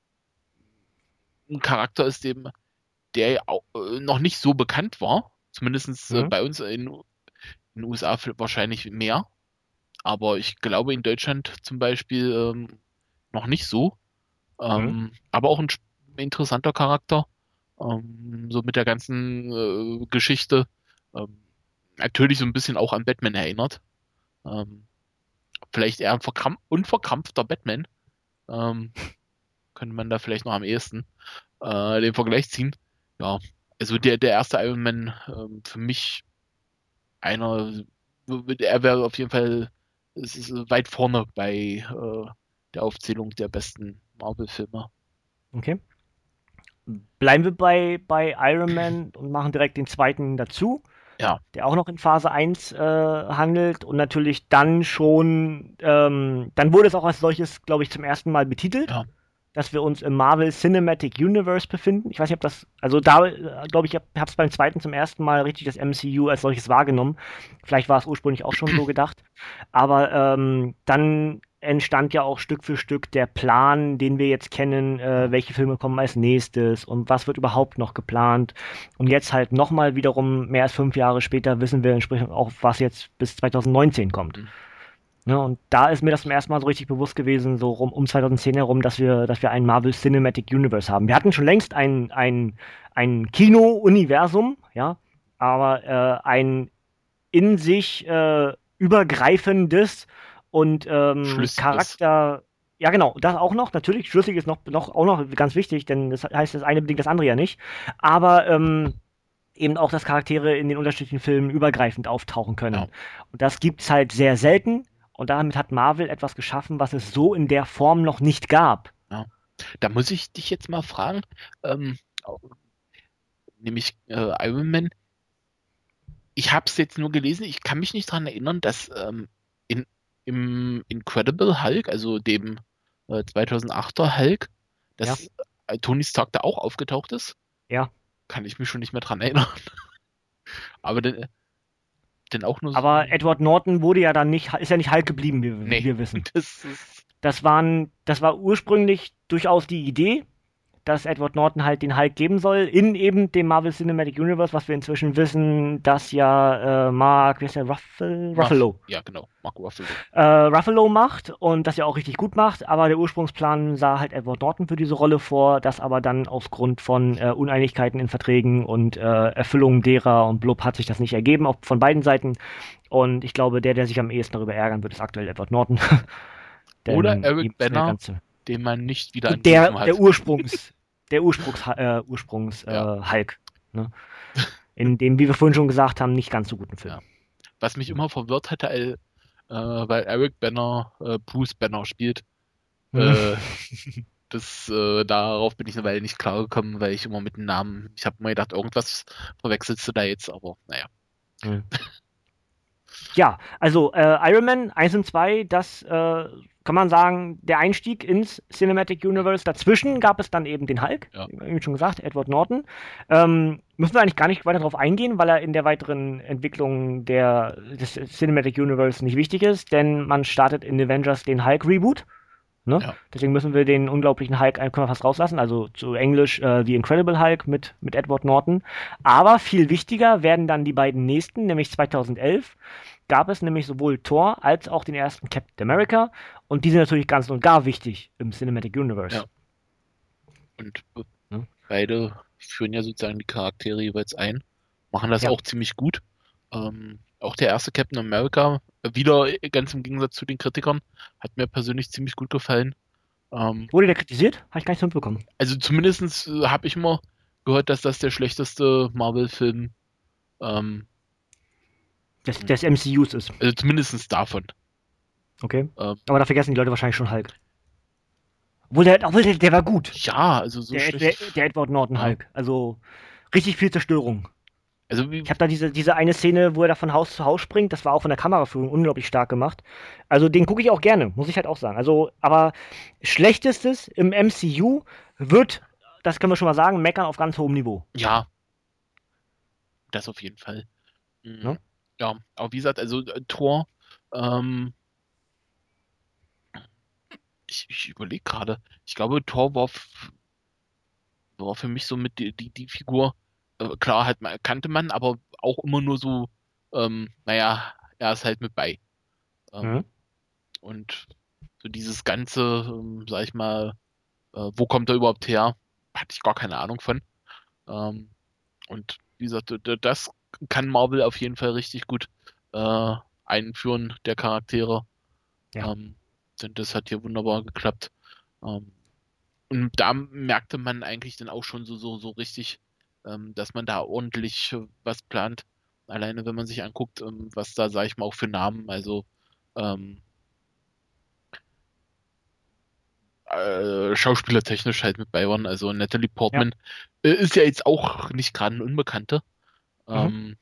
ein Charakter ist, der auch, noch nicht so bekannt war. Zumindest Mhm. bei uns in den USA wahrscheinlich mehr. Aber ich glaube in Deutschland zum Beispiel noch nicht so. Mhm. Aber auch ein interessanter Charakter. So mit der ganzen Geschichte. Ähm, Natürlich so ein bisschen auch an Batman erinnert. Ähm, Vielleicht eher ein unverkrampfter Batman. Ähm, Könnte man da vielleicht noch am ehesten den Vergleich ziehen. Ja, also der erste Iron Man für mich einer, er wäre auf jeden Fall es ist weit vorne bei der Aufzählung der besten Marvel-Filme. Okay. Bleiben wir bei Iron Man und machen direkt den zweiten dazu, Ja, der auch noch in Phase 1 handelt und natürlich dann schon, dann wurde es auch als solches, glaube ich, zum ersten Mal betitelt, ja. dass wir uns im Marvel Cinematic Universe befinden. Ich weiß nicht, ob das, also da, glaube ich, habe es beim zweiten zum ersten Mal richtig das MCU als solches wahrgenommen. Vielleicht war es ursprünglich auch schon so gedacht. Aber dann entstand ja auch Stück für Stück der Plan, den wir jetzt kennen, Ja. welche Filme kommen als nächstes und was wird überhaupt noch geplant. Und jetzt halt nochmal wiederum mehr als 5 Jahre später wissen wir entsprechend auch, was jetzt bis 2019 kommt. Hm. Ne, und da ist mir das zum ersten Mal so richtig bewusst gewesen, so um 2010 herum, dass wir ein Marvel Cinematic Universe haben. Wir hatten schon längst ein Kino-Universum, ja, aber ein in sich übergreifendes und Schlüssiges. Charakter. Ja, genau, das auch noch. Natürlich, schlüssig ist auch noch ganz wichtig, denn das heißt, das eine bedingt das andere ja nicht. Aber eben auch, dass Charaktere in den unterschiedlichen Filmen übergreifend auftauchen Ja, können. Und das gibt's halt sehr selten. Und damit hat Marvel etwas geschaffen, was es so in der Form noch nicht gab. ja. Da muss ich dich jetzt mal fragen, ähm, nämlich Iron Man. Ich habe es jetzt nur gelesen, ich kann mich nicht daran erinnern, dass in, im Incredible Hulk, also dem 2008er Hulk, Ja, dass Tony Stark da auch aufgetaucht ist. ja. Kann ich mich schon nicht mehr dran erinnern. Aber denn auch nur so. Aber Edward Norton wurde ja dann nicht, ist ja nicht Hulk geblieben, wie Nee, wir wissen. das ist. Das war ursprünglich durchaus die Idee, dass Edward Norton halt den Hulk geben soll, in eben dem Marvel Cinematic Universe, was wir inzwischen wissen, dass ja Mark, wie heißt der, Ruffalo, Ja, genau, Mark Ruffalo. Ruffalo macht und das ja auch richtig gut macht, aber der Ursprungsplan sah halt Edward Norton für diese Rolle vor, das aber dann aufgrund von Uneinigkeiten in Verträgen und Erfüllung derer und blub hat sich das nicht ergeben, auch von beiden Seiten. Und ich glaube, der sich am ehesten darüber ärgern wird, ist aktuell Edward Norton. Oder Denn Eric ihm ist der Banner, ganze. den man nicht wieder Der, angerufen der hat. Ursprungs, der Ursprungs Ja, Hulk. Ne? In dem, wie wir vorhin schon gesagt haben, nicht ganz so guten Film. ja. Was mich immer verwirrt hatte, weil Eric Banner Bruce Banner spielt. Hm. Äh, Darauf bin ich eine Weile nicht klargekommen, weil ich immer mit dem Namen, ich habe mir gedacht, irgendwas verwechselst du da jetzt, aber naja. Hm. Ja, also Iron Man 1 und 2, das kann man sagen, der Einstieg ins Cinematic Universe. Dazwischen gab es dann eben den Hulk, Ja, wie schon gesagt, Edward Norton. Müssen wir eigentlich gar nicht weiter darauf eingehen, weil er in der weiteren Entwicklung des Cinematic Universe nicht wichtig ist, denn man startet in Avengers den Hulk-Reboot. Ne? Ja. Deswegen müssen wir den unglaublichen Hulk können wir fast rauslassen, also zu Englisch The Incredible Hulk mit Edward Norton. Aber viel wichtiger werden dann die beiden nächsten, nämlich 2011 gab es nämlich sowohl Thor als auch den ersten Captain America und die sind natürlich ganz und gar wichtig im Cinematic Universe. Ja. Und Ne? beide führen ja sozusagen die Charaktere jeweils ein, machen das Ja. auch ziemlich gut. Auch der erste Captain America, wieder ganz im Gegensatz zu den Kritikern, hat mir persönlich ziemlich gut gefallen. Wurde der kritisiert? Habe ich gar nicht so mitbekommen. Also zumindest habe ich immer gehört, dass das der schlechteste Marvel-Film, Des MCUs ist. also zumindest davon. Okay. Ähm, Aber da vergessen die Leute wahrscheinlich schon Hulk. Obwohl der war gut. ja, also so schlecht. Der Edward Norton Ja. Hulk. Also richtig viel Zerstörung. Also wie, Ich habe da diese eine Szene, wo er da von Haus zu Haus springt, das war auch von der Kameraführung unglaublich stark gemacht. Also den gucke ich auch gerne, muss ich halt auch sagen. Also, aber schlechtestes im MCU wird, das können wir schon mal sagen, meckern auf ganz hohem Niveau. ja, das auf jeden Fall. Ne? Ja, aber wie gesagt, also Thor, ähm, ich überlege gerade, ich glaube, Thor war für mich so mit die Figur, klar, kannte man, aber auch immer nur so, naja, er ist halt mit bei. Mhm. Und so dieses ganze, sag ich mal, wo kommt er überhaupt her, hatte ich gar keine Ahnung von. Ähm, und wie gesagt, das kann Marvel auf jeden Fall richtig gut einführen, der Charaktere. Ja. Denn das hat hier wunderbar geklappt. Ähm, und da merkte man eigentlich dann auch schon so richtig, dass man da ordentlich was plant. Alleine wenn man sich anguckt, was da, sag ich mal, auch für Namen, also ähm, schauspielertechnisch halt mit bei waren. Also Natalie Ja. Portman ist ja jetzt auch nicht gerade eine Unbekannte. Mhm. Ähm,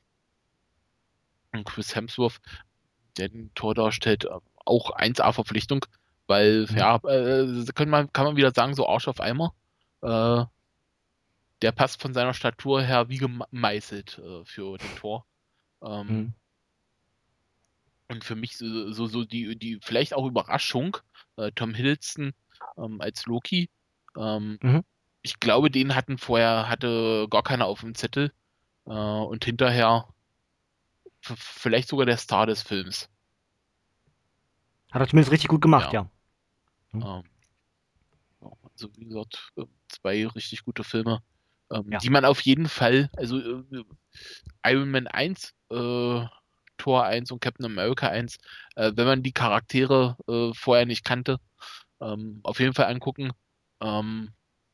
und Chris Hemsworth, der den Tor darstellt, auch 1A-Verpflichtung, weil, Mhm. ja, kann man wieder sagen, so Arsch auf Eimer. Äh, der passt von seiner Statur her wie gemeißelt für den Tor. Ähm, Mhm. und für mich so die vielleicht auch Überraschung, Tom Hiddleston als Loki. Ähm, Mhm. ich glaube, hatte gar keiner auf dem Zettel. Und hinterher vielleicht sogar der Star des Films. Hat er zumindest richtig gut gemacht, Ja. ja. Mhm. Ähm, ja, also wie gesagt, zwei richtig gute Filme, Ja. die man auf jeden Fall, also Iron Man 1, Thor 1 und Captain America 1, wenn man die Charaktere vorher nicht kannte, auf jeden Fall angucken. Ähm,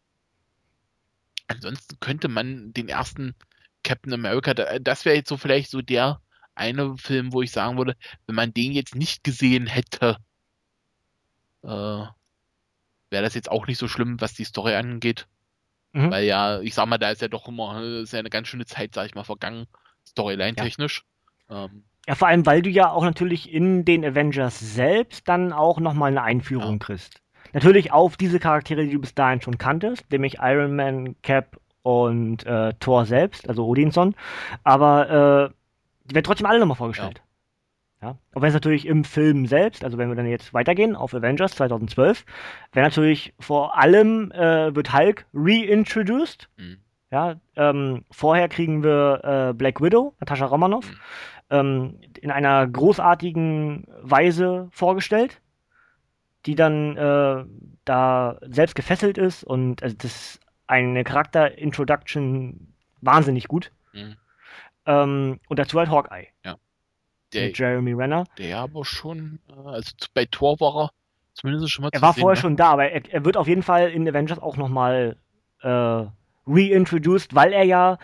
ansonsten könnte man den ersten Captain America, das wäre jetzt so vielleicht so der eine Film, wo ich sagen würde, wenn man den jetzt nicht gesehen hätte, wäre das jetzt auch nicht so schlimm, was die Story angeht. Mhm. Weil ja, ich sag mal, da ist ja doch immer, ist ja eine ganz schöne Zeit, sag ich mal, vergangen, Ja. Storyline-technisch. Ähm, Ja, vor allem, weil du ja auch natürlich in den Avengers selbst dann auch nochmal eine ja, Einführung kriegst. Natürlich auf diese Charaktere, die du bis dahin schon kanntest, nämlich Iron Man, Cap und Thor selbst, also Odinson. Aber die werden trotzdem alle nochmal ja, vorgestellt. Ja? Auch wenn es natürlich im Film selbst, also wenn wir dann jetzt weitergehen auf Avengers 2012, wäre natürlich vor allem wird Hulk reintroduced. hm, Ja, vorher kriegen wir Black Widow, Natascha Romanoff, hm, in einer großartigen Weise vorgestellt, die dann da selbst gefesselt ist und also das ist eine Charakter-Introduction wahnsinnig gut. hm, Und dazu halt Hawkeye ja. Der, mit Jeremy Renner. der aber schon, also bei Thor war er zumindest schon mal Er zu war sehen, vorher ne? schon da, aber er wird auf jeden Fall in Avengers auch nochmal reintroduced, weil er ja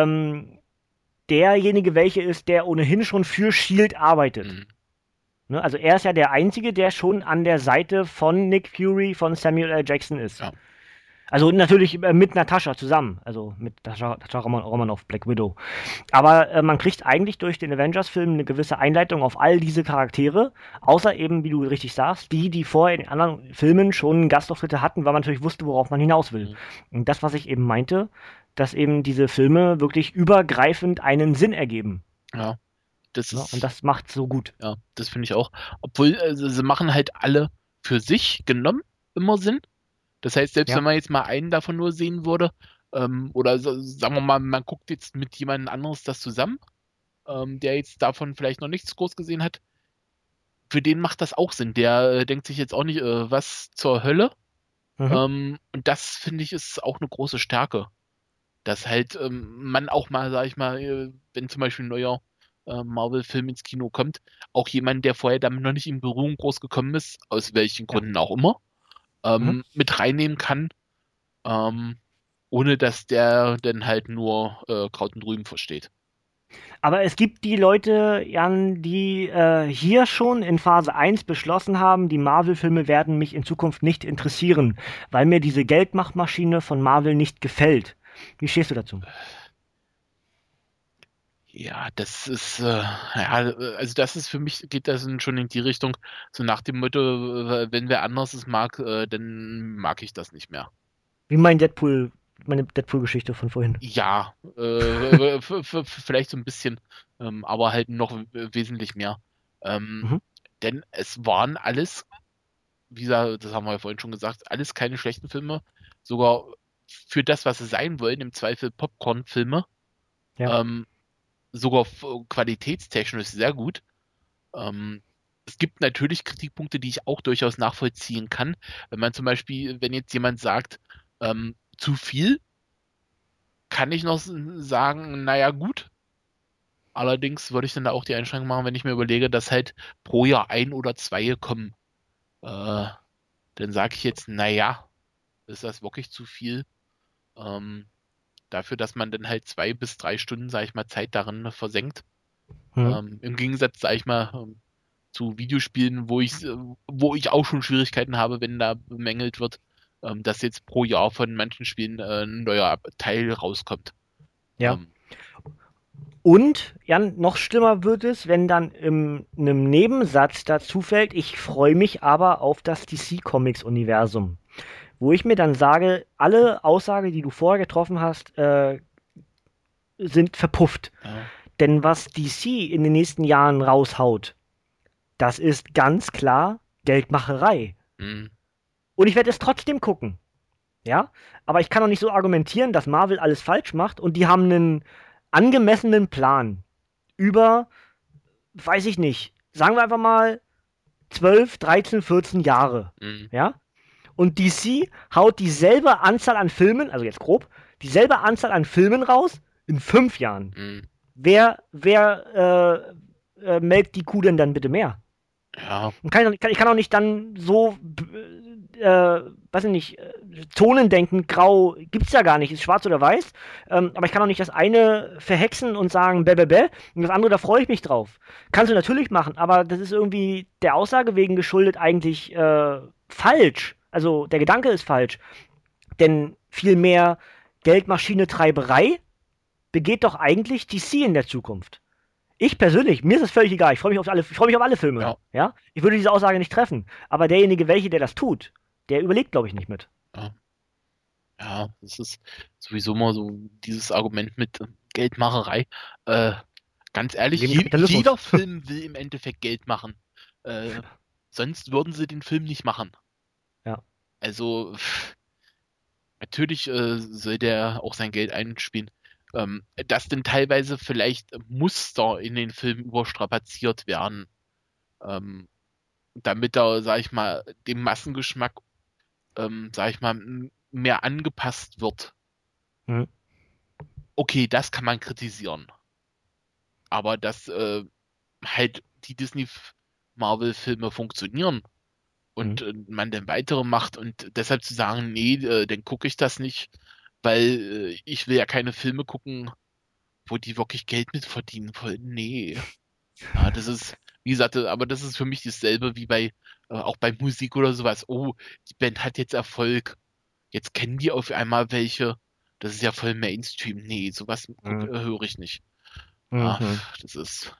derjenige welche ist, der ohnehin schon für Shield arbeitet. Hm, Ne? Also er ist ja der Einzige, der schon an der Seite von Nick Fury, von Samuel L. Jackson ist. ja, Also natürlich mit Natascha zusammen, also mit Natascha Romanoff, Black Widow. Aber man kriegt eigentlich durch den Avengers-Film eine gewisse Einleitung auf all diese Charaktere, außer eben, wie du richtig sagst, die vorher in den anderen Filmen schon Gastauftritte hatten, weil man natürlich wusste, worauf man hinaus will. hm, Und das, was ich eben meinte, dass eben diese Filme wirklich übergreifend einen Sinn ergeben. ja. Das Ne? Und ist, das macht so gut. ja, das finde ich auch. Obwohl, sie machen halt alle für sich genommen, immer sind. Das heißt, selbst Ja. wenn man jetzt mal einen davon nur sehen würde, oder sagen wir mal, man guckt jetzt mit jemand anderes das zusammen, der jetzt davon vielleicht noch nichts groß gesehen hat, für den macht das auch Sinn. Der denkt sich jetzt auch nicht, was zur Hölle. Mhm. Und das finde ich ist auch eine große Stärke. Dass halt man auch mal, sag ich mal, wenn zum Beispiel ein neuer Marvel-Film ins Kino kommt, auch jemand, der vorher damit noch nicht in Berührung groß gekommen ist, aus welchen Ja. Gründen auch immer, Mhm. mit reinnehmen kann, ähm, ohne dass der dann halt nur Kraut und Rüben versteht. Aber es gibt die Leute, Jan, die hier schon in Phase 1 beschlossen haben, die Marvel-Filme werden mich in Zukunft nicht interessieren, weil mir diese Geldmachmaschine von Marvel nicht gefällt. Wie stehst du dazu? Ja, das ist, ja, also das ist für mich, geht das schon in die Richtung, so nach dem Motto, wenn wer anderes es mag, dann mag ich das nicht mehr. Wie mein Deadpool, meine Deadpool-Geschichte von vorhin. Ja, vielleicht so ein bisschen, aber halt noch wesentlich mehr. Ähm, Mhm. denn es waren alles, wie gesagt, das haben wir ja vorhin schon gesagt, alles keine schlechten Filme. Sogar für das, was sie sein wollen, im Zweifel Popcorn-Filme, Ja. ähm, sogar qualitätstechnisch sehr gut. Ähm, es gibt natürlich Kritikpunkte, die ich auch durchaus nachvollziehen kann. Wenn man zum Beispiel, wenn jetzt jemand sagt, zu viel, kann ich noch sagen, naja, gut. Allerdings würde ich dann da auch die Einschränkung machen, wenn ich mir überlege, dass halt pro Jahr ein oder zwei kommen. Äh, dann sage ich jetzt, naja, ist das wirklich zu viel? Ähm, dafür, dass man dann halt 2 bis 3 Stunden, sage ich mal, Zeit darin versenkt. Mhm. Im Gegensatz, sage ich mal, zu Videospielen, wo ich auch schon Schwierigkeiten habe, wenn da bemängelt wird, dass jetzt pro Jahr von manchen Spielen ein neuer Teil rauskommt. Ja. Ähm, Und, Jan, noch schlimmer wird es, wenn dann in einem Nebensatz dazu fällt, ich freue mich aber auf das DC-Comics-Universum. Wo ich mir dann sage, alle Aussagen, die du vorher getroffen hast, sind verpufft. ja, Denn was DC in den nächsten Jahren raushaut, das ist ganz klar Geldmacherei. mh, Und ich werde es trotzdem gucken. Ja? Aber ich kann doch nicht so argumentieren, dass Marvel alles falsch macht und die haben einen angemessenen Plan über, weiß ich nicht, sagen wir einfach mal 12, 13, 14 Jahre. mh, Ja? Und DC haut dieselbe Anzahl an Filmen, also jetzt grob, dieselbe Anzahl an Filmen raus in 5 Jahren. mh, Wer melkt die Kuh denn dann bitte mehr? ja, Und ich kann auch nicht dann so, weiß ich nicht, Zonendenken, grau, gibt's ja gar nicht, ist schwarz oder weiß. Aber ich kann auch nicht das eine verhexen und sagen, bäh, und das andere, da freue ich mich drauf. Kannst du natürlich machen, aber das ist irgendwie der Aussage wegen geschuldet eigentlich falsch. Also der Gedanke ist falsch. Denn viel mehr Geldmaschine Treiberei begeht doch eigentlich DC in der Zukunft. Ich persönlich, mir ist es völlig egal. Ich freue mich auf alle Filme. ja, Ja? Ich würde diese Aussage nicht treffen. Aber derjenige, der das tut, der überlegt, glaube ich, nicht mit. ja, ja, das ist sowieso mal so dieses Argument mit Geldmacherei. Äh, ganz Wir ehrlich, leben Kapitalismus. jeder Film will im Endeffekt Geld machen. Äh, sonst würden sie den Film nicht machen. Ja. Also, natürlich soll der auch sein Geld einspielen. Dass denn teilweise vielleicht Muster in den Filmen überstrapaziert werden, ähm, damit da, sag ich mal, dem Massengeschmack, sag ich mal, mehr angepasst wird. Hm. Okay, das kann man kritisieren. Aber dass halt die Disney-Marvel-Filme funktionieren Hm. und man dann weitere macht und deshalb zu sagen, nee, dann gucke ich das nicht, weil ich will ja keine Filme gucken, wo die wirklich Geld mit verdienen wollen. Nee. Ja, das ist, wie gesagt, aber das ist für mich dasselbe wie auch bei Musik oder sowas. Oh, die Band hat jetzt Erfolg. Jetzt kennen die auf einmal welche. Das ist ja voll Mainstream. Nee, sowas Hm. höre ich nicht. Hm. Ja, Hm. das ist,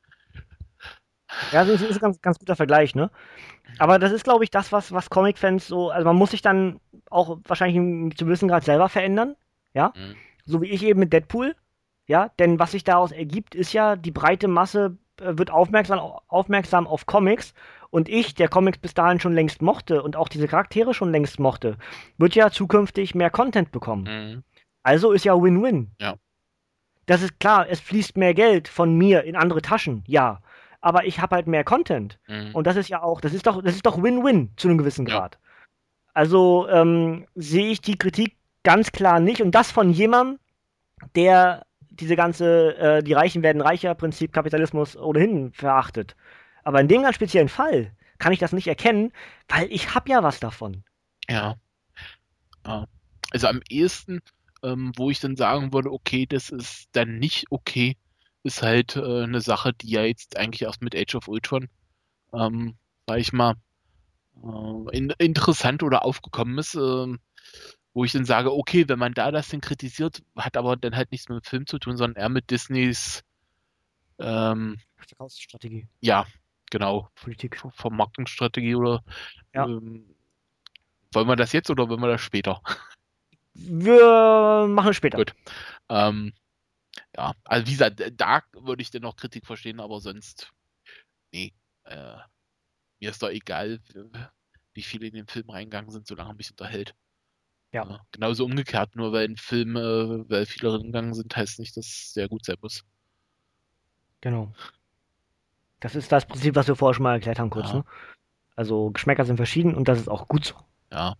Ja, das ist ein ganz guter Vergleich, ne? Aber das ist, glaube ich, das, was Comic-Fans so, also man muss sich dann auch wahrscheinlich zu gewissen Grad selber verändern, ja? hm, So wie ich eben mit Deadpool, ja? Denn was sich daraus ergibt, ist ja, die breite Masse wird aufmerksam auf Comics Und ich, der Comics bis dahin schon längst mochte und auch diese Charaktere schon längst mochte, wird ja zukünftig mehr Content bekommen. Mhm. Also ist ja Win-Win. Ja. Das ist klar, es fließt mehr Geld von mir in andere Taschen, ja. Aber ich habe halt mehr Content. Mhm. Und das ist ja auch, das ist doch Win-Win zu einem gewissen Ja. Grad. Also sehe ich die Kritik ganz klar nicht. Und das von jemandem, der diese ganze, die Reichen werden reicher, Prinzip Kapitalismus ohnehin verachtet. Aber in dem ganz speziellen Fall kann ich das nicht erkennen, weil ich habe ja was davon. Ja. Ja. Also am ehesten, wo ich dann sagen würde, okay, das ist dann nicht okay, ist halt eine Sache, die ja jetzt eigentlich erst mit Age of Ultron, sag ich mal, interessant oder aufgekommen ist, wo ich dann sage, okay, wenn man da das dann kritisiert, hat aber dann halt nichts mit dem Film zu tun, sondern eher mit Disneys, ähm, Verkaufsstrategie, ja, genau, Politik. Vermarktungsstrategie oder Ja. wollen wir das jetzt oder wollen wir das später? Wir machen es später. Gut. Ähm, ja, also wie gesagt, da würde ich dann noch Kritik verstehen, aber sonst, nee, äh, mir ist doch egal, wie viele in den Film reingegangen sind, solange er mich unterhält. Ja, Genauso umgekehrt, nur weil ein Film, weil viele reingegangen sind, heißt nicht, dass es sehr gut sein muss. genau. Das ist das Prinzip, was wir vorher schon mal erklärt haben, kurz, Ja, ne? Also Geschmäcker sind verschieden und das ist auch gut so. ja.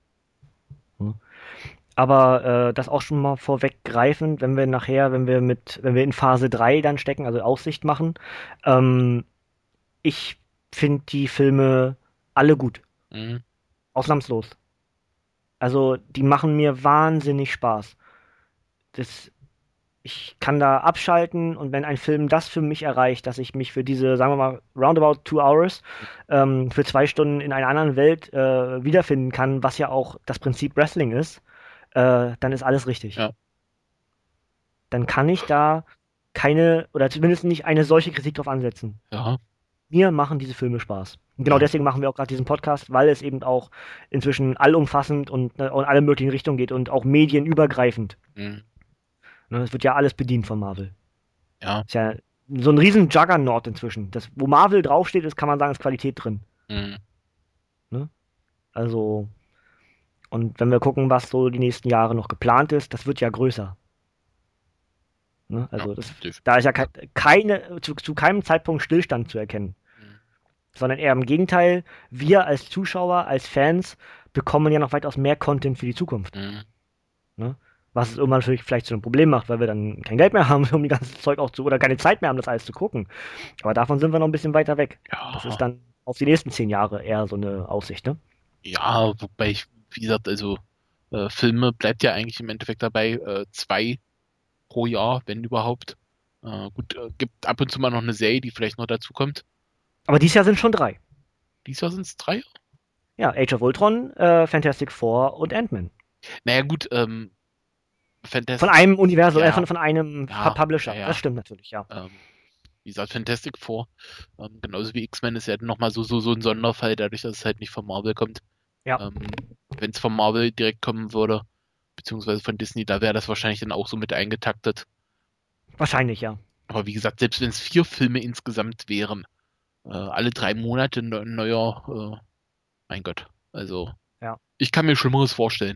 Ne? Aber das auch schon mal vorweggreifend, wenn wir nachher, wenn wir in Phase 3 dann stecken, also Aussicht machen, ähm, ich finde die Filme alle gut. Mhm. Ausnahmslos. Also die machen mir wahnsinnig Spaß. Das, ich kann da abschalten und wenn ein Film das für mich erreicht, dass ich mich für diese, sagen wir mal, roundabout 2 Hours, für 2 Stunden in einer anderen Welt wiederfinden kann, was ja auch das Prinzip Wrestling ist, dann ist alles richtig. Ja, Dann kann ich da keine, oder zumindest nicht eine solche Kritik drauf ansetzen. ja, Mir machen diese Filme Spaß. Und genau ja. deswegen machen wir auch gerade diesen Podcast, weil es eben auch inzwischen allumfassend und in alle möglichen Richtungen geht und auch medienübergreifend. Mhm. Ne, es wird ja alles bedient von Marvel. Ja. Ist ja so ein riesen Juggernaut inzwischen. Das, wo Marvel draufsteht, ist, kann man sagen, ist Qualität drin. Mhm. Ne? Also, und wenn wir gucken, was so die nächsten Jahre noch geplant ist, das wird ja größer. Ne? Ja, Also, definitiv. da ist ja zu keinem Zeitpunkt Stillstand zu erkennen. Mhm. Sondern eher im Gegenteil, wir als Zuschauer, als Fans bekommen ja noch weitaus mehr Content für die Zukunft. Mhm. Ne? Was es irgendwann vielleicht zu einem Problem macht, weil wir dann kein Geld mehr haben, um die ganze Zeug auch zu, oder keine Zeit mehr haben, das alles zu gucken. Aber davon sind wir noch ein bisschen weiter weg. Das ist Ja, dann auf die nächsten 10 Jahre eher so eine Aussicht, ne? ja, wobei ich, wie gesagt, also Filme bleibt ja eigentlich im Endeffekt dabei, 2 pro Jahr, wenn überhaupt. Gut, gibt ab und zu mal noch eine Serie, die vielleicht noch dazu kommt. Aber dieses Jahr sind schon 3. Dieses Jahr sind es 3. Ja, Age of Ultron, Fantastic Four und Ant-Man. Naja, gut, Von Fantastic, einem Universum, ja, von einem ja, ja, Publisher. Das ja. stimmt natürlich, ja. Wie gesagt, Fantastic Four, genauso wie X-Men ist ja nochmal so ein Sonderfall, dadurch, dass es halt nicht von Marvel kommt. Ja, Ähm, Wenn es von Marvel direkt kommen würde, beziehungsweise von Disney, da wäre das wahrscheinlich dann auch so mit eingetaktet. wahrscheinlich, ja. Aber wie gesagt, selbst wenn es 4 Filme insgesamt wären, alle 3 Monate ein neuer, mein Gott, also Ja. ich kann mir Schlimmeres vorstellen.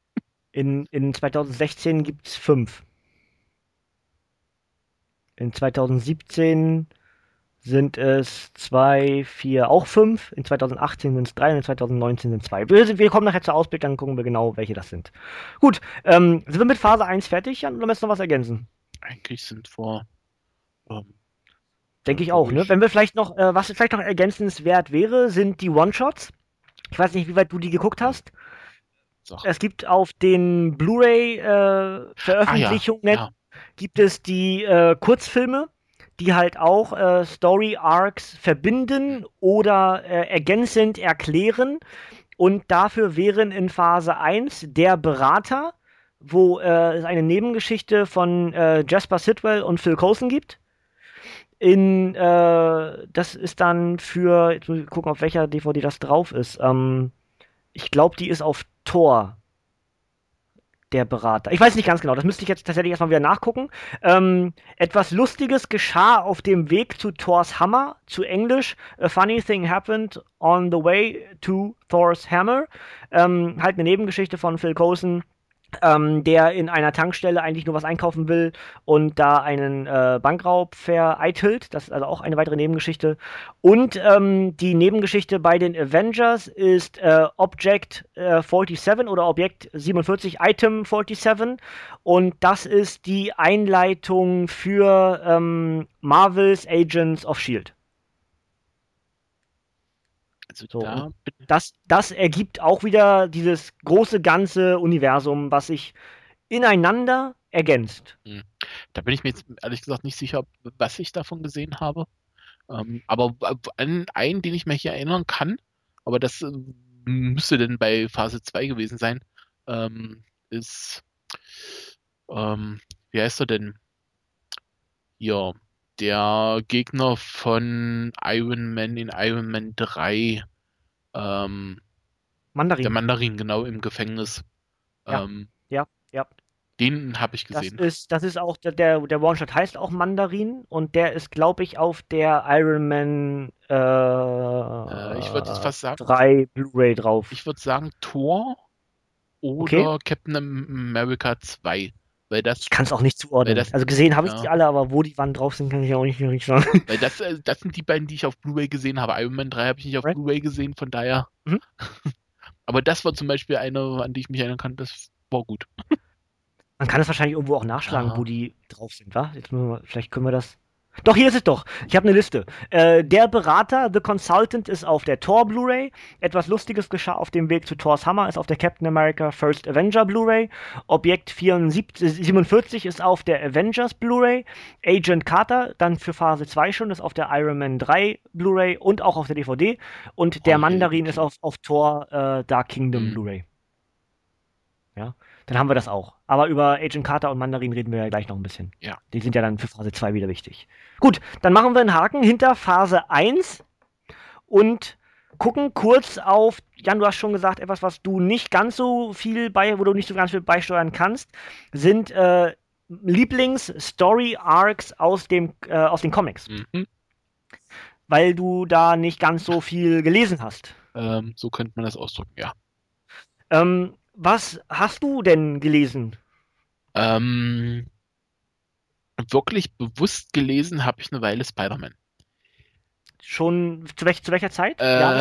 In 2016 gibt es 5. In 2017 sind es 2, 4, auch 5. In 2018 sind es 3 und in 2019 sind es 2. Wir kommen nachher zur Ausblick, dann gucken wir genau, welche das sind. Gut, sind wir mit Phase 1 fertig, Jan, oder möchtest du noch was ergänzen? Eigentlich sind wir, ähm, Denke ich auch, ne? durch. Wenn wir vielleicht noch, was vielleicht noch ergänzenswert wäre, sind die One-Shots. Ich weiß nicht, wie weit du die geguckt hast. Sag. Es gibt auf den Blu-ray Ah ja, Veröffentlichungen ja. gibt es die Kurzfilme, die halt auch Story Arcs verbinden oder ergänzend erklären. Und dafür wären in Phase 1 der Berater, wo es eine Nebengeschichte von Jasper Sitwell und Phil Coulson gibt. Das ist dann für, jetzt muss ich gucken, auf welcher DVD das drauf ist. Ich glaube, die ist auf Tor Der Berater. Ich weiß nicht ganz genau, das müsste ich jetzt tatsächlich erstmal wieder nachgucken. Etwas Lustiges geschah auf dem Weg zu Thors Hammer, zu Englisch. A funny thing happened on the way to Thor's Hammer. Halt eine Nebengeschichte von Phil Coulson, der in einer Tankstelle eigentlich nur was einkaufen will und da einen Bankraub vereitelt. Das ist also auch eine weitere Nebengeschichte. Und die Nebengeschichte bei den Avengers ist Object 47 oder Objekt 47, Item 47. Und das ist die Einleitung für Marvel's Agents of Shield. Also So, da und das ergibt auch wieder dieses große ganze Universum, was sich ineinander ergänzt. Da bin ich mir jetzt ehrlich gesagt nicht sicher, was ich davon gesehen habe. Aber an einen, den ich mir hier erinnern kann, aber das müsste denn bei Phase 2 gewesen sein, ist, wie heißt er denn? Ja, der Gegner von Iron Man in Iron Man 3, der Mandarin. Mandarin, genau, im Gefängnis. Ja, ja, ja. Den habe ich gesehen. Das ist auch, der One-Shot heißt auch Mandarin und der ist, glaube ich, auf der Iron Man Ich würde jetzt fast sagen, 3 Blu-ray drauf. ich würde sagen Thor oder Captain America 2. Weil das, Ich kann es auch nicht zuordnen. Also gesehen habe ich die alle, aber wo die wann drauf sind, kann ich auch nicht sagen. Weil das sind die beiden, die ich auf Blu-ray gesehen habe. Iron Man 3 habe ich nicht auf Blu-ray gesehen, von daher. Mhm. Aber das war zum Beispiel eine, an die ich mich erinnern kann, das war gut. Man kann es wahrscheinlich irgendwo auch nachschlagen, wo die drauf sind, wa? Jetzt müssen wir, vielleicht können wir das. Doch, hier ist es doch. Ich habe eine Liste. Der Berater, The Consultant, ist auf der Thor Blu-ray. Etwas Lustiges geschah auf dem Weg zu Thors Hammer, ist auf der Captain America First Avenger Blu-ray. Objekt 47 ist auf der Avengers Blu-ray. Agent Carter, dann für Phase 2 schon, ist auf der Iron Man 3 Blu-ray und auch auf der DVD. Und der Mandarin ist auf Thor Dark Kingdom Blu-ray. Ja, dann haben wir das auch. Aber über Agent Carter und Mandarin reden wir ja gleich noch ein bisschen. Ja. Die sind ja dann für Phase 2 wieder wichtig. Gut, dann machen wir einen Haken hinter Phase 1 und gucken kurz auf, Jan, du hast schon gesagt, etwas, was du nicht ganz so viel wo du nicht so ganz viel beisteuern kannst, sind Lieblings-Story-Arcs aus den Comics. Mhm. Weil du da nicht ganz so viel gelesen hast. So könnte man das ausdrücken, ja. Was hast du denn gelesen? Wirklich bewusst gelesen habe ich eine Weile Spider-Man. Schon zu welcher Zeit?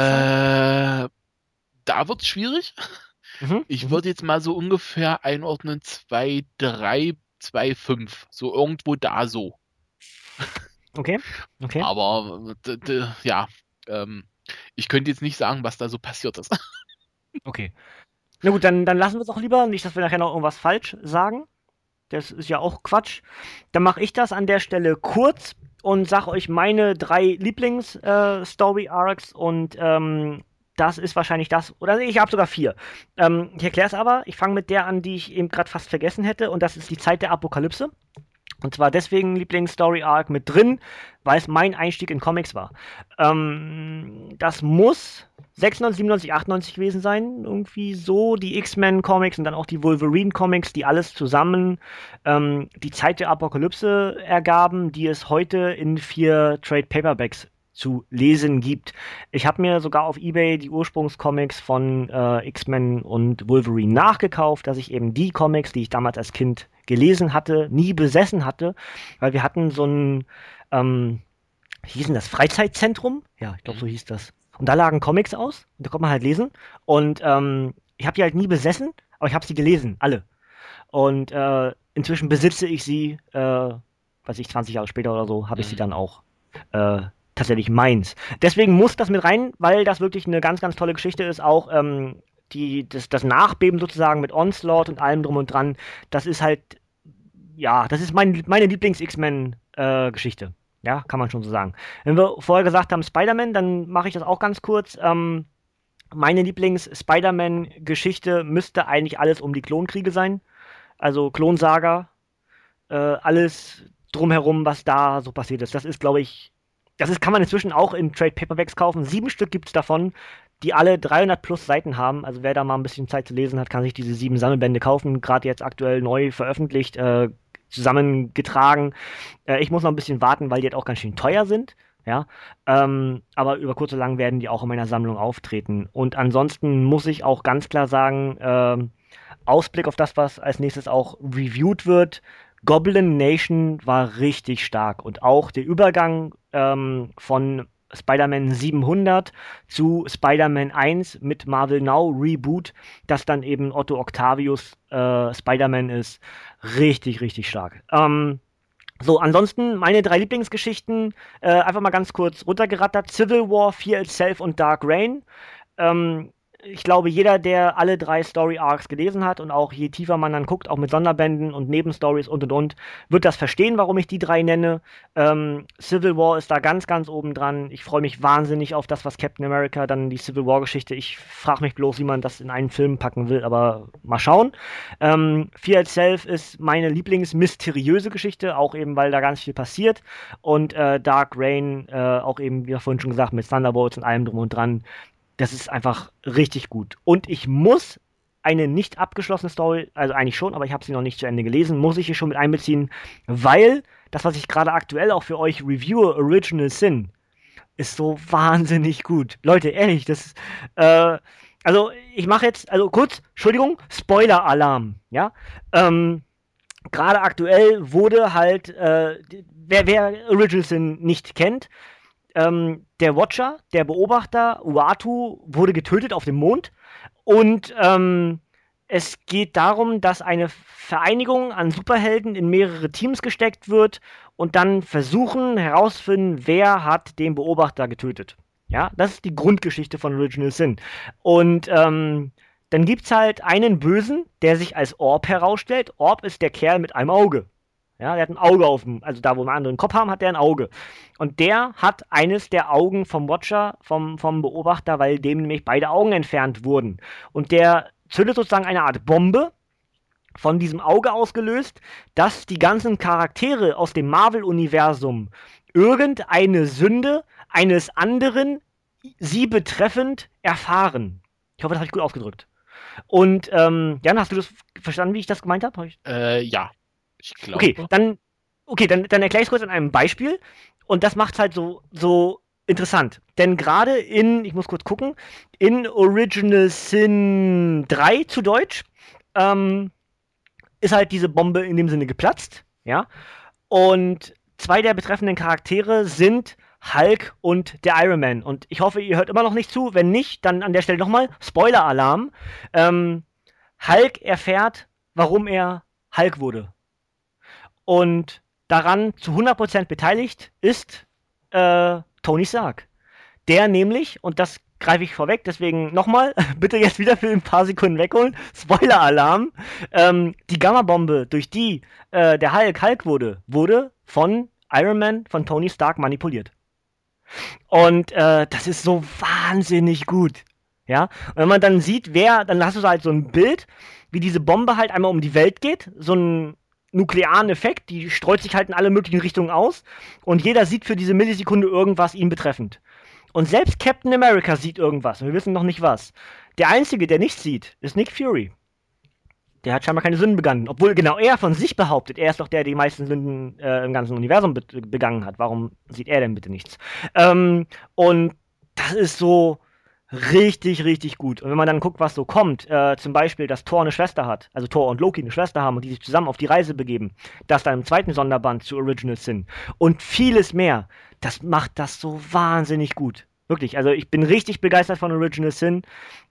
Da wird's schwierig. Ich würde jetzt mal so ungefähr einordnen 2,3, 2,5. So irgendwo da so. Okay. Aber ja, ich könnte jetzt nicht sagen, was da so passiert ist. Okay. Na gut, dann lassen wir es auch lieber. Nicht, dass wir nachher noch irgendwas falsch sagen. Das ist ja auch Quatsch. Dann mache ich das an der Stelle kurz und sage euch meine 3 Lieblings-Story-Arcs und das ist wahrscheinlich das, oder ich habe sogar 4. Ich erkläre es aber. Ich fange mit der an, die ich eben gerade fast vergessen hätte und das ist die Zeit der Apokalypse. Und zwar deswegen Lieblings-Story-Arc mit drin, weil es mein Einstieg in Comics war. Das muss 96, 97, 98 gewesen sein. Irgendwie so die X-Men-Comics und dann auch die Wolverine-Comics, die alles zusammen die Zeit der Apokalypse ergaben, die es heute in 4 Trade-Paperbacks zu lesen gibt. Ich habe mir sogar auf eBay die Ursprungscomics von X-Men und Wolverine nachgekauft, dass ich eben die Comics, die ich damals als Kind gelesen hatte, nie besessen hatte, weil wir hatten so ein, wie hieß denn das, Freizeitzentrum? Ja, ich glaube, so hieß das. Und da lagen Comics aus, und da konnte man halt lesen. Und ich habe die halt nie besessen, aber ich habe sie gelesen, alle. Und inzwischen besitze ich sie, weiß ich, 20 Jahre später oder so, habe ich sie dann auch tatsächlich meins. Deswegen muss das mit rein, weil das wirklich eine ganz, ganz tolle Geschichte ist. Auch das Nachbeben sozusagen mit Onslaught und allem drum und dran, das ist halt, ja, das ist meine Lieblings-X-Men-Geschichte. Ja, kann man schon so sagen. Wenn wir vorher gesagt haben Spider-Man, dann mache ich das auch ganz kurz. Meine Lieblings-Spider-Man-Geschichte müsste eigentlich alles um die Klonkriege sein. Also Klonsaga, alles drumherum, was da so passiert ist. Das ist, glaube ich, kann man inzwischen auch in Trade Paperbacks kaufen. 7 Stück gibt es davon, die alle 300 plus Seiten haben. Also wer da mal ein bisschen Zeit zu lesen hat, kann sich diese 7 Sammelbände kaufen. Gerade jetzt aktuell neu veröffentlicht, zusammengetragen. Ich muss noch ein bisschen warten, weil die halt auch ganz schön teuer sind. Ja, aber über kurz oder lang werden die auch in meiner Sammlung auftreten. Und ansonsten muss ich auch ganz klar sagen, Ausblick auf das, was als nächstes auch reviewed wird. Goblin Nation war richtig stark und auch der Übergang von Spider-Man 700 zu Spider-Man 1 mit Marvel Now Reboot, dass dann eben Otto Octavius Spider-Man ist, richtig, richtig stark. So, ansonsten meine 3 Lieblingsgeschichten, einfach mal ganz kurz runtergerattert. Civil War, Fear Itself und Dark Reign. Ähm, Ich glaube, jeder, der alle 3 Story Arcs gelesen hat und auch je tiefer man dann guckt, auch mit Sonderbänden und Nebenstories und, wird das verstehen, warum ich die 3 nenne. Civil War ist da ganz, ganz oben dran. Ich freue mich wahnsinnig auf das, was Captain America, dann die Civil War Geschichte. Ich frage mich bloß, wie man das in einen Film packen will, aber mal schauen. Fear Itself ist meine Lieblingsmysteriöse Geschichte, auch eben, weil da ganz viel passiert. Und Dark Reign, auch eben, wie vorhin schon gesagt, mit Thunderbolts und allem drum und dran. Das ist einfach richtig gut. Und ich muss eine nicht abgeschlossene Story, also eigentlich schon, aber ich habe sie noch nicht zu Ende gelesen, muss ich hier schon mit einbeziehen, weil das, was ich gerade aktuell auch für euch reviewe, Original Sin, ist so wahnsinnig gut. Leute, ehrlich, also ich mache jetzt, also kurz, Entschuldigung, Spoiler-Alarm, ja, gerade aktuell wurde halt, wer Original Sin nicht kennt, der Watcher, der Beobachter, Uatu, wurde getötet auf dem Mond. Und es geht darum, dass eine Vereinigung an Superhelden in mehrere Teams gesteckt wird und dann versuchen herauszufinden, wer hat den Beobachter getötet. Ja, das ist die Grundgeschichte von Original Sin. Und dann gibt es halt einen Bösen, der sich als Orb herausstellt. Orb ist der Kerl mit einem Auge. Ja, der hat ein Auge auf dem, also da, wo wir einen anderen Kopf haben, hat der ein Auge. Und der hat eines der Augen vom Watcher, vom Beobachter, weil dem nämlich beide Augen entfernt wurden. Und der zündet sozusagen eine Art Bombe, von diesem Auge ausgelöst, dass die ganzen Charaktere aus dem Marvel-Universum irgendeine Sünde eines anderen, sie betreffend, erfahren. Ich hoffe, das habe ich gut ausgedrückt. Und Jan, hast du das verstanden, wie ich das gemeint habe? Ja, ich glaube. Dann erkläre ich es kurz an einem Beispiel. Und das macht es halt so interessant. Denn gerade ich muss kurz gucken, in Original Sin 3 zu Deutsch, ist halt diese Bombe in dem Sinne geplatzt. Ja. Und 2 der betreffenden Charaktere sind Hulk und der Iron Man. Und ich hoffe, ihr hört immer noch nicht zu. Wenn nicht, dann an der Stelle nochmal Spoiler-Alarm. Hulk erfährt, warum er Hulk wurde. Und daran zu 100% beteiligt ist Tony Stark. Der nämlich, und das greife ich vorweg, deswegen nochmal, bitte jetzt wieder für ein paar Sekunden wegholen, Spoiler-Alarm, die Gamma-Bombe, durch die der Hulk wurde von Iron Man, von Tony Stark manipuliert. Und das ist so wahnsinnig gut. Ja, und wenn man dann sieht, dann hast du halt so ein Bild, wie diese Bombe halt einmal um die Welt geht, so ein nuklearen Effekt, die streut sich halt in alle möglichen Richtungen aus und jeder sieht für diese Millisekunde irgendwas ihn betreffend. Und selbst Captain America sieht irgendwas und wir wissen noch nicht was. Der Einzige, der nichts sieht, ist Nick Fury. Der hat scheinbar keine Sünden begangen, obwohl genau er von sich behauptet, er ist doch der, der die meisten Sünden im ganzen Universum begangen hat. Warum sieht er denn bitte nichts? Und das ist so richtig, richtig gut. Und wenn man dann guckt, was so kommt, zum Beispiel, dass Thor eine Schwester hat, also Thor und Loki eine Schwester haben und die sich zusammen auf die Reise begeben, das dann im zweiten Sonderband zu Original Sin und vieles mehr, das macht das so wahnsinnig gut. Wirklich, also ich bin richtig begeistert von Original Sin.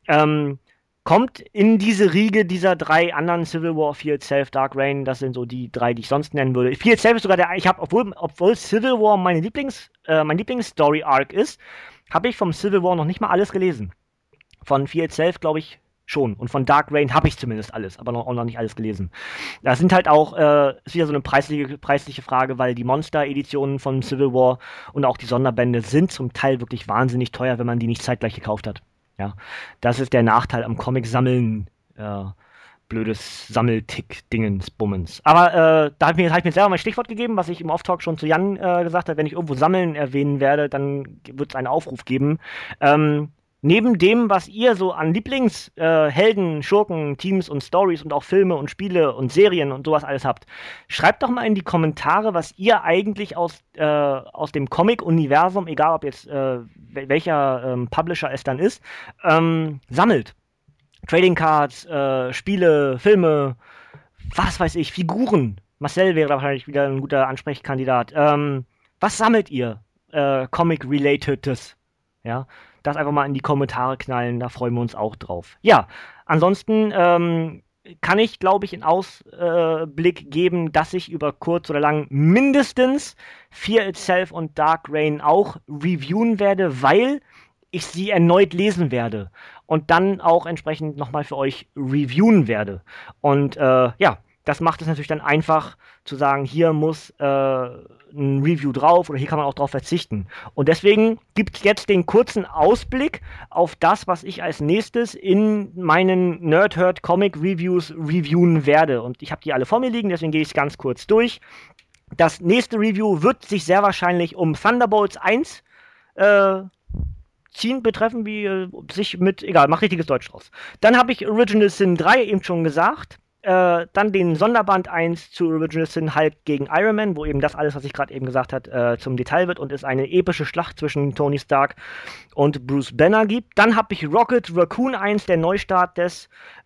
Kommt in diese Riege dieser 3 anderen Civil War, Fear Itself, Dark Reign, das sind so die 3, die ich sonst nennen würde. Fear Itself ist sogar obwohl Civil War mein Lieblings-Story-Arc ist, habe ich vom Civil War noch nicht mal alles gelesen. Von Fear Itself glaube ich schon. Und von Dark Reign habe ich zumindest alles, aber auch noch nicht alles gelesen. Das sind halt auch, ist wieder so eine preisliche Frage, weil die Monster-Editionen von Civil War und auch die Sonderbände sind zum Teil wirklich wahnsinnig teuer, wenn man die nicht zeitgleich gekauft hat. Ja, das ist der Nachteil am Comic-Sammeln blödes Sammeltick-Dingens-Bummens. Aber da hab ich mir selber mein Stichwort gegeben, was ich im Off-Talk schon zu Jan gesagt habe. Wenn ich irgendwo Sammeln erwähnen werde, dann wird es einen Aufruf geben. Neben dem, was ihr so an Lieblingshelden, Schurken, Teams und Stories und auch Filme und Spiele und Serien und sowas alles habt, schreibt doch mal in die Kommentare, was ihr eigentlich aus dem Comic-Universum, egal ob jetzt welcher Publisher es dann ist, sammelt. Trading Cards, Spiele, Filme, was weiß ich, Figuren. Marcel wäre da wahrscheinlich wieder ein guter Ansprechkandidat. Was sammelt ihr? Comic-Relatedes. Ja, das einfach mal in die Kommentare knallen, da freuen wir uns auch drauf. Ja, ansonsten kann ich, glaube ich, in Ausblick geben, dass ich über kurz oder lang mindestens Fear Itself und Dark Reign auch reviewen werde, weil ich sie erneut lesen werde und dann auch entsprechend nochmal für euch reviewen werde. Und ja, das macht es natürlich dann einfach zu sagen, hier muss ein Review drauf oder hier kann man auch drauf verzichten. Und deswegen gibt es jetzt den kurzen Ausblick auf das, was ich als nächstes in meinen Nerdherd Comic Reviews reviewen werde. Und ich habe die alle vor mir liegen, deswegen gehe ich es ganz kurz durch. Das nächste Review wird sich sehr wahrscheinlich um Thunderbolts 1 ziehen betreffen, wie sich mit, egal, mach richtiges Deutsch draus. Dann habe ich Original Sin 3 eben schon gesagt. Dann den Sonderband 1 zu Original Sin Hulk gegen Iron Man, wo eben das alles, was ich gerade eben gesagt habe, zum Detail wird und es eine epische Schlacht zwischen Tony Stark und Bruce Banner gibt. Dann habe ich Rocket Raccoon 1, der Neustart des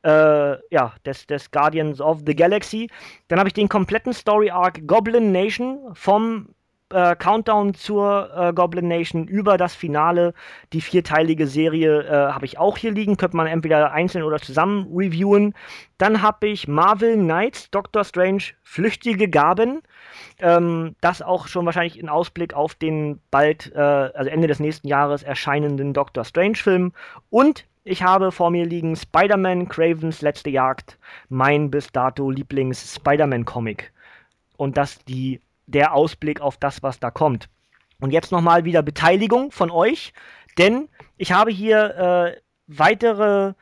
Guardians of the Galaxy. Dann habe ich den kompletten Story Arc Goblin Nation vom Countdown zur Goblin Nation über das Finale, die 4-teilige Serie habe ich auch hier liegen, könnte man entweder einzeln oder zusammen reviewen. Dann habe ich Marvel Knights, Doctor Strange, Flüchtige Gaben, das auch schon wahrscheinlich in Ausblick auf den bald, also Ende des nächsten Jahres erscheinenden Doctor Strange Film. Und ich habe vor mir liegen Spider-Man, Cravens letzte Jagd, mein bis dato Lieblings-Spider-Man-Comic. Und das der Ausblick auf das, was da kommt. Und jetzt nochmal wieder Beteiligung von euch, denn ich habe hier weitere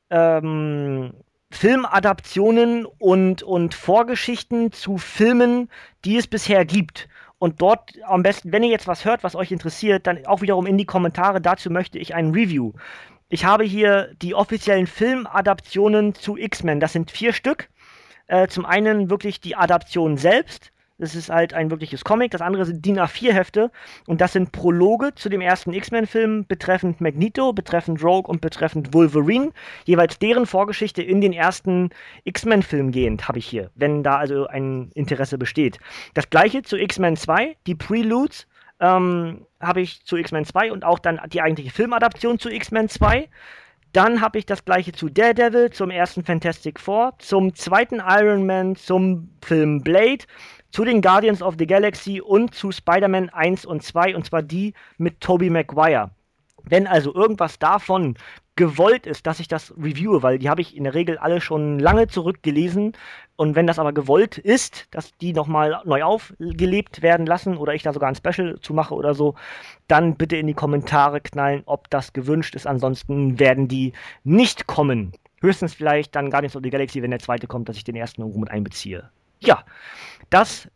Filmadaptionen und Vorgeschichten zu Filmen, die es bisher gibt. Und dort am besten, wenn ihr jetzt was hört, was euch interessiert, dann auch wiederum in die Kommentare. Dazu möchte ich ein Review. Ich habe hier die offiziellen Filmadaptionen zu X-Men. Das sind 4 Stück. Zum einen wirklich die Adaption selbst. Das ist halt ein wirkliches Comic. Das andere sind DIN A4-Hefte. Und das sind Prologe zu dem ersten X-Men-Film betreffend Magneto, betreffend Rogue und betreffend Wolverine. Jeweils deren Vorgeschichte in den ersten X-Men-Film gehend habe ich hier, wenn da also ein Interesse besteht. Das gleiche zu X-Men 2, die Preludes habe ich zu X-Men 2 und auch dann die eigentliche Filmadaption zu X-Men 2. Dann habe ich das gleiche zu Daredevil, zum ersten Fantastic Four, zum zweiten Iron Man, zum Film Blade, zu den Guardians of the Galaxy und zu Spider-Man 1 und 2, und zwar die mit Tobey Maguire. Wenn also irgendwas davon gewollt ist, dass ich das reviewe, weil die habe ich in der Regel alle schon lange zurückgelesen, und wenn das aber gewollt ist, dass die nochmal neu aufgelebt werden lassen oder ich da sogar ein Special zu mache oder so, dann bitte in die Kommentare knallen, ob das gewünscht ist. Ansonsten werden die nicht kommen. Höchstens vielleicht dann Guardians of the Galaxy, wenn der zweite kommt, dass ich den ersten irgendwo mit einbeziehe. Ja, das.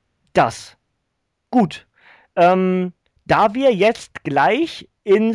Gut. Da wir jetzt gleich in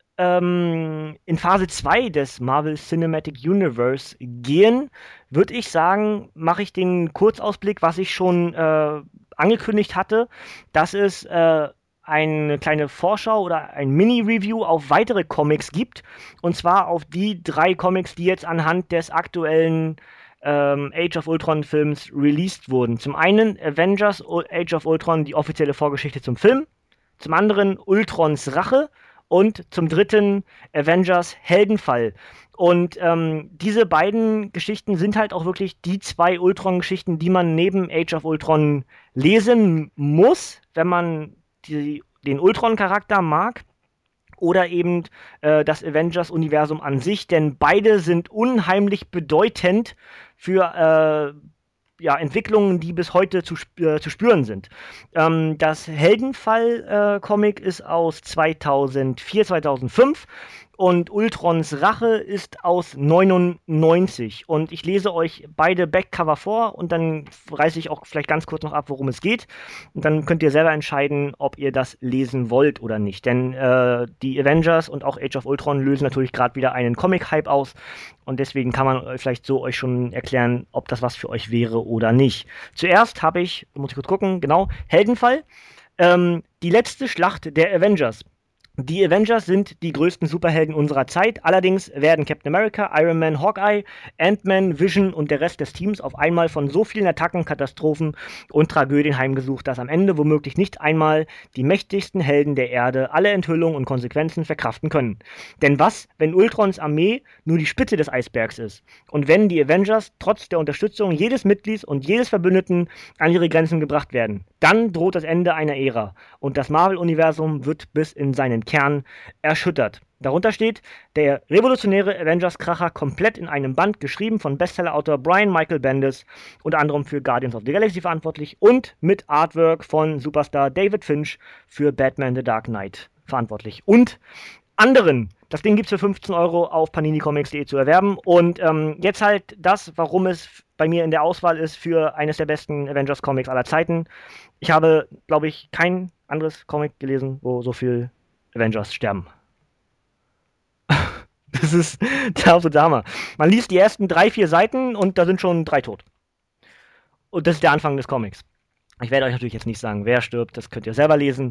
Phase 2 des Marvel Cinematic Universe gehen, würde ich sagen, mache ich den Kurzausblick, was ich schon angekündigt hatte, dass es eine kleine Vorschau oder ein Mini-Review auf weitere Comics gibt, und zwar auf die 3 Comics, die jetzt anhand des aktuellen Age of Ultron Films released wurden. Zum einen Avengers Age of Ultron, die offizielle Vorgeschichte zum Film, zum anderen Ultrons Rache und zum dritten Avengers Heldenfall. Und diese beiden Geschichten sind halt auch wirklich die 2 Ultron-Geschichten, die man neben Age of Ultron lesen muss, wenn man den Ultron-Charakter mag. Oder eben das Avengers-Universum an sich, denn beide sind unheimlich bedeutend für Entwicklungen, die bis heute zu spüren sind. Das Heldenfall-Comic ist aus 2004, 2005 und Ultrons Rache ist aus 99. Und ich lese euch beide Backcover vor und dann reiße ich auch vielleicht ganz kurz noch ab, worum es geht. Und dann könnt ihr selber entscheiden, ob ihr das lesen wollt oder nicht. Denn die Avengers und auch Age of Ultron lösen natürlich gerade wieder einen Comic-Hype aus. Und deswegen kann man vielleicht so euch schon erklären, ob das was für euch wäre oder nicht. Zuerst habe ich, muss ich kurz gucken, genau, Heldenfall. Die letzte Schlacht der Avengers. Die Avengers sind die größten Superhelden unserer Zeit. Allerdings werden Captain America, Iron Man, Hawkeye, Ant-Man, Vision und der Rest des Teams auf einmal von so vielen Attacken, Katastrophen und Tragödien heimgesucht, dass am Ende womöglich nicht einmal die mächtigsten Helden der Erde alle Enthüllungen und Konsequenzen verkraften können. Denn was, wenn Ultrons Armee nur die Spitze des Eisbergs ist? Und wenn die Avengers trotz der Unterstützung jedes Mitglieds und jedes Verbündeten an ihre Grenzen gebracht werden? Dann droht das Ende einer Ära und das Marvel-Universum wird bis in seinen Kern erschüttert. Darunter steht, der revolutionäre Avengers-Kracher komplett in einem Band, geschrieben von Bestseller-Autor Brian Michael Bendis, unter anderem für Guardians of the Galaxy verantwortlich und mit Artwork von Superstar David Finch für Batman The Dark Knight verantwortlich. Und anderen. Das Ding gibt es für 15 Euro auf paninicomics.de zu erwerben. Und jetzt halt das, warum es bei mir in der Auswahl ist für eines der besten Avengers-Comics aller Zeiten. Ich habe, glaube ich, kein anderes Comic gelesen, wo so viel Avengers sterben. Das ist der absolute Hammer. Man liest die ersten 3-4 Seiten und da sind schon 3 tot. Und das ist der Anfang des Comics. Ich werde euch natürlich jetzt nicht sagen, wer stirbt, das könnt ihr selber lesen.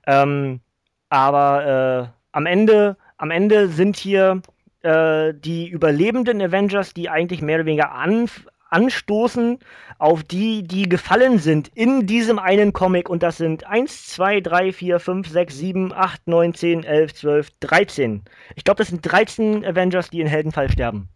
Aber am Ende sind hier die überlebenden Avengers, die eigentlich mehr oder weniger anstoßen auf die, die gefallen sind in diesem einen Comic. Und das sind 1, 2, 3, 4, 5, 6, 7, 8, 9, 10, 11, 12, 13. Ich glaube, das sind 13 Avengers, die in Heldenfall sterben.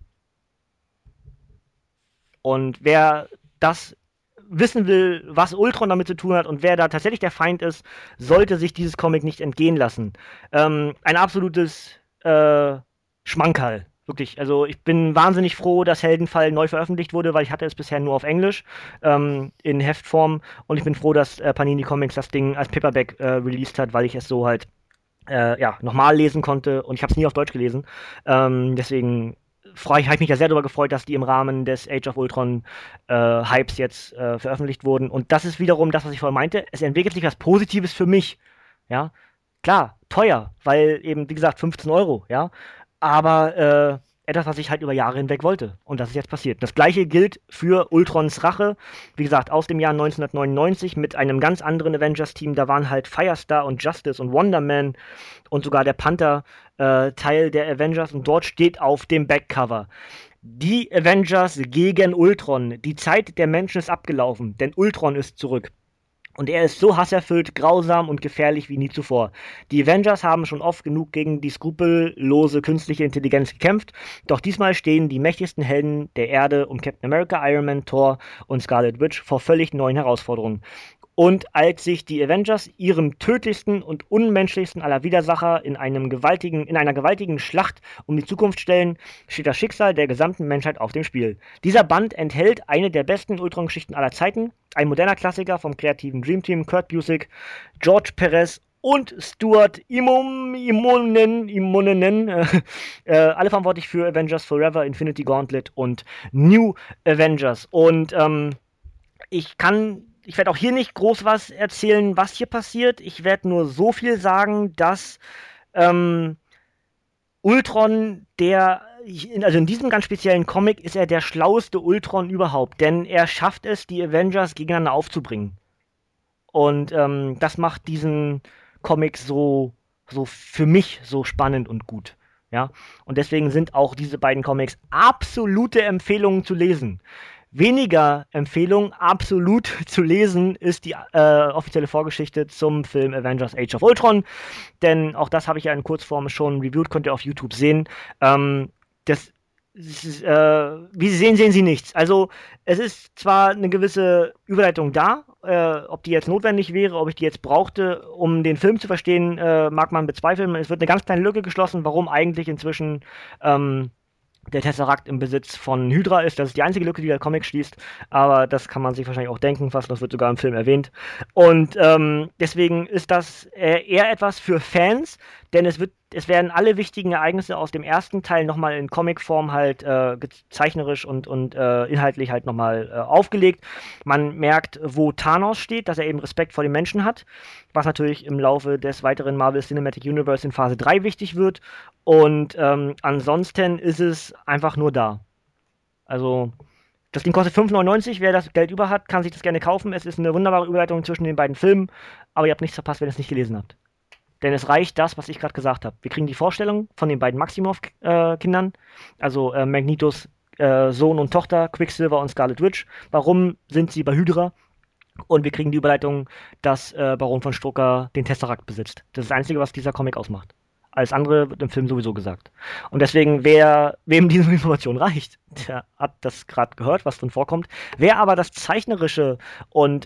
Und wer das wissen will, was Ultron damit zu tun hat und wer da tatsächlich der Feind ist, sollte sich dieses Comic nicht entgehen lassen. Ein absolutes Schmankerl. Wirklich, also ich bin wahnsinnig froh, dass Heldenfall neu veröffentlicht wurde, weil ich hatte es bisher nur auf Englisch in Heftform und ich bin froh, dass Panini Comics das Ding als Paperback released hat, weil ich es so halt nochmal lesen konnte und ich habe es nie auf Deutsch gelesen. Deswegen habe ich mich ja sehr darüber gefreut, dass die im Rahmen des Age of Ultron Hypes jetzt veröffentlicht wurden. Und das ist wiederum das, was ich vorhin meinte. Es entwickelt sich was Positives für mich. Ja, klar, teuer, weil eben, wie gesagt, 15 Euro, ja. Aber etwas, was ich halt über Jahre hinweg wollte. Und das ist jetzt passiert. Das gleiche gilt für Ultrons Rache. Wie gesagt, aus dem Jahr 1999 mit einem ganz anderen Avengers-Team. Da waren halt Firestar und Justice und Wonder Man und sogar der Panther Teil der Avengers. Und dort steht auf dem Backcover: Die Avengers gegen Ultron. Die Zeit der Menschen ist abgelaufen, denn Ultron ist zurück. Und er ist so hasserfüllt, grausam und gefährlich wie nie zuvor. Die Avengers haben schon oft genug gegen die skrupellose künstliche Intelligenz gekämpft, doch diesmal stehen die mächtigsten Helden der Erde um Captain America, Iron Man, Thor und Scarlet Witch vor völlig neuen Herausforderungen. Und als sich die Avengers ihrem tödlichsten und unmenschlichsten aller Widersacher in einer gewaltigen Schlacht um die Zukunft stellen, steht das Schicksal der gesamten Menschheit auf dem Spiel. Dieser Band enthält eine der besten Ultron-Geschichten aller Zeiten, ein moderner Klassiker vom kreativen Dream Team, Kurt Busiek, George Perez und Stuart Immonen, alle verantwortlich für Avengers Forever, Infinity Gauntlet und New Avengers. Und ich werde auch hier nicht groß was erzählen, was hier passiert. Ich werde nur so viel sagen, dass Ultron, also in diesem ganz speziellen Comic ist er der schlaueste Ultron überhaupt, denn er schafft es, die Avengers gegeneinander aufzubringen. Und das macht diesen Comic so für mich so spannend und gut. Ja? Und deswegen sind auch diese beiden Comics absolute Empfehlungen zu lesen. Weniger Empfehlung, absolut zu lesen, ist die offizielle Vorgeschichte zum Film Avengers Age of Ultron. Denn auch das habe ich ja in Kurzform schon reviewed, könnt ihr auf YouTube sehen. Wie Sie sehen Sie nichts. Also es ist zwar eine gewisse Überleitung da, ob die jetzt notwendig wäre, ob ich die jetzt brauchte, um den Film zu verstehen, mag man bezweifeln. Es wird eine ganz kleine Lücke geschlossen, warum eigentlich inzwischen der Tesseract im Besitz von Hydra ist. Das ist die einzige Lücke, die der Comic schließt. Aber das kann man sich wahrscheinlich auch denken, fast das wird sogar im Film erwähnt. Und deswegen ist das eher etwas für Fans, denn es wird es werden alle wichtigen Ereignisse aus dem ersten Teil nochmal in Comicform halt zeichnerisch und inhaltlich halt nochmal aufgelegt. Man merkt, wo Thanos steht, dass er eben Respekt vor den Menschen hat, was natürlich im Laufe des weiteren Marvel Cinematic Universe in Phase 3 wichtig wird. Und ansonsten ist es einfach nur da. Also, das Ding kostet 5,99. Wer das Geld über hat, kann sich das gerne kaufen. Es ist eine wunderbare Überleitung zwischen den beiden Filmen, aber ihr habt nichts verpasst, wenn ihr es nicht gelesen habt. Denn es reicht das, was ich gerade gesagt habe. Wir kriegen die Vorstellung von den beiden Maximoff-Kindern, also Magnetos Sohn und Tochter, Quicksilver und Scarlet Witch. Warum sind sie bei Hydra? Und wir kriegen die Überleitung, dass Baron von Strucker den Tesseract besitzt. Das ist das Einzige, was dieser Comic ausmacht. Alles andere wird im Film sowieso gesagt. Und deswegen, wem diese Information reicht, der hat das gerade gehört, was drin vorkommt. Wer aber das Zeichnerische und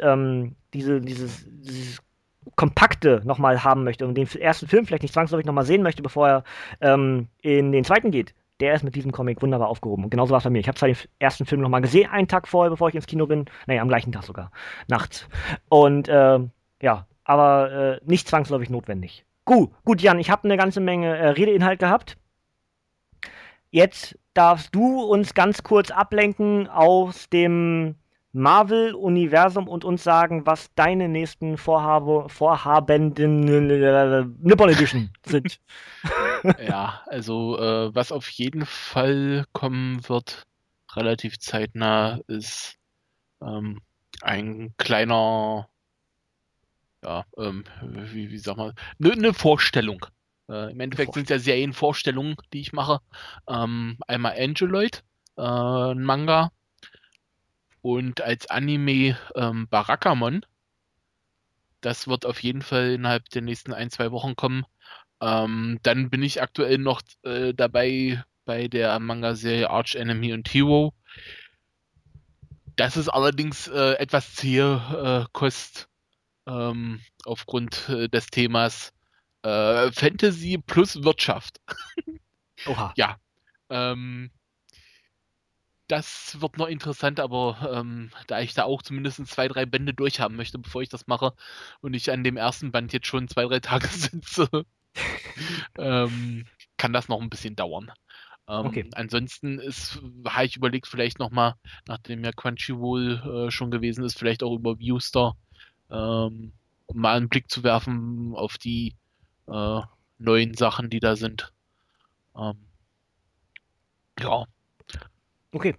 dieses Kompakte nochmal haben möchte und den ersten Film vielleicht nicht zwangsläufig nochmal sehen möchte, bevor er in den zweiten geht, der ist mit diesem Comic wunderbar aufgehoben. Und genauso war es bei mir. Ich habe zwar den ersten Film nochmal gesehen, einen Tag vorher, bevor ich ins Kino bin. Nee, am gleichen Tag sogar. Nachts. Und ja, aber nicht zwangsläufig notwendig. Gut, Jan, ich habe eine ganze Menge Redeinhalt gehabt. Jetzt darfst du uns ganz kurz ablenken aus dem Marvel-Universum und uns sagen, was deine nächsten Vorhabenden Nippon Edition sind. Ja, also was auf jeden Fall kommen wird, relativ zeitnah, ist ähm, ein kleiner, ja, wie sag mal, eine Vorstellung. Im Endeffekt sind es ja Serienvorstellungen, die ich mache. Einmal Angeloid, ein Manga, und als Anime Barakamon. Das wird auf jeden Fall innerhalb der nächsten 1, 2 Wochen kommen. Dann bin ich aktuell noch dabei bei der Manga-Serie Arch Enemy und Hero. Das ist allerdings etwas zähe Kost aufgrund des Themas Fantasy plus Wirtschaft. Oha. Ja, ähm, das wird noch interessant, aber da ich da auch zumindest 2, 3 Bände durchhaben möchte, bevor ich das mache und ich an dem ersten Band jetzt schon 2, 3 Tage sitze, kann das noch ein bisschen dauern. Okay. Ansonsten habe ich überlegt, vielleicht nochmal, nachdem ja Crunchyroll schon gewesen ist, vielleicht auch über Viewstar mal einen Blick zu werfen auf die äh, neuen Sachen, die da sind. Ähm, ja, Okay.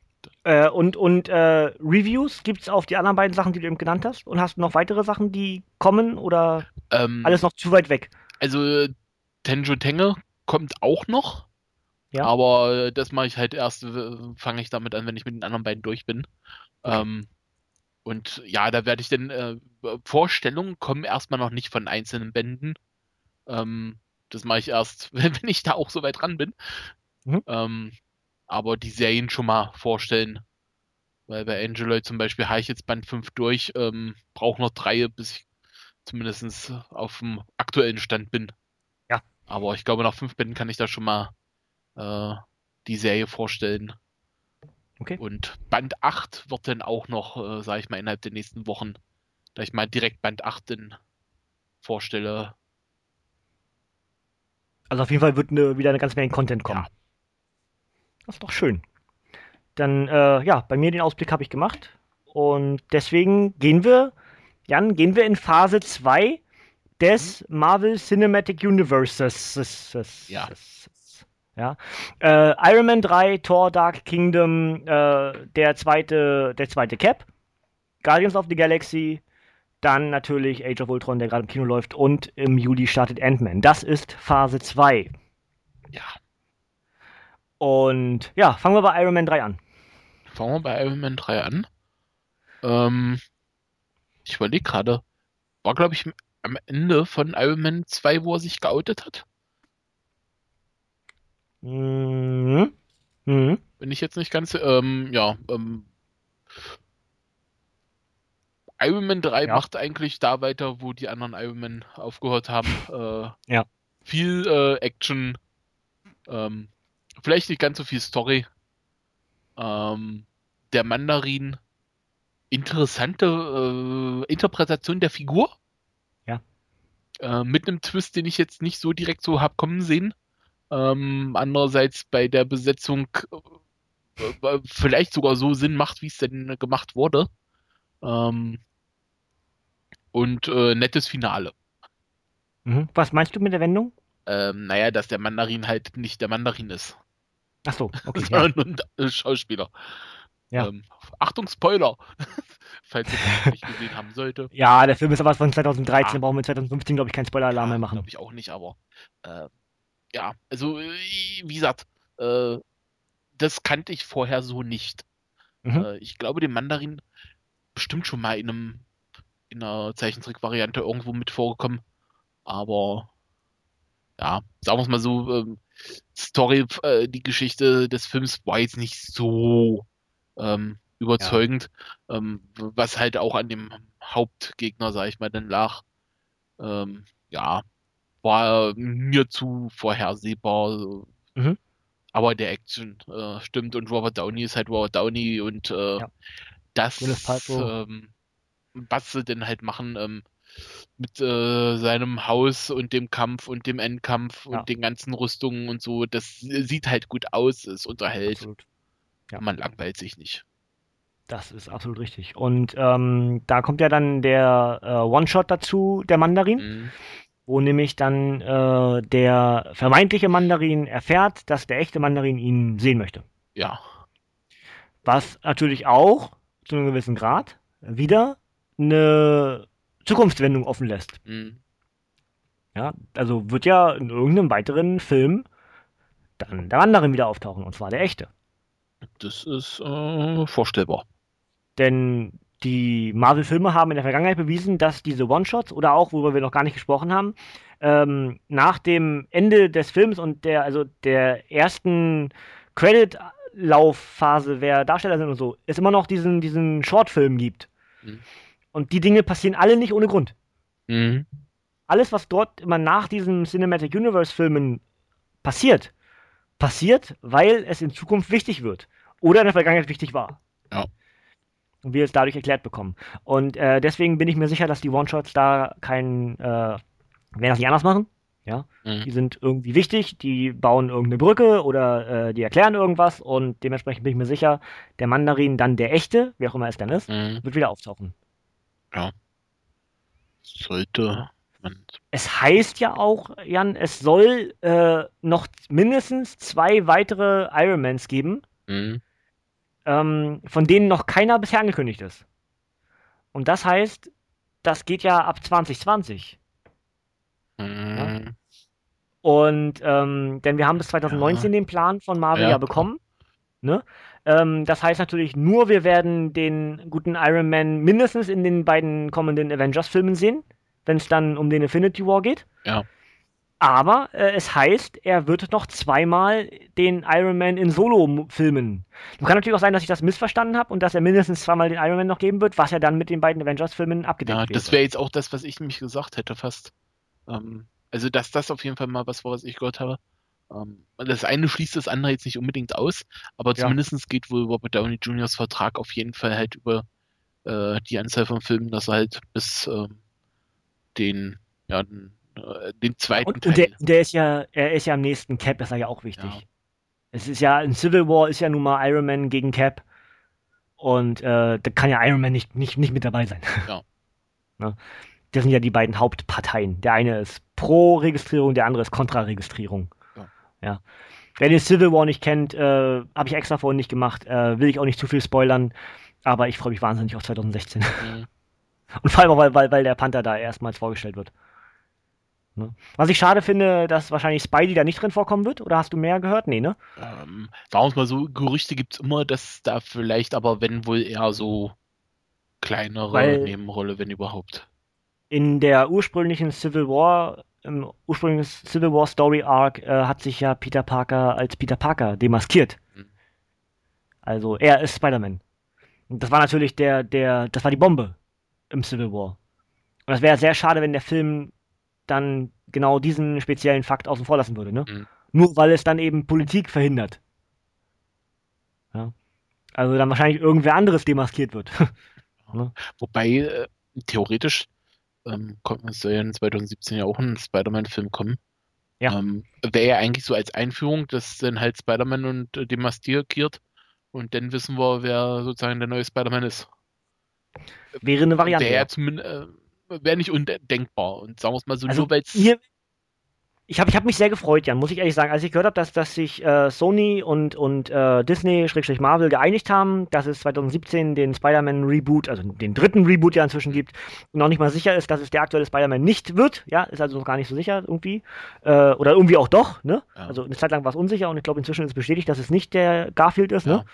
Reviews gibt's auf die anderen beiden Sachen, die du eben genannt hast? Und hast du noch weitere Sachen, die kommen oder alles ähm, noch zu weit weg? also Tenjo Tenge kommt auch noch, Ja? aber das mache ich halt erst, fange ich damit an, wenn ich mit den anderen beiden durch bin. Okay. Ähm, und ja, da werde ich dann Vorstellungen kommen erstmal noch nicht von einzelnen Bänden. Das mache ich erst, wenn ich da auch so weit dran bin. Mhm. Ähm, aber die Serien schon mal vorstellen. Weil bei Angeloid zum Beispiel habe ich jetzt Band 5 durch, brauche noch 3, bis ich zumindest auf dem aktuellen Stand bin. Ja. Aber ich glaube, nach 5 Bänden kann ich da schon mal äh, die Serie vorstellen. Okay. Und Band 8 wird dann auch noch, sage ich mal, innerhalb der nächsten Wochen, da ich mal direkt Band 8 dann vorstelle. Also auf jeden Fall wird wieder eine ganze Menge Content Ja. kommen. Das ist doch schön. Dann, ja, bei mir den Ausblick habe ich gemacht. Und deswegen Jan, gehen wir in Phase 2 Mhm. des Marvel Cinematic Universes. Ja. Ja. Iron Man 3, Thor Dark Kingdom, der zweite Cap, Guardians of the Galaxy, dann natürlich Age of Ultron, der gerade im Kino läuft, und im Juli startet Ant-Man. Das ist Phase 2. Ja. Und ja, fangen wir bei Iron Man 3 an. Fangen wir bei Iron Man 3 an. Ähm, Ich überlege gerade, war glaube ich am Ende von Iron Man 2, wo er sich geoutet hat? Mhm. Mhm. Bin ich jetzt nicht ganz, ja, Iron Man 3 Ja. macht eigentlich da weiter, wo die anderen Iron Man aufgehört haben. Ja. Viel Action, ähm, vielleicht nicht ganz so viel Story. Ähm, der Mandarin, interessante Interpretation der Figur. Ja. Mit einem Twist, den ich jetzt nicht so direkt so hab kommen sehen. Andererseits bei der Besetzung vielleicht sogar so Sinn macht, wie es denn gemacht wurde. Ähm, und nettes Finale. Mhm. Was meinst du mit der Wendung? Naja, dass der Mandarin halt nicht der Mandarin ist, Ach so, okay, ja. sondern ein Schauspieler. Ja. Achtung, Spoiler, falls ihr den noch nicht gesehen haben sollte. Ja, der Film ist aber von 2013, da Ja, brauchen wir 2015, glaube ich, keinen Spoiler-Alarm mehr ja, machen. glaube ich auch nicht, aber äh, ja, also wie gesagt, äh, das kannte ich vorher so nicht. Mhm. Ich glaube, den Mandarin bestimmt schon mal in einer Zeichentrick-Variante irgendwo mit vorgekommen, aber ja, sagen wir es mal so, Story, die Geschichte des Films war jetzt nicht so Ja. überzeugend, was halt auch an dem Hauptgegner, sag ich mal, dann lag. Ja, war mir zu vorhersehbar, Mhm. aber der Action stimmt und Robert Downey ist halt Robert Downey und Ja. Gwyneth das, Paltrow. was sie denn halt machen, mit seinem Haus und dem Kampf und dem Endkampf Ja, und den ganzen Rüstungen und so, das sieht halt gut aus, es unterhält absolut. Ja, und man langweilt sich nicht. das ist absolut richtig. Und da kommt ja dann der One-Shot dazu, der Mandarin, Mhm. wo nämlich dann der vermeintliche Mandarin erfährt, dass der echte Mandarin ihn sehen möchte. Ja. Was natürlich auch zu einem gewissen Grad wieder eine Zukunftswendung offen lässt. Mhm. Ja, also wird ja in irgendeinem weiteren Film dann der Mandarin wieder auftauchen, und zwar der echte. Das ist vorstellbar. Denn die Marvel-Filme haben in der Vergangenheit bewiesen, dass diese One-Shots oder auch, worüber wir noch gar nicht gesprochen haben, nach dem Ende des Films und also der ersten Credit-Laufphase, wer Darsteller sind und so, es immer noch diesen Shortfilm gibt. Mhm. Und die Dinge passieren alle nicht ohne Grund. Mhm. Alles, was dort immer nach diesen Cinematic Universe-Filmen passiert, passiert, weil es in Zukunft wichtig wird. Oder in der Vergangenheit wichtig war. Ja. Und wir es dadurch erklärt bekommen. Und deswegen bin ich mir sicher, dass die One-Shots da werden das nicht anders machen. Ja, Mhm. die sind irgendwie wichtig, die bauen irgendeine Brücke oder die erklären irgendwas und dementsprechend bin ich mir sicher, der Mandarin, dann der echte, wer auch immer es dann ist, Mhm. wird wieder auftauchen. Ja. Sollte man. Es heißt ja auch, Jan, es soll noch mindestens 2 weitere Ironmans geben, Mhm. von denen noch keiner bisher angekündigt ist. Und das heißt, das geht ja ab 2020. Ja? Mhm. Und denn wir haben bis Ja. 2019 den Plan von Marvel Ja, ja klar. bekommen. Ne? Das heißt natürlich nur, wir werden den guten Iron Man mindestens in den beiden kommenden Avengers-Filmen sehen, wenn es dann um den Infinity War geht. Ja. Aber es heißt, er wird noch zweimal den Iron Man in Solo-Filmen. Nun kann natürlich auch sein, dass ich das missverstanden habe und dass er mindestens zweimal den Iron Man noch geben wird, was ja dann mit den beiden Avengers-Filmen Ja, abgedeckt das wäre. wäre jetzt auch das, was ich nämlich gesagt hätte, fast. Also, dass das auf jeden Fall mal was war, was ich gehört habe. Das eine schließt das andere jetzt nicht unbedingt aus, aber Ja. zumindest geht wohl Robert Downey Jr.'s Vertrag auf jeden Fall halt über die Anzahl von Filmen, dass er halt bis den, ja, den Ja, zweiten und Teil. er ist ja am nächsten Cap, ist er ja auch Ja, wichtig. Es ist ja, in Civil War ist ja nun mal Iron Man gegen Cap und da kann ja Iron Man nicht mit dabei sein. ja, Ne? Das sind ja die beiden Hauptparteien. Der eine ist Pro-Registrierung, der andere ist Kontra-Registrierung. ja. Ja. Wer den Civil War nicht kennt, habe ich extra vorhin nicht gemacht, will ich auch nicht zu viel spoilern, aber ich freue mich wahnsinnig auf 2016. Mhm. Und vor allem auch, weil der Panther da erstmals vorgestellt wird. Ne? Was ich schade finde, dass wahrscheinlich Spidey da nicht drin vorkommen wird, oder hast du mehr gehört? Nee, ne? Sagen wir es mal so, Gerüchte gibt es immer, dass da vielleicht aber, wenn wohl eher so kleinere Weil Nebenrolle, wenn überhaupt. in der ursprünglichen Civil War, im ursprünglichen Civil War Story Arc, hat sich ja Peter Parker als Peter Parker demaskiert. Mhm. Also er ist Spider-Man. Und das war natürlich das war die Bombe im Civil War. Und das wäre sehr schade, wenn der Film dann genau diesen speziellen Fakt außen vor lassen würde, ne? Mhm. Nur weil es dann eben Politik verhindert. Ja? Also dann wahrscheinlich irgendwer anderes demaskiert wird. Ne? Wobei, theoretisch. Es soll ja in 2017 ja auch ein Spider-Man-Film kommen. Ja. Wäre ja eigentlich so als Einführung, dass dann halt Spider-Man und demaskiert und dann wissen wir, wer sozusagen der neue Spider-Man ist. Wäre eine Variante, Wäre ja ja. zumindest, wäre nicht undenkbar. Und sagen wir es mal so, Also nur weil es, mir, ich hab mich sehr gefreut, Jan, muss ich ehrlich sagen, als ich gehört habe, dass sich Sony und Disney, Schrägstrich Marvel, geeinigt haben, dass es 2017 den Spider-Man-Reboot, also den dritten Reboot ja inzwischen gibt, und noch nicht mal sicher ist, dass es der aktuelle Spider-Man nicht wird, ja, ist also noch gar nicht so sicher irgendwie, oder irgendwie auch doch, ne? ja, Also eine Zeit lang war es unsicher und ich glaube inzwischen ist bestätigt, dass es nicht der Garfield ist, ne? ja,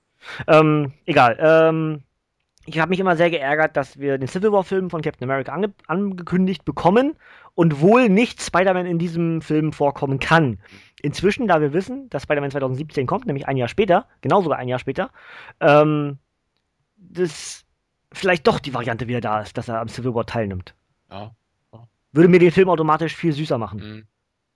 Egal. Ich habe mich immer sehr geärgert, dass wir den Civil War-Film von Captain America angekündigt bekommen und wohl nicht Spider-Man in diesem Film vorkommen kann. Inzwischen, da wir wissen, dass Spider-Man 2017 kommt, nämlich ein Jahr später, genau sogar ein Jahr später, ähm, dass vielleicht doch die Variante wieder da ist, dass er am Civil War teilnimmt. ja, ja. Würde mir den Film automatisch viel süßer machen. Hm.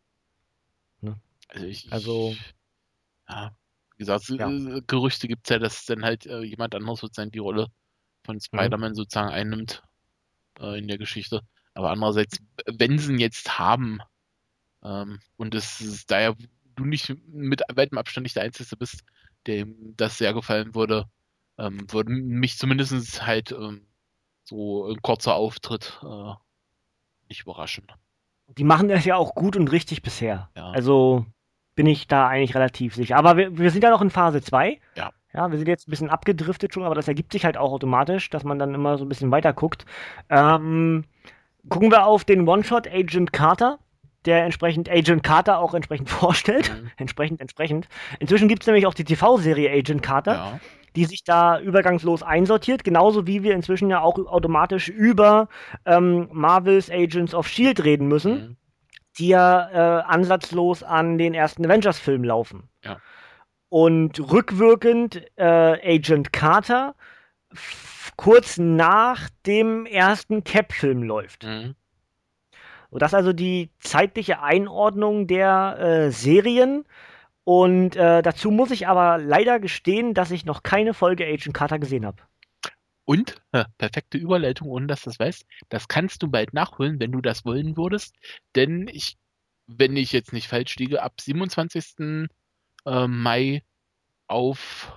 Ne? Also Also, ja, wie gesagt, ja. Gerüchte gibt es ja, dass dann halt jemand anderes sozusagen die Rolle von Mhm. Spider-Man sozusagen einnimmt in der Geschichte. Aber andererseits, wenn sie ihn jetzt haben, und es ist daher du nicht mit weitem Abstand nicht der Einzige bist, dem das sehr gefallen würde, würde mich zumindest halt so ein kurzer Auftritt nicht überraschen. Die machen das ja auch gut und richtig bisher. Ja, Also bin ich da eigentlich relativ sicher. Aber wir sind ja noch in Phase 2. ja. Ja, wir sind jetzt ein bisschen abgedriftet schon, aber das ergibt sich halt auch automatisch, dass man dann immer so ein bisschen weiter guckt. Gucken wir auf den One-Shot Agent Carter, der entsprechend Agent Carter auch entsprechend vorstellt. Mhm. Entsprechend. Inzwischen gibt es nämlich auch die TV-Serie Agent Carter, Ja. die sich da übergangslos einsortiert, genauso wie wir inzwischen ja auch automatisch über Marvels Agents of Shield reden müssen, Mhm. die ja ansatzlos an den ersten Avengers-Film laufen. Ja. Und rückwirkend Agent Carter kurz nach dem ersten Cap-Film läuft. Mhm. Sodass also die zeitliche Einordnung der Serien und dazu muss ich aber leider gestehen, dass ich noch keine Folge Agent Carter gesehen habe. Und, perfekte Überleitung, ohne dass du das weißt, das kannst du bald nachholen, wenn du das wollen würdest. Denn wenn ich jetzt nicht falsch liege, ab 27. Mai auf,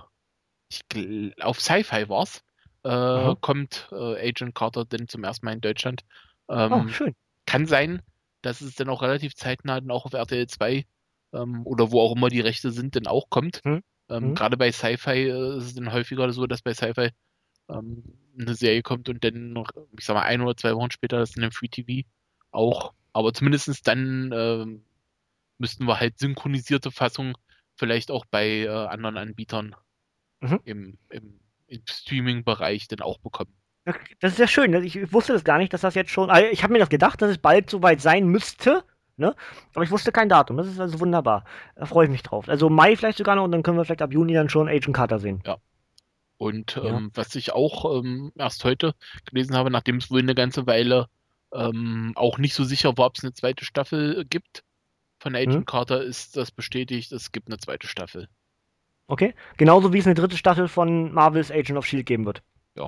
auf Sci-Fi war's, Aha. kommt Agent Carter denn zum ersten Mal in Deutschland. Oh, Ähm, schön. kann sein, dass es dann auch relativ zeitnah dann auch auf RTL 2 oder wo auch immer die Rechte sind, dann auch kommt. Hm? Hm? Gerade bei Sci-Fi ist es dann häufiger so, dass bei Sci-Fi eine Serie kommt und dann noch, ich sag mal, 1 oder 2 Wochen später das in dem Free TV auch. Aber zumindestens dann müssten wir halt synchronisierte Fassung vielleicht auch bei anderen Anbietern Mhm. im Streaming-Bereich dann auch bekommen. Das ist ja schön. Ich wusste das gar nicht, dass das jetzt schon. Also ich habe mir das gedacht, dass es bald soweit sein müsste. Ne? Aber ich wusste kein Datum. Das ist also wunderbar. Da freue ich mich drauf. Also Mai vielleicht sogar noch und dann können wir vielleicht ab Juni dann schon Agent Carter sehen. Ja. Und Ja. was ich auch erst heute gelesen habe, nachdem es wohl eine ganze Weile auch nicht so sicher war, ob es eine zweite Staffel gibt von Hm? Agent Carter, ist das bestätigt, es gibt eine zweite Staffel. Okay. Genauso wie es eine dritte Staffel von Marvel's Agent of Shield geben wird. Ja.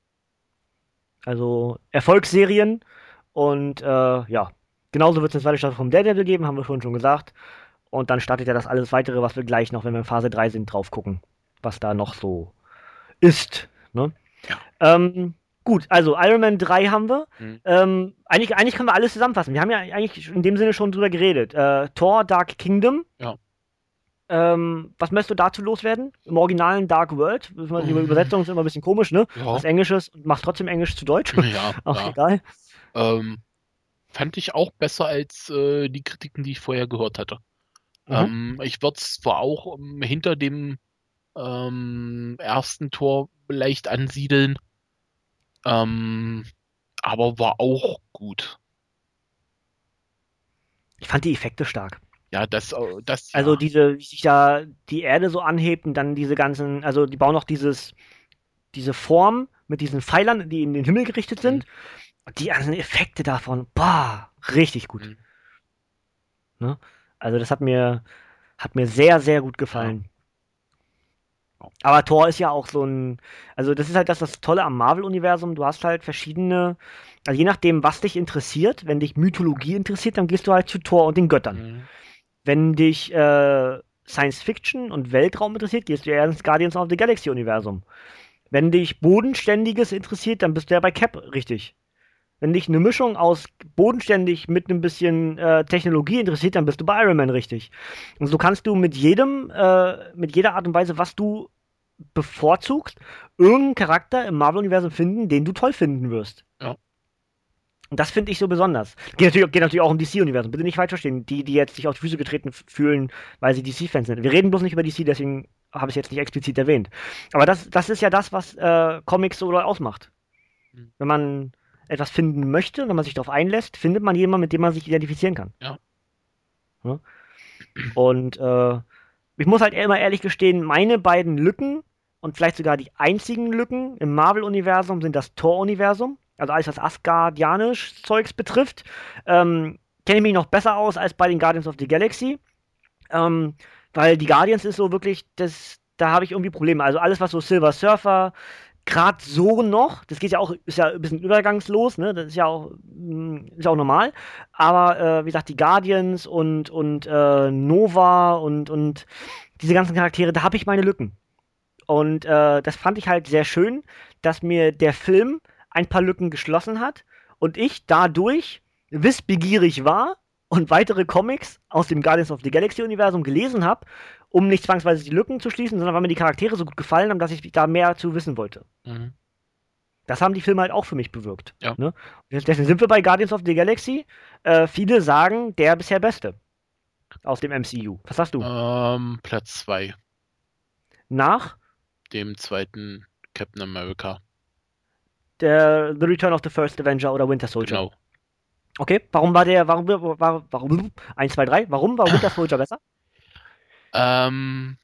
Also Erfolgsserien und ja. Genauso wird es eine zweite Staffel vom Daredevil geben, haben wir vorhin schon gesagt. Und dann startet ja das alles weitere, was wir gleich noch, wenn wir in Phase 3 sind, drauf gucken. Was da noch so ist. Ne? Ja. Gut, also Iron Man 3 haben wir. Hm. Eigentlich können wir alles zusammenfassen. Wir haben ja eigentlich in dem Sinne schon drüber geredet. Thor, Dark Kingdom. Ja. Was möchtest du dazu loswerden? Im originalen Dark World. Die Übersetzung ist immer ein bisschen komisch, ne? Ja, Was Englisches und machst trotzdem Englisch zu Deutsch. ja, Auch ja. egal. Ähm, fand ich auch besser als die Kritiken, die ich vorher gehört hatte. Mhm. Ich würde es zwar auch hinter dem ersten Tor leicht ansiedeln, ähm, aber war auch gut. Ich fand die Effekte stark. Ja, das Also ja. diese, wie sich da die Erde so anhebt und dann diese ganzen, also die bauen noch diese Form mit diesen Pfeilern, die in den Himmel gerichtet Hm, sind. Und die ganzen Effekte davon, boah, richtig gut. hm, Ne? Also das hat mir sehr, sehr gut ja. gefallen. Aber Thor ist ja auch so ein, also das ist halt das Tolle am Marvel-Universum. Du hast halt verschiedene, also je nachdem, was dich interessiert, wenn dich Mythologie interessiert, dann gehst du halt zu Thor und den Göttern. Mhm. Wenn dich Science Fiction und Weltraum interessiert, gehst du eher ins Guardians of the Galaxy-Universum. Wenn dich Bodenständiges interessiert, dann bist du ja bei Cap richtig. Wenn dich eine Mischung aus bodenständig mit ein bisschen Technologie interessiert, dann bist du bei Iron Man richtig. Und so kannst du mit jeder Art und Weise, was du bevorzugst, irgendeinen Charakter im Marvel-Universum finden, den du toll finden wirst. Ja. Und das finde ich so besonders. Geht natürlich auch um DC-Universum. Bitte nicht falsch verstehen. Die jetzt sich auf die Füße getreten fühlen, weil sie DC-Fans sind. Wir reden bloß nicht über DC, deswegen habe ich es jetzt nicht explizit erwähnt. Aber das ist ja das, was Comics so ausmacht. Mhm. Wenn man etwas finden möchte und wenn man sich darauf einlässt, findet man jemanden, mit dem man sich identifizieren kann. Ja. Ja? Und ich muss halt immer ehrlich gestehen, meine beiden Lücken und vielleicht sogar die einzigen Lücken im Marvel-Universum sind das Thor-Universum. Also alles, was Asgardianisch Zeugs betrifft. Kenne ich mich noch besser aus als bei den Guardians of the Galaxy. Weil die Guardians ist so wirklich, da habe ich irgendwie Probleme. Also alles, was so Silver Surfer, gerade so noch, das geht ja auch, ist ja ein bisschen übergangslos, ne? Das ist ja auch normal. Aber wie gesagt, die Guardians und Nova und diese ganzen Charaktere, da habe ich meine Lücken. Und das fand ich halt sehr schön, dass mir der Film ein paar Lücken geschlossen hat und ich dadurch wissbegierig war und weitere Comics aus dem Guardians of the Galaxy Universum gelesen habe, um nicht zwangsweise die Lücken zu schließen, sondern weil mir die Charaktere so gut gefallen haben, dass ich da mehr zu wissen wollte. Mhm. Das haben die Filme halt auch für mich bewirkt. Ja. Ne? Deswegen sind wir bei Guardians of the Galaxy. Viele sagen, der bisher Beste aus dem MCU. Was sagst du? Platz 2, Nach dem zweiten Captain America. der The Return of the First Avenger oder Winter Soldier. Genau. Okay, warum, 1, 2, 3, warum war Winter Soldier besser? Ähm,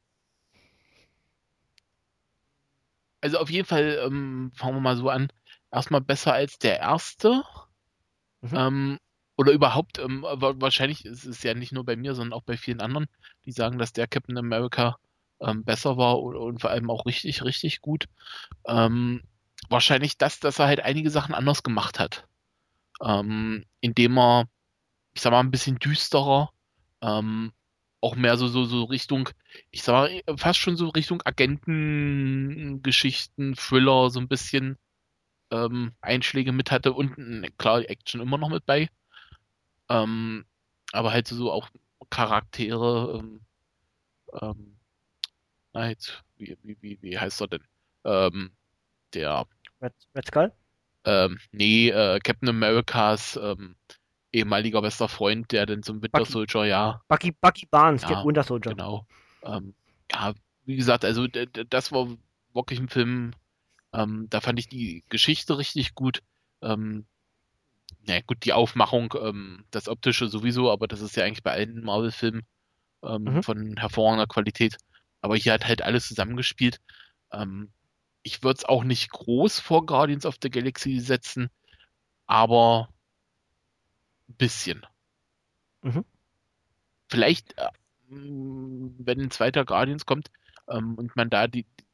also auf jeden Fall, fangen wir mal so an. Erstmal besser als der erste. Mhm. Ähm, oder überhaupt, wahrscheinlich ist es ja nicht nur bei mir, sondern auch bei vielen anderen, die sagen, dass der Captain America besser war und vor allem auch richtig, richtig gut. Wahrscheinlich das, dass er halt einige Sachen anders gemacht hat. Indem er, ich sag mal, ein bisschen düsterer, ähm, auch mehr so Richtung, ich sag mal, fast schon so Richtung Agentengeschichten, Thriller, so ein bisschen Einschläge mit hatte und klar, Action immer noch mit bei. Ähm, aber halt so auch Charaktere, ähm, na jetzt, wie heißt er denn? Ähm, der, Red Skull? nee, Captain Americas ehemaliger bester Freund, der dann zum Winter Bucky. Soldier, ja, Bucky Barnes, ja, Winter Soldier. genau. Ja, wie gesagt, also das war wirklich ein Film, da fand ich die Geschichte richtig gut. Ähm, ja, gut, die Aufmachung, das Optische sowieso, aber das ist ja eigentlich bei allen Marvel-Filmen Mhm. von hervorragender Qualität. Aber hier hat halt alles zusammengespielt. Ähm, ich würde es auch nicht groß vor Guardians of the Galaxy setzen, aber ein bisschen. Mhm. Vielleicht, wenn ein zweiter Guardians kommt, und man da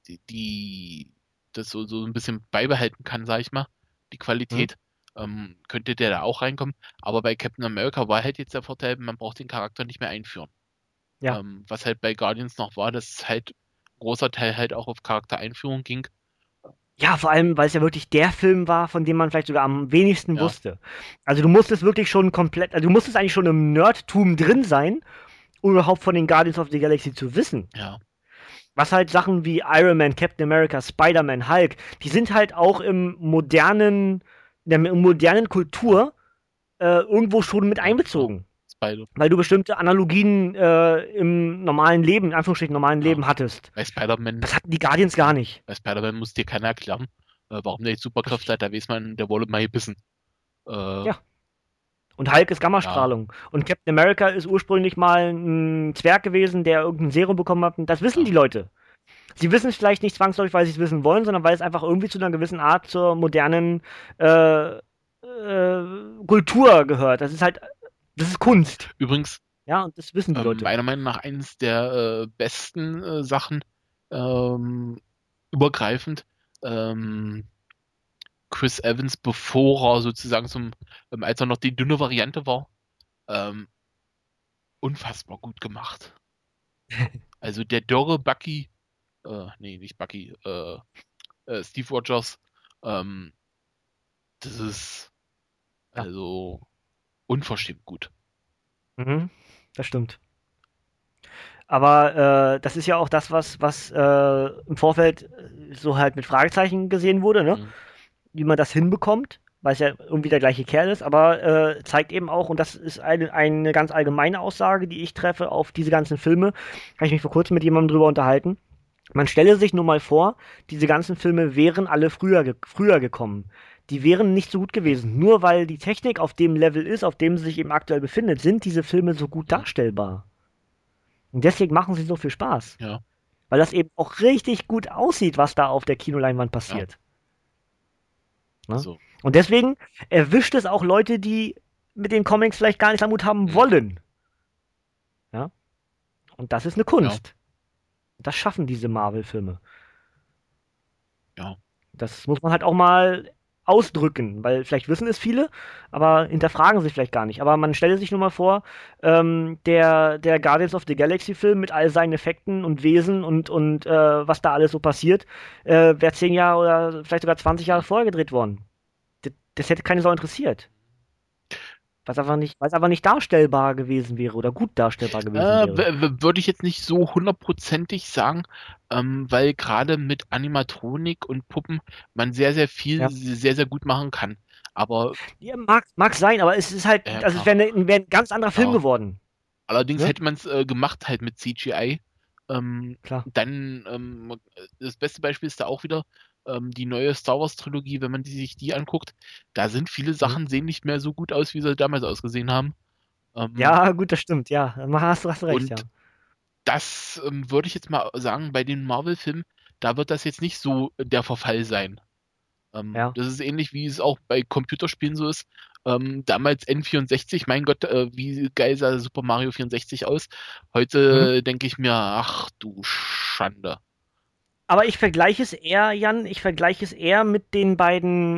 das so ein bisschen beibehalten kann, sag ich mal, die Mhm. Qualität, könnte der da auch reinkommen. Aber bei Captain America war halt jetzt der Vorteil, man braucht den Charakter nicht mehr einführen. Ja. Was halt bei Guardians noch war, dass halt ein großer Teil halt auch auf Charaktereinführung ging. Ja, vor allem, weil es ja wirklich der Film war, von dem man vielleicht sogar am wenigsten Ja, wusste. Also du musstest wirklich schon komplett, also du musstest eigentlich schon im Nerdtum drin sein, um überhaupt von den Guardians of the Galaxy zu wissen. ja, Was halt Sachen wie Iron Man, Captain America, Spider-Man, Hulk, die sind halt auch in der modernen Kultur irgendwo schon mit ja, klar. einbezogen. Spider, Weil du bestimmte Analogien im normalen Leben, in Anführungsstrichen normalen ja. Leben hattest. Bei Spider-Man, Das hatten die Guardians gar ja, nicht. bei Spider-Man muss dir keiner erklären, warum der jetzt Superkräfte Richtig. hat. Da weiß man, der wurde mal gebissen. Äh, Ja. Und Hulk ist ja, Gammastrahlung. Und Captain America ist ursprünglich mal ein Zwerg gewesen, der irgendein Serum bekommen hat. Und das wissen ja. die Leute. Sie wissen es vielleicht nicht zwangsläufig, weil sie es wissen wollen, sondern weil es einfach irgendwie zu einer gewissen Art zur modernen Kultur gehört. Das ist Kunst. Übrigens, Ja, und das wissen die Leute. meiner Meinung nach eines der besten Sachen, übergreifend. Chris Evans, bevor er sozusagen als er noch die dünne Variante war, ähm, unfassbar gut gemacht. Also der dürre Bucky, nee, nicht Bucky, Steve Rogers, ähm, das ist Ja. also unverschämt gut. Mhm. Das stimmt. Aber das ist ja auch das, was im Vorfeld so halt mit Fragezeichen gesehen wurde, ne? Mhm. Wie man das hinbekommt, weil es ja irgendwie der gleiche Kerl ist, aber zeigt eben auch, und das ist eine ganz allgemeine Aussage, die ich treffe auf diese ganzen Filme, habe ich mich vor kurzem mit jemandem drüber unterhalten. Man stelle sich nur mal vor, diese ganzen Filme wären alle früher gekommen. Die wären nicht so gut gewesen. Nur weil die Technik auf dem Level ist, auf dem sie sich eben aktuell befindet, sind diese Filme so gut Mhm. darstellbar. Und deswegen machen sie so viel Spaß. Ja, Weil das eben auch richtig gut aussieht, was da auf der Kinoleinwand ja, passiert. Ne? also. Und deswegen erwischt es auch Leute, die mit den Comics vielleicht gar nichts am Hut haben Mhm. wollen. Ja? Und das ist eine Ja, Kunst. Das schaffen diese Marvel-Filme. ja. Das muss man halt auch mal ausdrücken, weil vielleicht wissen es viele, aber hinterfragen sich vielleicht gar nicht. Aber man stelle sich nur mal vor, der Guardians of the Galaxy-Film mit all seinen Effekten und Wesen und was da alles so passiert, wäre 10 Jahre oder vielleicht sogar 20 Jahre Mhm. vorher gedreht worden. Das hätte keine Sau interessiert. Weil es einfach nicht darstellbar gewesen wäre oder gut darstellbar gewesen wäre. Würde ich jetzt nicht so hundertprozentig sagen, weil gerade mit Animatronik und Puppen man sehr, sehr viel, Ja. sehr, sehr gut machen kann. Aber Ja, mag sein, aber es ist halt, also es klar, wäre ein ganz anderer Film ja. geworden. Allerdings Ne? hätte man es gemacht halt mit CGI. Klar. Dann das beste Beispiel ist da auch wieder die neue Star Wars Trilogie, wenn man sich die anguckt. Da sind viele Mhm. Sachen sehen nicht mehr so gut aus, wie sie damals ausgesehen haben. Ähm, Ja, gut, das stimmt, ja. Hast du recht, und ja. das würde ich jetzt mal sagen, bei den Marvel-Filmen, da wird das jetzt nicht so der Verfall sein. Ja. Das ist ähnlich, wie es auch bei Computerspielen so ist. Damals N64, mein Gott, wie geil sah Super Mario 64 aus. Mhm. Heute denke ich mir, ach du Schande. Aber ich vergleiche es eher, Jan, ich vergleiche es eher mit den beiden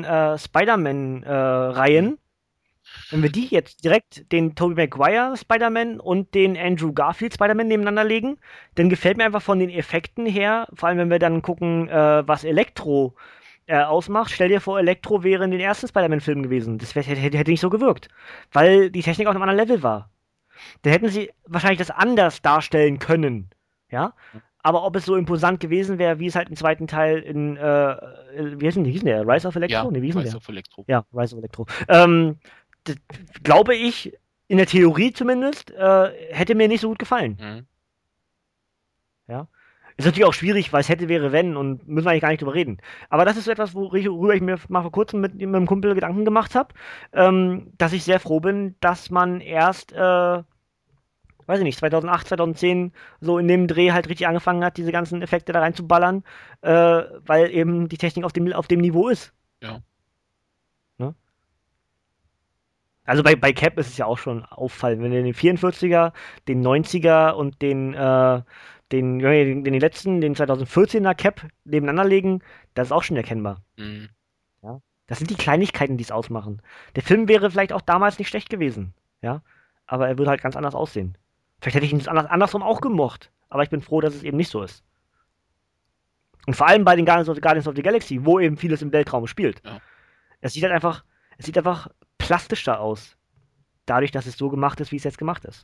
Hm. Spider-Man-Reihen. Wenn wir die jetzt direkt, den Tobey Maguire Spider-Man und den Andrew Garfield Spider-Man nebeneinander legen, dann gefällt mir einfach von den Effekten her, vor allem wenn wir dann gucken, was Elektro ausmacht. Stell dir vor, Elektro wäre in den ersten Spider-Man-Filmen gewesen. Das hätte nicht so gewirkt, weil die Technik auf einem anderen Level war. Da hätten sie wahrscheinlich das anders darstellen können. Ja? Aber ob es so imposant gewesen wäre, wie es halt im zweiten Teil wie hieß denn der? Rise of Electro? Ja, Ne, wie hieß denn Rise der? of Electro. Ja, Rise of Electro. Das, glaube ich, in der Theorie zumindest, hätte mir nicht so gut gefallen. Mhm. Ja? Ist natürlich auch schwierig, weil es hätte, wäre, wenn und müssen wir eigentlich gar nicht drüber reden. Aber das ist so etwas, worüber ich mir mal vor kurzem mit einem Kumpel Gedanken gemacht habe, dass ich sehr froh bin, dass man erst weiß ich nicht, 2008, 2010 so in dem Dreh halt richtig angefangen hat, diese ganzen Effekte da reinzuballern, weil eben die Technik auf dem Niveau ist. Ja. Ne? Also bei Cap ist es ja auch schon auffallend, wenn du den 44er, den 90er und den letzten, den 2014er Cap nebeneinander legen, das ist auch schon erkennbar. Mhm. Ja? Das sind die Kleinigkeiten, die es ausmachen. Der Film wäre vielleicht auch damals nicht schlecht gewesen, ja, aber er würde halt ganz anders aussehen. Vielleicht hätte ich ihn andersrum auch gemocht, aber ich bin froh, dass es eben nicht so ist. Und vor allem bei den Guardians of the Galaxy, wo eben vieles im Weltraum spielt. Ja. Es sieht halt einfach, es sieht einfach plastischer aus, dadurch, dass es so gemacht ist, wie es jetzt gemacht ist.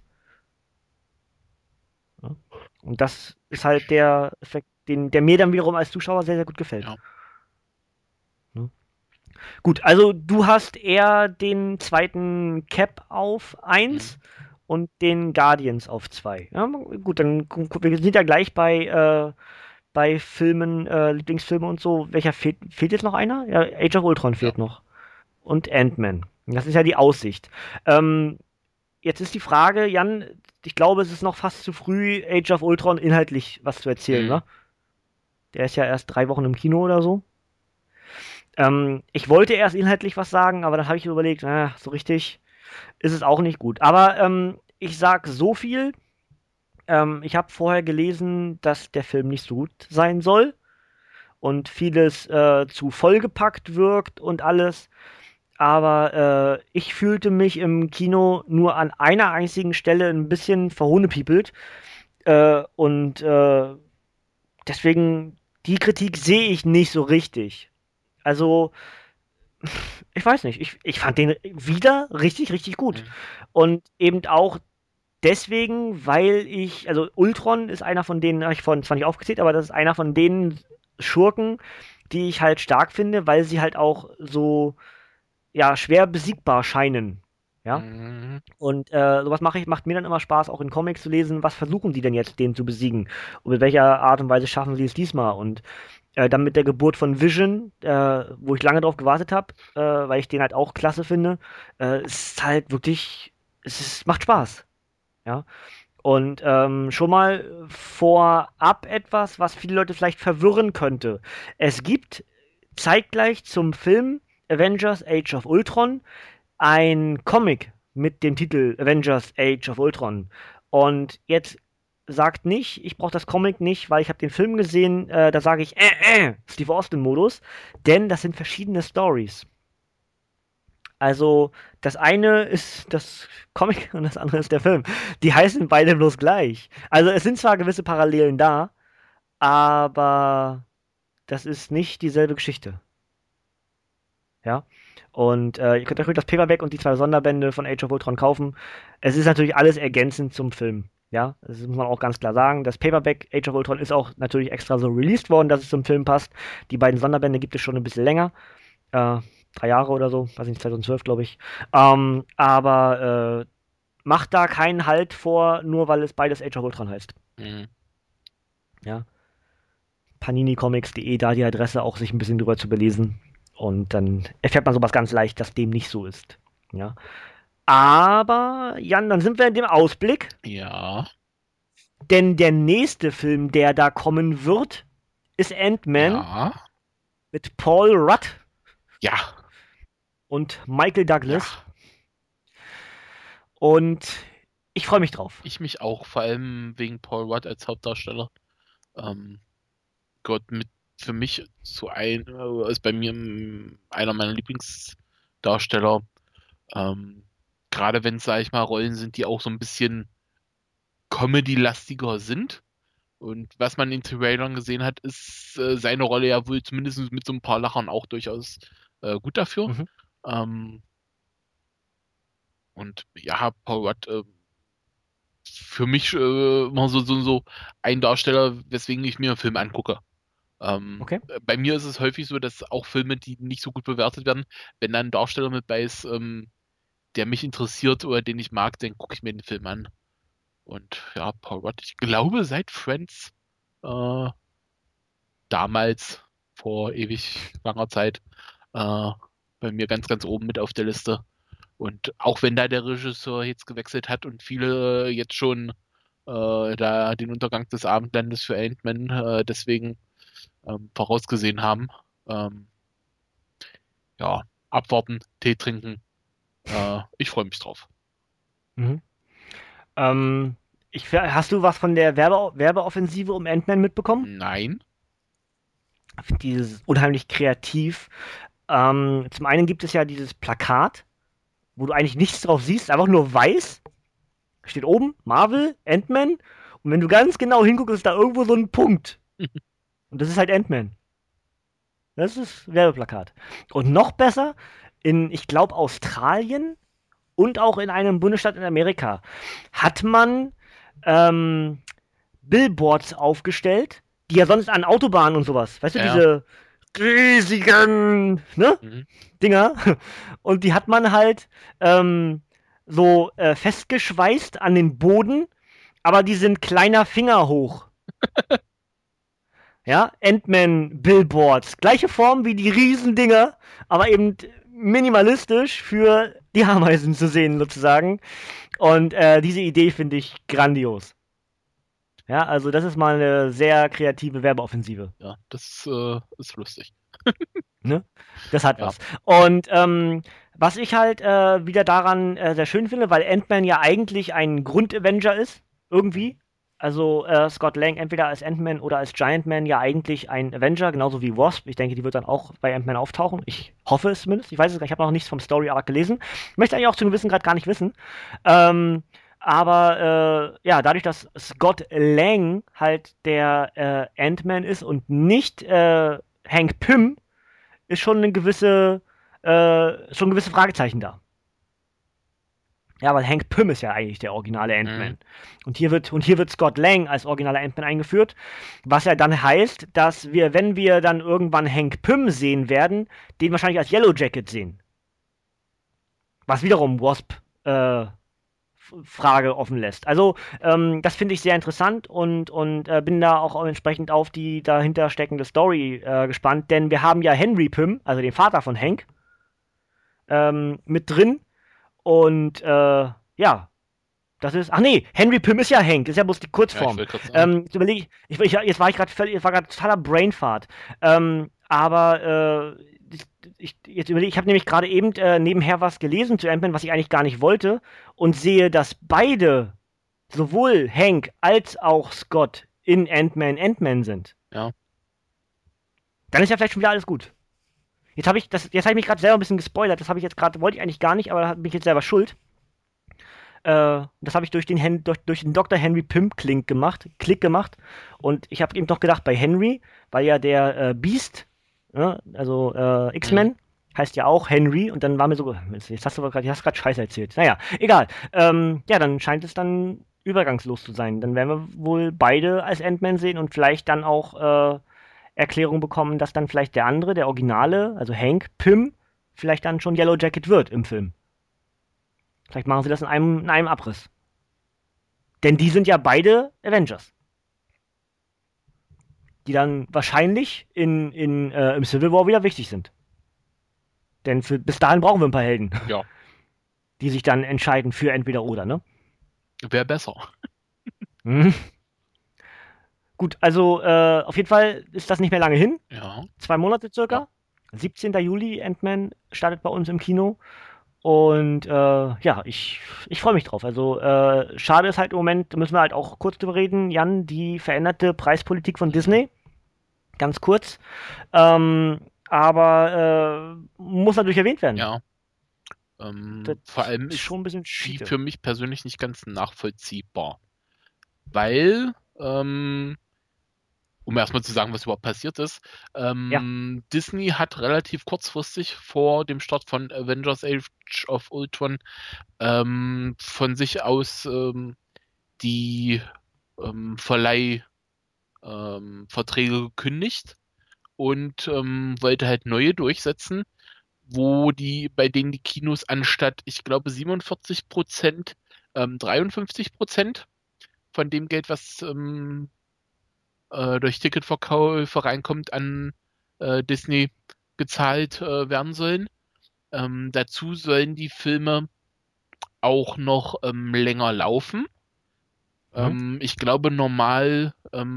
Ja? Und das ist halt der Effekt, der mir dann wiederum als Zuschauer sehr, sehr gut gefällt. Ja. Ja? Gut, also du hast eher den zweiten Cap auf Mhm. 1 und den Guardians auf 2. Ja, gut, dann wir sind ja gleich bei Filmen, Lieblingsfilme und so. Welcher fehlt jetzt noch einer? Ja, Age of Ultron Ja. fehlt noch. Und Ant-Man. Das ist ja die Aussicht. Ähm, Jetzt ist die Frage, Jan, ich glaube, es ist noch fast zu früh, Age of Ultron inhaltlich was zu erzählen, Mhm. ne? Der ist ja erst 3 Wochen im Kino oder so. Ich wollte erst inhaltlich was sagen, aber dann habe ich überlegt, so richtig ist es auch nicht gut. Aber ich sag so viel, Ich habe vorher gelesen, dass der Film nicht so gut sein soll und vieles zu vollgepackt wirkt und alles. Aber ich fühlte mich im Kino nur an einer einzigen Stelle ein bisschen verhohnepiepelt. Und deswegen, die Kritik sehe ich nicht so richtig. Also, ich weiß nicht, ich fand den wieder richtig, richtig gut. Mhm. Und eben auch deswegen, weil also Ultron ist einer von denen, habe ich vorhin zwar nicht aufgezählt, aber das ist einer von den Schurken, die ich halt stark finde, weil sie halt auch so, ja, schwer besiegbar scheinen. Ja. Mhm. Und sowas macht mir dann immer Spaß, auch in Comics zu lesen, was versuchen die denn jetzt, den zu besiegen? Und mit welcher Art und Weise schaffen sie es diesmal? Und dann mit der Geburt von Vision, wo ich lange drauf gewartet habe, weil ich den halt auch klasse finde, ist halt wirklich, macht Spaß. Ja. Und schon mal vorab etwas, was viele Leute vielleicht verwirren könnte. Es gibt zeitgleich zum Film Avengers Age of Ultron ein Comic mit dem Titel Avengers Age of Ultron. Und jetzt sagt nicht, ich brauche das Comic nicht, weil ich habe den Film gesehen, da sage ich Steve Austin-Modus, denn das sind verschiedene Stories. Also das eine ist das Comic und das andere ist der Film. Die heißen beide bloß gleich. Also es sind zwar gewisse Parallelen da, aber das ist nicht dieselbe Geschichte. Ja. Und ihr könnt euch ruhig das Paperback und die zwei Sonderbände von Age of Ultron kaufen. Es ist natürlich alles ergänzend zum Film. Ja, das muss man auch ganz klar sagen. Das Paperback Age of Ultron ist auch natürlich extra so released worden, dass es zum Film passt. Die beiden Sonderbände gibt es schon ein bisschen länger. 3 Jahre oder so, weiß ich nicht, 2012, glaube ich. Aber macht da keinen Halt vor, nur weil es beides Age of Ultron heißt. Mhm. Ja. paninicomics.de, da die Adresse auch sich ein bisschen drüber zu belesen. Und dann erfährt man sowas ganz leicht, dass dem nicht so ist. Ja. Aber, Jan, dann sind wir in dem Ausblick. Ja, Denn der nächste Film, der da kommen wird, ist Ant-Man ja, mit Paul Rudd ja, und Michael ja. Douglas. Und ich freue mich drauf. Ich mich auch, vor allem wegen Paul Rudd als Hauptdarsteller. Ähm, Gott, für mich ist bei mir einer meiner Lieblingsdarsteller. Ähm, Gerade wenn es, sag ich mal, Rollen sind, die auch so ein bisschen Comedy-lastiger sind. Und was man in Trailern gesehen hat, ist seine Rolle ja wohl zumindest mit so ein paar Lachern auch durchaus gut dafür. Mhm. Ähm, und ja, Paul Rudd, für mich immer so ein Darsteller, weswegen ich mir einen Film angucke. Okay. Bei mir ist es häufig so, dass auch Filme, die nicht so gut bewertet werden, wenn da ein Darsteller mit bei ist, der mich interessiert oder den ich mag, dann gucke ich mir den Film an. Und ja, Paul Rudd, ich glaube seit Friends äh, damals, vor ewig langer Zeit, bei mir ganz, ganz oben mit auf der Liste. Und auch wenn da der Regisseur jetzt gewechselt hat und viele jetzt schon da den Untergang des Abendlandes für Ant-Man deswegen vorausgesehen haben, ähm, ja, abwarten, Tee trinken. Ich freue mich drauf. Mhm. Ähm, hast du was von der Werbeoffensive um Ant-Man mitbekommen? Nein. Ich finde dieses unheimlich kreativ. Zum einen gibt es ja dieses Plakat, wo du eigentlich nichts drauf siehst, einfach nur weiß. Steht oben Marvel, Ant-Man. Und wenn du ganz genau hinguckst, ist da irgendwo so ein Punkt. Und das ist halt Ant-Man. Das ist Werbeplakat. Und noch besser, ich glaube, Australien und auch in einem Bundesstaat in Amerika hat man ähm, Billboards aufgestellt, die ja sonst an Autobahnen und sowas, weißt du, Ja, ja. diese riesigen, ne, Mhm. Dinger. Und die hat man halt so festgeschweißt an den Boden, aber die sind kleiner Finger hoch. Ja, Ant-Man Billboards. Gleiche Form wie die Riesendinger, aber eben minimalistisch für die Ameisen zu sehen, sozusagen. Und diese Idee finde ich grandios. Ja, also das ist mal eine sehr kreative Werbeoffensive. Ja, das ist lustig. Ne? Das hat Ja. was. Und was ich halt wieder daran sehr schön finde, weil Ant-Man ja eigentlich ein Grund-Avenger ist, irgendwie. Also Scott Lang entweder als Ant-Man oder als Giant Man ja eigentlich ein Avenger, genauso wie Wasp. Ich denke, die wird dann auch bei Ant-Man auftauchen. Ich hoffe es zumindest. Ich weiß es gar nicht, ich habe noch nichts vom Story Arc gelesen. Möchte eigentlich auch zu einem gewissen Grad gar nicht wissen. Aber ja, dadurch, dass Scott Lang halt der Ant-Man ist und nicht Hank Pym, ist schon gewisse Fragezeichen da. Ja, weil Hank Pym ist ja eigentlich der originale Mhm. Ant-Man. Und hier wird Scott Lang als originaler Ant-Man eingeführt, was ja dann heißt, dass wir, wenn wir dann irgendwann Hank Pym sehen werden, den wahrscheinlich als Yellow Jacket sehen. Was wiederum Wasp Frage offen lässt. Also, das finde ich sehr interessant und bin da auch entsprechend auf die dahinter steckende Story gespannt, denn wir haben ja Henry Pym, also den Vater von Hank, mit drin und ja, das ist. Ach nee, Henry Pym ist ja Hank, ist ja bloß die Ja, ich Kurzform. will gerade sagen. Jetzt überlege jetzt war ich gerade völlig, jetzt war gerade totaler Brainfart. Aber jetzt überlege ich habe nämlich gerade eben nebenher was gelesen zu Ant-Man, was ich eigentlich gar nicht wollte, und sehe, dass beide, sowohl Hank als auch Scott, in Ant-Man sind. Ja. Dann ist ja vielleicht schon wieder alles gut. Jetzt habe ich mich gerade selber ein bisschen gespoilert. Das habe ich jetzt gerade, wollte ich eigentlich gar nicht, aber da bin ich jetzt selber schuld. Das habe ich durch den Dr. Henry Pym Klick gemacht. Und ich habe eben noch gedacht, bei Henry, weil ja der Beast, also Mhm. X-Men, heißt ja auch Henry. Und dann war mir so, jetzt hast du gerade Scheiße erzählt. Naja, egal. Ja, dann scheint es dann übergangslos zu sein. Dann werden wir wohl beide als Ant-Man sehen und vielleicht dann auch Erklärung bekommen, dass dann vielleicht der andere, der Originale, also Hank Pym, vielleicht dann schon Yellow Jacket wird im Film. Vielleicht machen sie das in einem Abriss. Denn die sind ja beide Avengers, die dann wahrscheinlich im Civil War wieder wichtig sind. Denn bis dahin brauchen wir ein paar Helden, Ja, die sich dann entscheiden für entweder oder, ne? wäre besser. Mhm. Gut, also auf jeden Fall ist das nicht mehr lange hin. Ja, 2 Monate ja. circa. 17. Juli, Ant-Man startet bei uns im Kino. Und ja, ich freue mich drauf. Also schade ist halt im Moment, da müssen wir halt auch kurz drüber reden, Jan, die veränderte Preispolitik von Mhm. Disney. Ganz kurz. Aber muss natürlich erwähnt werden. Ja. Das Vor allem ist ist schon ein bisschen die Schiete. für mich persönlich nicht ganz nachvollziehbar. Weil, um erstmal zu sagen, was überhaupt passiert ist, Ja. Disney hat relativ kurzfristig vor dem Start von Avengers Age of Ultron von sich aus die Verleihverträge gekündigt und wollte halt neue durchsetzen, bei denen die Kinos anstatt, ich glaube, 47%, 53% von dem Geld, was durch Ticketverkäufe reinkommt, an Disney gezahlt werden sollen. Dazu sollen die Filme auch noch länger laufen. Mhm. Ich glaube, normal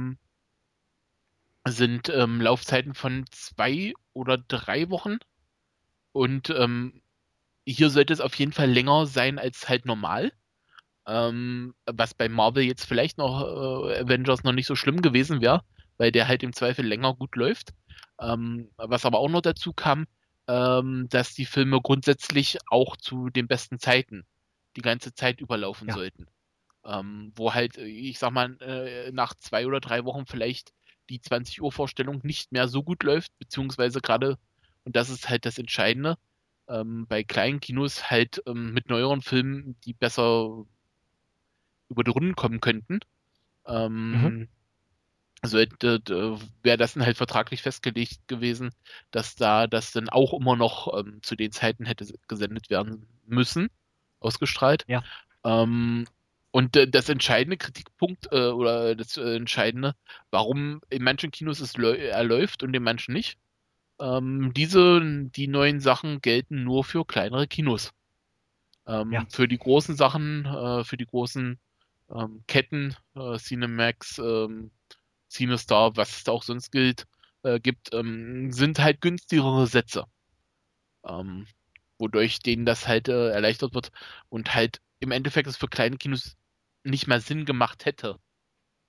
sind Laufzeiten von 2 oder 3 Wochen. Und hier sollte es auf jeden Fall länger sein als halt normal. Was bei Marvel jetzt vielleicht noch Avengers noch nicht so schlimm gewesen wäre, weil der halt im Zweifel länger gut läuft. Was aber auch noch dazu kam, dass die Filme grundsätzlich auch zu den besten Zeiten die ganze Zeit überlaufen Ja. sollten. Wo halt, ich sag mal, nach 2 oder 3 Wochen vielleicht die 20 Uhr Vorstellung nicht mehr so gut läuft, beziehungsweise gerade, und das ist halt das Entscheidende, bei kleinen Kinos halt mit neueren Filmen, die besser über die Runden kommen könnten, Mhm. ähm, wäre das dann halt vertraglich festgelegt gewesen, dass da das dann auch immer noch zu den Zeiten hätte gesendet werden müssen, ausgestrahlt. Ja. Ähm, und das entscheidende Kritikpunkt oder das Entscheidende, warum in manchen Kinos er läuft und in manchen nicht, die neuen Sachen gelten nur für kleinere Kinos. Ja. Für die großen Sachen, für die großen Ketten, Cinemax, CineStar, was es da auch sonst gibt, sind halt günstigere Sätze, ähm, wodurch denen das halt erleichtert wird und halt im Endeffekt es für kleine Kinos nicht mehr Sinn gemacht hätte,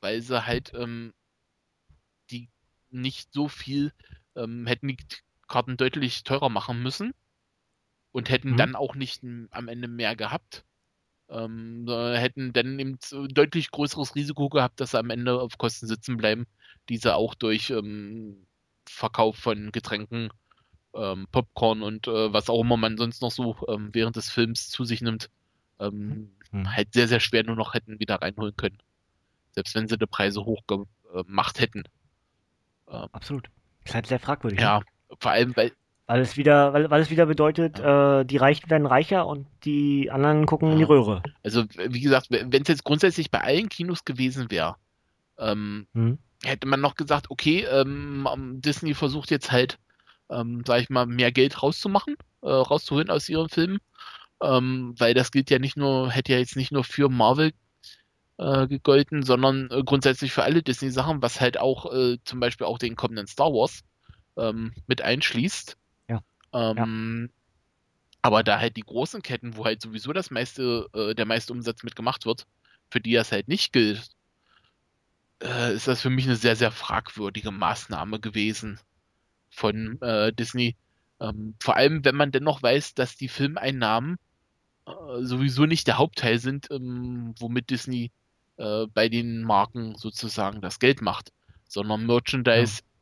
weil sie halt die nicht so viel, hätten die Karten deutlich teurer machen müssen und hätten Mhm. dann auch nicht am Ende mehr gehabt. Hätten dann eben so deutlich größeres Risiko gehabt, dass sie am Ende auf Kosten sitzen bleiben, die sie auch durch Verkauf von Getränken, Popcorn und was auch immer man sonst noch so während des Films zu sich nimmt, Mhm. halt sehr, sehr schwer nur noch hätten wieder reinholen können. Selbst wenn sie die Preise hoch gemacht hätten. Ähm, Absolut. Ist halt sehr fragwürdig, ne? ja, vor allem, Weil es wieder bedeutet, ja, die Reichen werden reicher und die anderen gucken in die ja. Röhre. Also, wie gesagt, wenn es jetzt grundsätzlich bei allen Kinos gewesen wäre, ähm, Mhm. hätte man noch gesagt, okay, Disney versucht jetzt halt, sag ich mal, mehr Geld rauszuholen aus ihren Filmen, weil das gilt ja nicht nur, hätte ja jetzt nicht nur für Marvel gegolten, sondern grundsätzlich für alle Disney-Sachen, was halt auch zum Beispiel auch den kommenden Star Wars mit einschließt. Ja, ja. Ähm, aber da halt die großen Ketten, wo halt sowieso der meiste Umsatz mitgemacht wird, für die das halt nicht gilt, ist das für mich eine sehr, sehr fragwürdige Maßnahme gewesen von Disney. Vor allem, wenn man dennoch weiß, dass die Filmeinnahmen sowieso nicht der Hauptteil sind, womit Disney bei den Marken sozusagen das Geld macht, sondern Ja. Merchandise-Einnahmen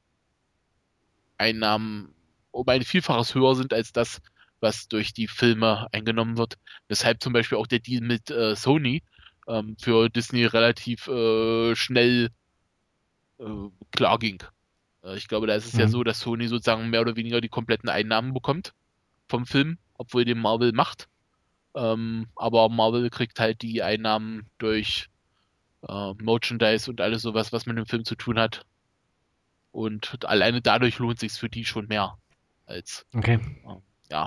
um ein Vielfaches höher sind als das, was durch die Filme eingenommen wird. Weshalb zum Beispiel auch der Deal mit Sony für Disney relativ schnell klar ging. Ich glaube, da ist es ja Mhm. so, dass Sony sozusagen mehr oder weniger die kompletten Einnahmen bekommt vom Film, obwohl den Marvel macht. Aber Marvel kriegt halt die Einnahmen durch Merchandise und alles sowas, was mit dem Film zu tun hat. Und alleine dadurch lohnt sich für die schon mehr als, Okay. äh, ja,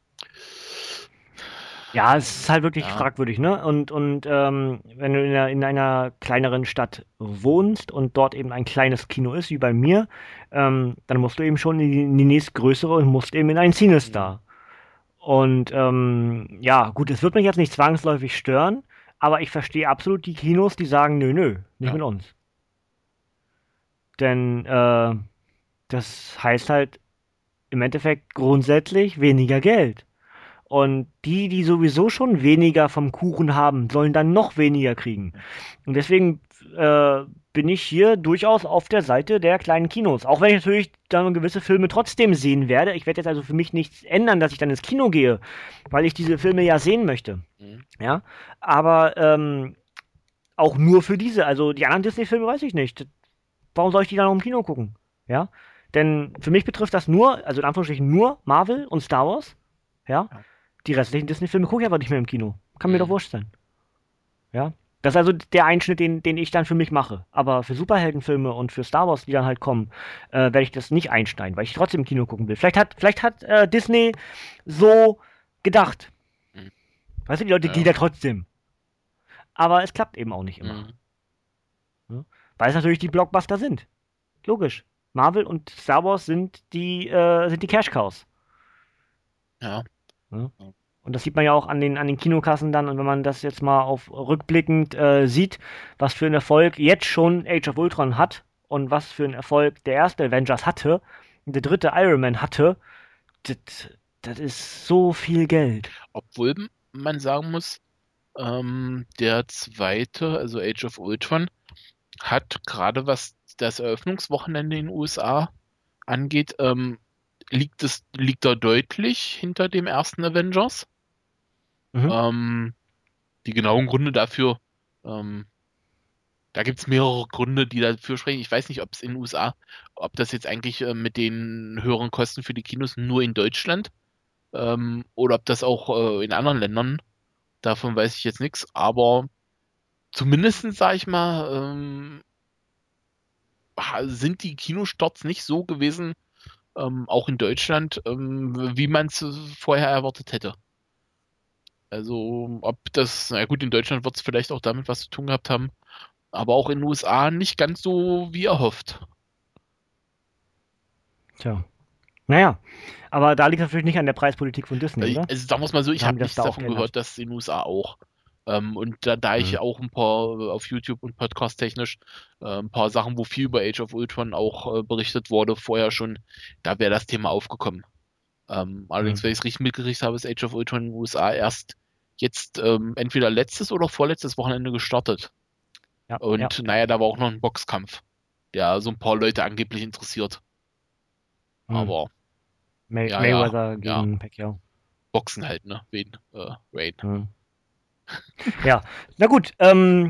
Ja, es ist halt wirklich ja, fragwürdig, ne? Wenn du in einer kleineren Stadt wohnst und dort eben ein kleines Kino ist, wie bei mir, dann musst du eben schon in die nächstgrößere und musst eben in ein hm, CineStar. Und ja, gut, es wird mich jetzt nicht zwangsläufig stören, aber ich verstehe absolut die Kinos, die sagen, nö, nö, nicht ja, mit uns. Denn das heißt halt im Endeffekt grundsätzlich weniger Geld. Und die, die sowieso schon weniger vom Kuchen haben, sollen dann noch weniger kriegen. Und deswegen bin ich hier durchaus auf der Seite der kleinen Kinos. Auch wenn ich natürlich dann gewisse Filme trotzdem sehen werde. Ich werde jetzt also für mich nichts ändern, dass ich dann ins Kino gehe, weil ich diese Filme ja sehen möchte. hm, Ja, aber auch nur für diese. Also die anderen Disney-Filme weiß ich nicht. Warum soll ich die dann noch im Kino gucken? Ja, denn für mich betrifft das nur, also in Anführungsstrichen nur Marvel und Star Wars. Ja, ja, die restlichen Disney-Filme gucke ich aber nicht mehr im Kino. Kann mir doch hm, wurscht sein. Ja. Das ist also der Einschnitt, den ich dann für mich mache. Aber für Superheldenfilme und für Star Wars, die dann halt kommen, werde ich das nicht einschneiden, weil ich trotzdem im Kino gucken will. Vielleicht hat Disney so gedacht. hm, Weißt du, die Leute gehen ja, da trotzdem. Aber es klappt eben auch nicht immer. hm, Ne? Weil es natürlich die Blockbuster sind. Logisch. Marvel und Star Wars sind die Cash Cows. ja, Ne? ja, Und das sieht man ja auch an den Kinokassen dann. Und wenn man das jetzt mal auf rückblickend sieht, was für einen Erfolg jetzt schon Age of Ultron hat und was für einen Erfolg der erste Avengers hatte und der dritte Iron Man hatte, das, das ist so viel Geld. obwohl man sagen muss, der zweite, also Age of Ultron, hat gerade was das Eröffnungswochenende in den USA angeht, liegt er deutlich hinter dem ersten Avengers. Mhm. Ähm, die genauen Gründe dafür, ähm, da gibt es mehrere Gründe, die dafür sprechen. Ich weiß nicht, ob es in den USA, ob das jetzt eigentlich mit den höheren Kosten für die Kinos nur in Deutschland oder ob das auch in anderen Ländern, davon weiß ich jetzt nichts, aber zumindest, sage ich mal, sind die Kinostarts nicht so gewesen, auch in Deutschland, wie man es vorher erwartet hätte. Also, ob das, na gut, in Deutschland wird es vielleicht auch damit was zu tun gehabt haben, aber auch in den USA nicht ganz so wie erhofft. Tja. Naja, aber da liegt es natürlich nicht an der Preispolitik von Disney, oder? Also sagen wir es mal so, Oder ich haben habe die das nichts da auch davon geändert? gehört, dass in den USA auch Und da ich auch ein paar auf YouTube und Podcast technisch ein paar Sachen, wo viel über Age of Ultron auch berichtet wurde, vorher schon, da wäre das Thema aufgekommen. Allerdings, wenn ich es richtig mitgekriegt habe, ist Age of Ultron in den USA erst jetzt entweder letztes oder vorletztes Wochenende gestartet. Ja, Und naja, da war auch noch ein Boxkampf, der so ein paar Leute angeblich interessiert. Aber Mayweather gegen Pacquiao. Boxen halt, ne? Wayne. Ja, na gut, dann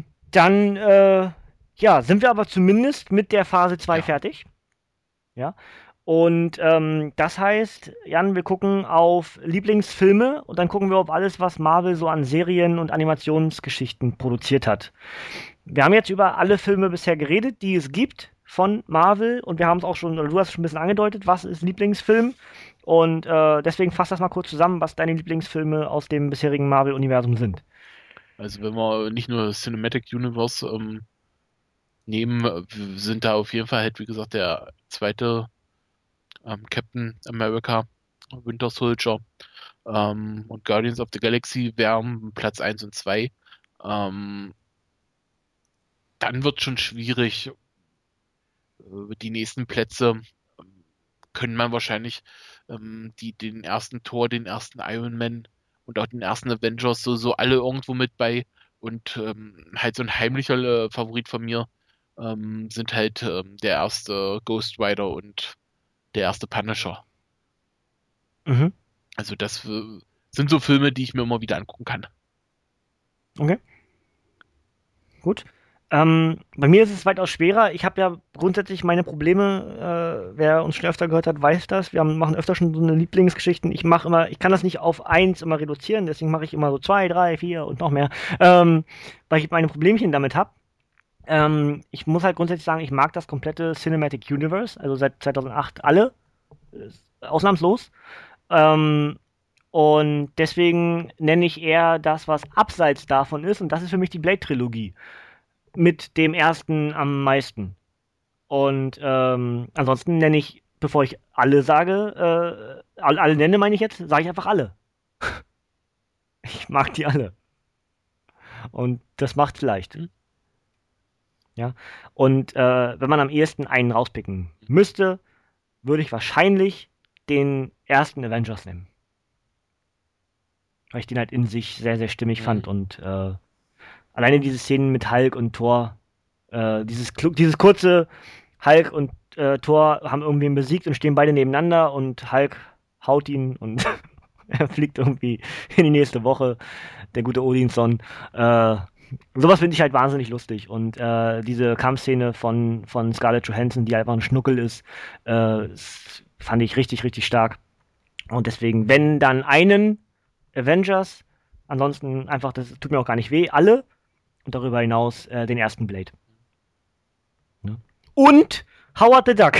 sind wir aber zumindest mit der Phase 2 fertig. Ja. Und das heißt, Jan, wir gucken auf Lieblingsfilme und dann gucken wir auf alles, was Marvel so an Serien und Animationsgeschichten produziert hat. Wir haben jetzt über alle Filme bisher geredet, die es gibt von Marvel und wir haben es auch schon, oder du hast es schon ein bisschen angedeutet, was ist Lieblingsfilm und deswegen fass das mal kurz zusammen, was deine Lieblingsfilme aus dem bisherigen Marvel-Universum sind. Also wenn wir nicht nur Cinematic Universe nehmen, sind da auf jeden Fall halt, wie gesagt, der zweite Captain America, Winter Soldier und Guardians of the Galaxy wären Platz 1 und 2. Dann wird schon schwierig. Die nächsten Plätze können man wahrscheinlich den ersten Thor, den ersten Iron Man und auch den ersten Avengers so alle irgendwo mit bei. Und halt so ein heimlicher Favorit von mir sind halt der erste Ghost Rider und der erste Punisher. Mhm. Also das sind so Filme, die ich mir immer wieder angucken kann. Okay. Gut. Bei mir ist es weitaus schwerer. Ich habe ja grundsätzlich meine Probleme. Wer uns schon öfter gehört hat, weiß das. Wir machen öfter schon so eine Lieblingsgeschichten. Ich kann das nicht auf eins immer reduzieren, deswegen mache ich immer so 2, 3, 4 und noch mehr, weil ich meine Problemchen damit habe. Ich muss halt grundsätzlich sagen, ich mag das komplette Cinematic Universe, also seit 2008 alle, ausnahmslos. Und deswegen nenne ich eher das, was abseits davon ist, und das ist für mich die Blade-Trilogie. Mit dem ersten am meisten. Und ansonsten nenne ich, bevor ich alle sage, alle nenne, meine ich jetzt, sage ich einfach alle. Ich mag die alle. Und das macht's leicht. Ja. Und wenn man am ehesten einen rauspicken müsste, würde ich wahrscheinlich den ersten Avengers nehmen. Weil ich den halt in sich sehr, sehr stimmig fand und alleine diese Szenen mit Hulk und Thor, dieses kurze Hulk und Thor haben irgendwen besiegt und stehen beide nebeneinander und Hulk haut ihn und er fliegt irgendwie in die nächste Woche, der gute Odinson. Sowas finde ich halt wahnsinnig lustig und diese Kampfszene von Scarlett Johansson, die einfach ein Schnuckel ist, fand ich richtig, richtig stark. Und deswegen, wenn dann einen Avengers, ansonsten einfach, das tut mir auch gar nicht weh, alle und darüber hinaus den ersten Blade. Ne? Und Howard the Duck.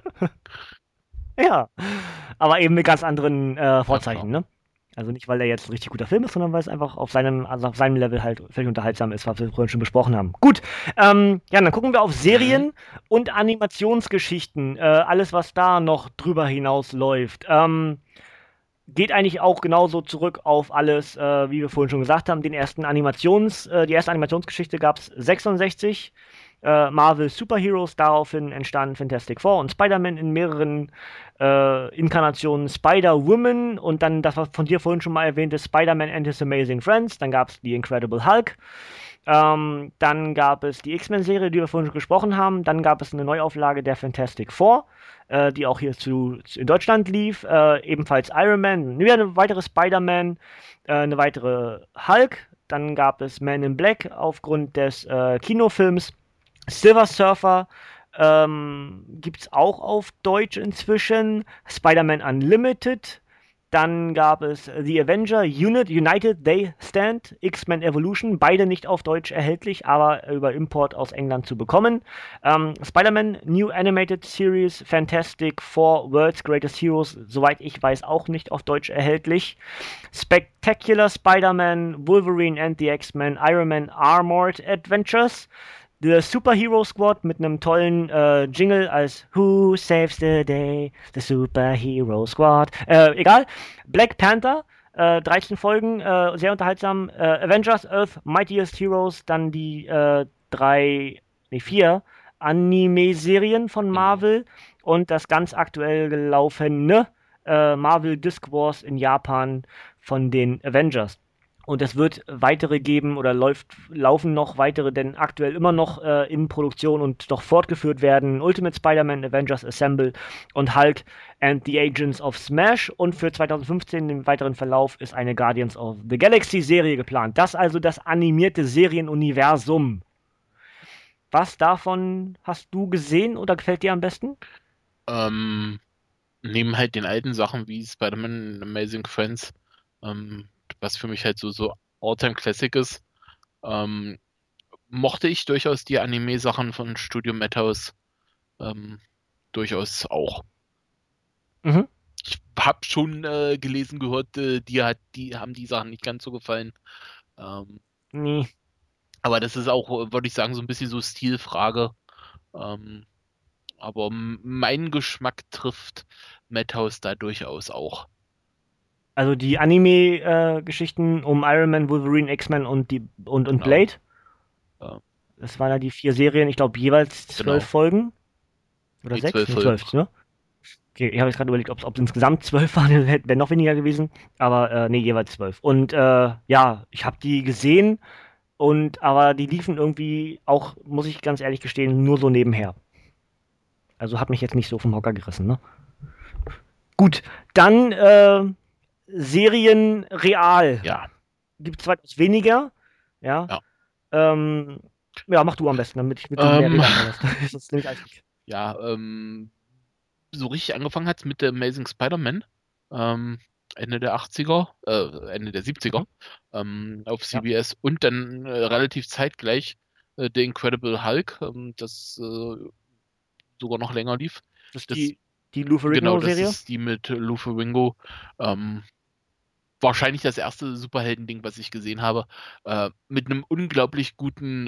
Ja, aber eben mit ganz anderen Vorzeichen, ne? Also nicht, weil er jetzt ein richtig guter Film ist, sondern weil es einfach auf seinem Level halt völlig unterhaltsam ist, was wir vorhin schon besprochen haben. Gut, ja, dann gucken wir auf Serien und Animationsgeschichten. Alles, was da noch drüber hinaus läuft. Geht eigentlich auch genauso zurück auf alles, wie wir vorhin schon gesagt haben. Die erste Animationsgeschichte gab es 66. Marvel Superheroes, daraufhin entstanden Fantastic Four und Spider-Man in mehreren Inkarnationen, Spider-Woman und dann das, was von dir vorhin schon mal erwähnte, Spider-Man and His Amazing Friends, dann gab es die Incredible Hulk, dann gab es die X-Men-Serie, die wir vorhin schon gesprochen haben, dann gab es eine Neuauflage der Fantastic Four, die auch hier in Deutschland lief, ebenfalls Iron Man, wieder eine weitere Spider-Man, eine weitere Hulk, dann gab es Man in Black aufgrund des Kinofilms, Silver Surfer gibt es auch auf Deutsch inzwischen. Spider-Man Unlimited. Dann gab es The Avenger United They Stand, X-Men Evolution. Beide nicht auf Deutsch erhältlich, aber über Import aus England zu bekommen. Spider-Man New Animated Series Fantastic Four World's Greatest Heroes, soweit ich weiß, auch nicht auf Deutsch erhältlich. Spectacular Spider-Man, Wolverine and the X-Men, Iron Man Armored Adventures. The Superhero Squad mit einem tollen Jingle als Who Saves the Day? The Superhero Squad. Egal. Black Panther 13 Folgen, sehr unterhaltsam. Avengers, Earth, Mightiest Heroes, dann die vier Anime-Serien von Genau. Marvel und das ganz aktuell gelaufene Marvel Disc Wars in Japan von den Avengers. Und es wird weitere geben oder laufen noch weitere, denn aktuell immer noch in Produktion und noch fortgeführt werden. Ultimate Spider-Man, Avengers Assemble und Hulk and the Agents of Smash. Und für 2015 im weiteren Verlauf ist eine Guardians of the Galaxy Serie geplant. Das also das animierte Serienuniversum. Was davon hast du gesehen oder gefällt dir am besten? Ähm, Neben halt den alten Sachen wie Spider-Man and Amazing Friends, ähm, was für mich halt so All-Time Classic ist, ähm, mochte ich durchaus die Anime-Sachen von Studio Madhouse ähm, durchaus auch. Mhm. Ich habe schon gelesen, gehört, die haben die Sachen nicht ganz so gefallen. Ähm, Nee. aber das ist auch, würde ich sagen, so ein bisschen so Stilfrage. Ähm, aber mein Geschmack trifft Madhouse da durchaus auch. Also die Anime-Geschichten um Iron Man, Wolverine, X-Men und Genau. Blade. Äh, Das waren ja die vier Serien, ich glaube jeweils 12 genau. Folgen. Oder Die sechs? 12 Nee, Folgen. 12, ne? Okay, ich habe jetzt gerade überlegt, ob es insgesamt 12 waren, wäre noch weniger gewesen. Aber nee, jeweils 12. Und ja, ich habe die gesehen aber die liefen irgendwie auch, muss ich ganz ehrlich gestehen, nur so nebenher. Also hat mich jetzt nicht so vom Hocker gerissen, ne? Gut, dann Serien real. Ja, Gibt es weitaus weniger. Ja. ja. Ähm, ja, mach du am besten, damit du mehr Ähm, Redeanteil hast. Sonst nehme ich alles weg. ja, so richtig angefangen hat's mit der Amazing Spider-Man. Ähm, Ende der 80er, Ende der 70er, Mhm. auf Ja. CBS und dann relativ zeitgleich The Incredible Hulk, das sogar noch länger lief. Das ist Das, die Lou genau, das Ferrigno-Serie. ist die mit Lou Ferrigno. Ähm, Wahrscheinlich das erste Superhelden-Ding, was ich gesehen habe. Mit einem unglaublich guten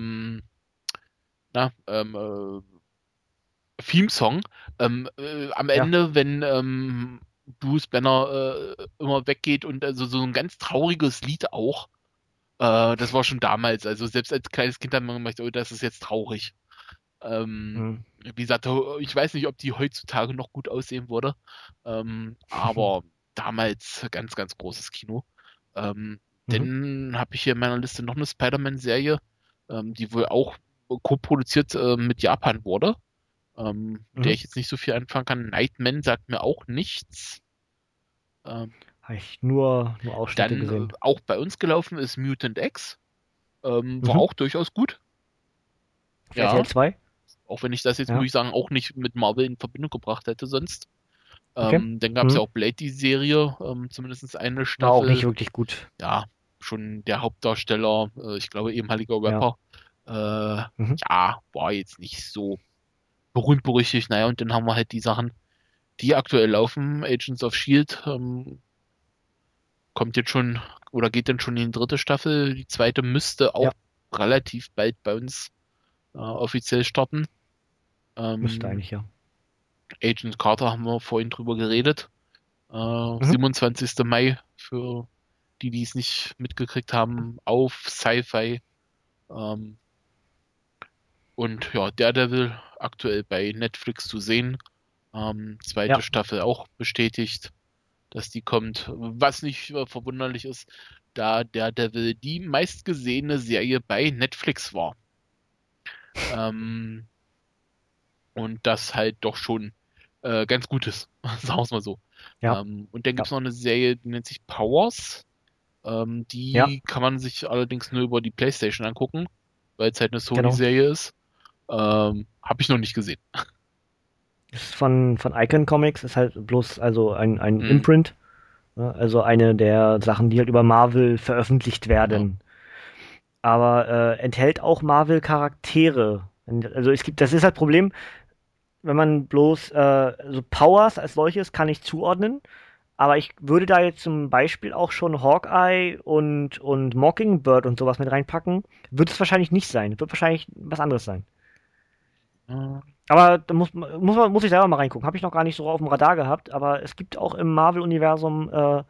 na, Theme-Song. Am Ja. Ende, wenn Bruce Banner immer weggeht und also so ein ganz trauriges Lied auch. Das war schon damals. Also selbst als kleines Kind hat man gedacht, oh, das ist jetzt traurig. Mhm. Wie gesagt, ich weiß nicht, ob die heutzutage noch gut aussehen würde. Aber damals ganz, ganz großes Kino. Mhm. Dann habe ich hier in meiner Liste noch eine Spider-Man-Serie, die wohl auch co-produziert mit Japan wurde, mit der Mhm. ich jetzt nicht so viel anfangen kann. Nightman sagt mir auch nichts. Ähm, Habe ich nur Ausschnitte Dann gesehen. auch bei uns gelaufen ist Mutant X. War Mhm. auch durchaus gut. Auf RTL Ja, 2. auch wenn ich das jetzt, muss Ja. ich sagen, auch nicht mit Marvel in Verbindung gebracht hätte sonst. Okay. Dann gab es ja Mhm. auch Blade, die Serie, zumindest eine War auch nicht Staffel. wirklich gut. Ja, schon der Hauptdarsteller, ich glaube ehemaliger Ja. Rapper. Mhm. Ja, war jetzt nicht so berühmt berüchtigt. Naja, und dann haben wir halt die Sachen, die aktuell laufen. Agents of Shield kommt jetzt schon oder geht dann schon in die dritte Staffel. Die zweite müsste auch Ja. relativ bald bei uns offiziell starten. Müsste Ähm, eigentlich, ja. Agent Carter haben wir vorhin drüber geredet. Mhm. 27. Mai für die, die es nicht mitgekriegt haben, auf Sci-Fi. Ähm, und ja, Daredevil aktuell bei Netflix zu sehen. Zweite Ja. Staffel auch bestätigt, dass die kommt. Was nicht verwunderlich ist, da Daredevil die meistgesehene Serie bei Netflix war. Ähm, und das halt doch schon ganz gut ist, sagen wir es mal so. Ja. Und dann gibt Ja. es noch eine Serie, die nennt sich Powers. Ja. Die kann man sich allerdings nur über die PlayStation angucken, weil es halt eine Genau. Sony-Serie ist. Habe ich noch nicht gesehen. Ist von Icon Comics, ist halt bloß also ein Hm, Imprint. Ne? Also eine der Sachen, die halt über Marvel veröffentlicht ja, werden. Aber enthält auch Marvel-Charaktere. Also es gibt, das ist halt Problem, wenn man bloß so Powers als solches kann ich zuordnen. Aber ich würde da jetzt zum Beispiel auch schon Hawkeye und Mockingbird und sowas mit reinpacken. Wird es wahrscheinlich nicht sein. Wird wahrscheinlich was anderes sein. äh, Aber da muss ich selber mal reingucken. Habe ich noch gar nicht so auf dem Radar gehabt. Aber es gibt auch im Marvel-Universum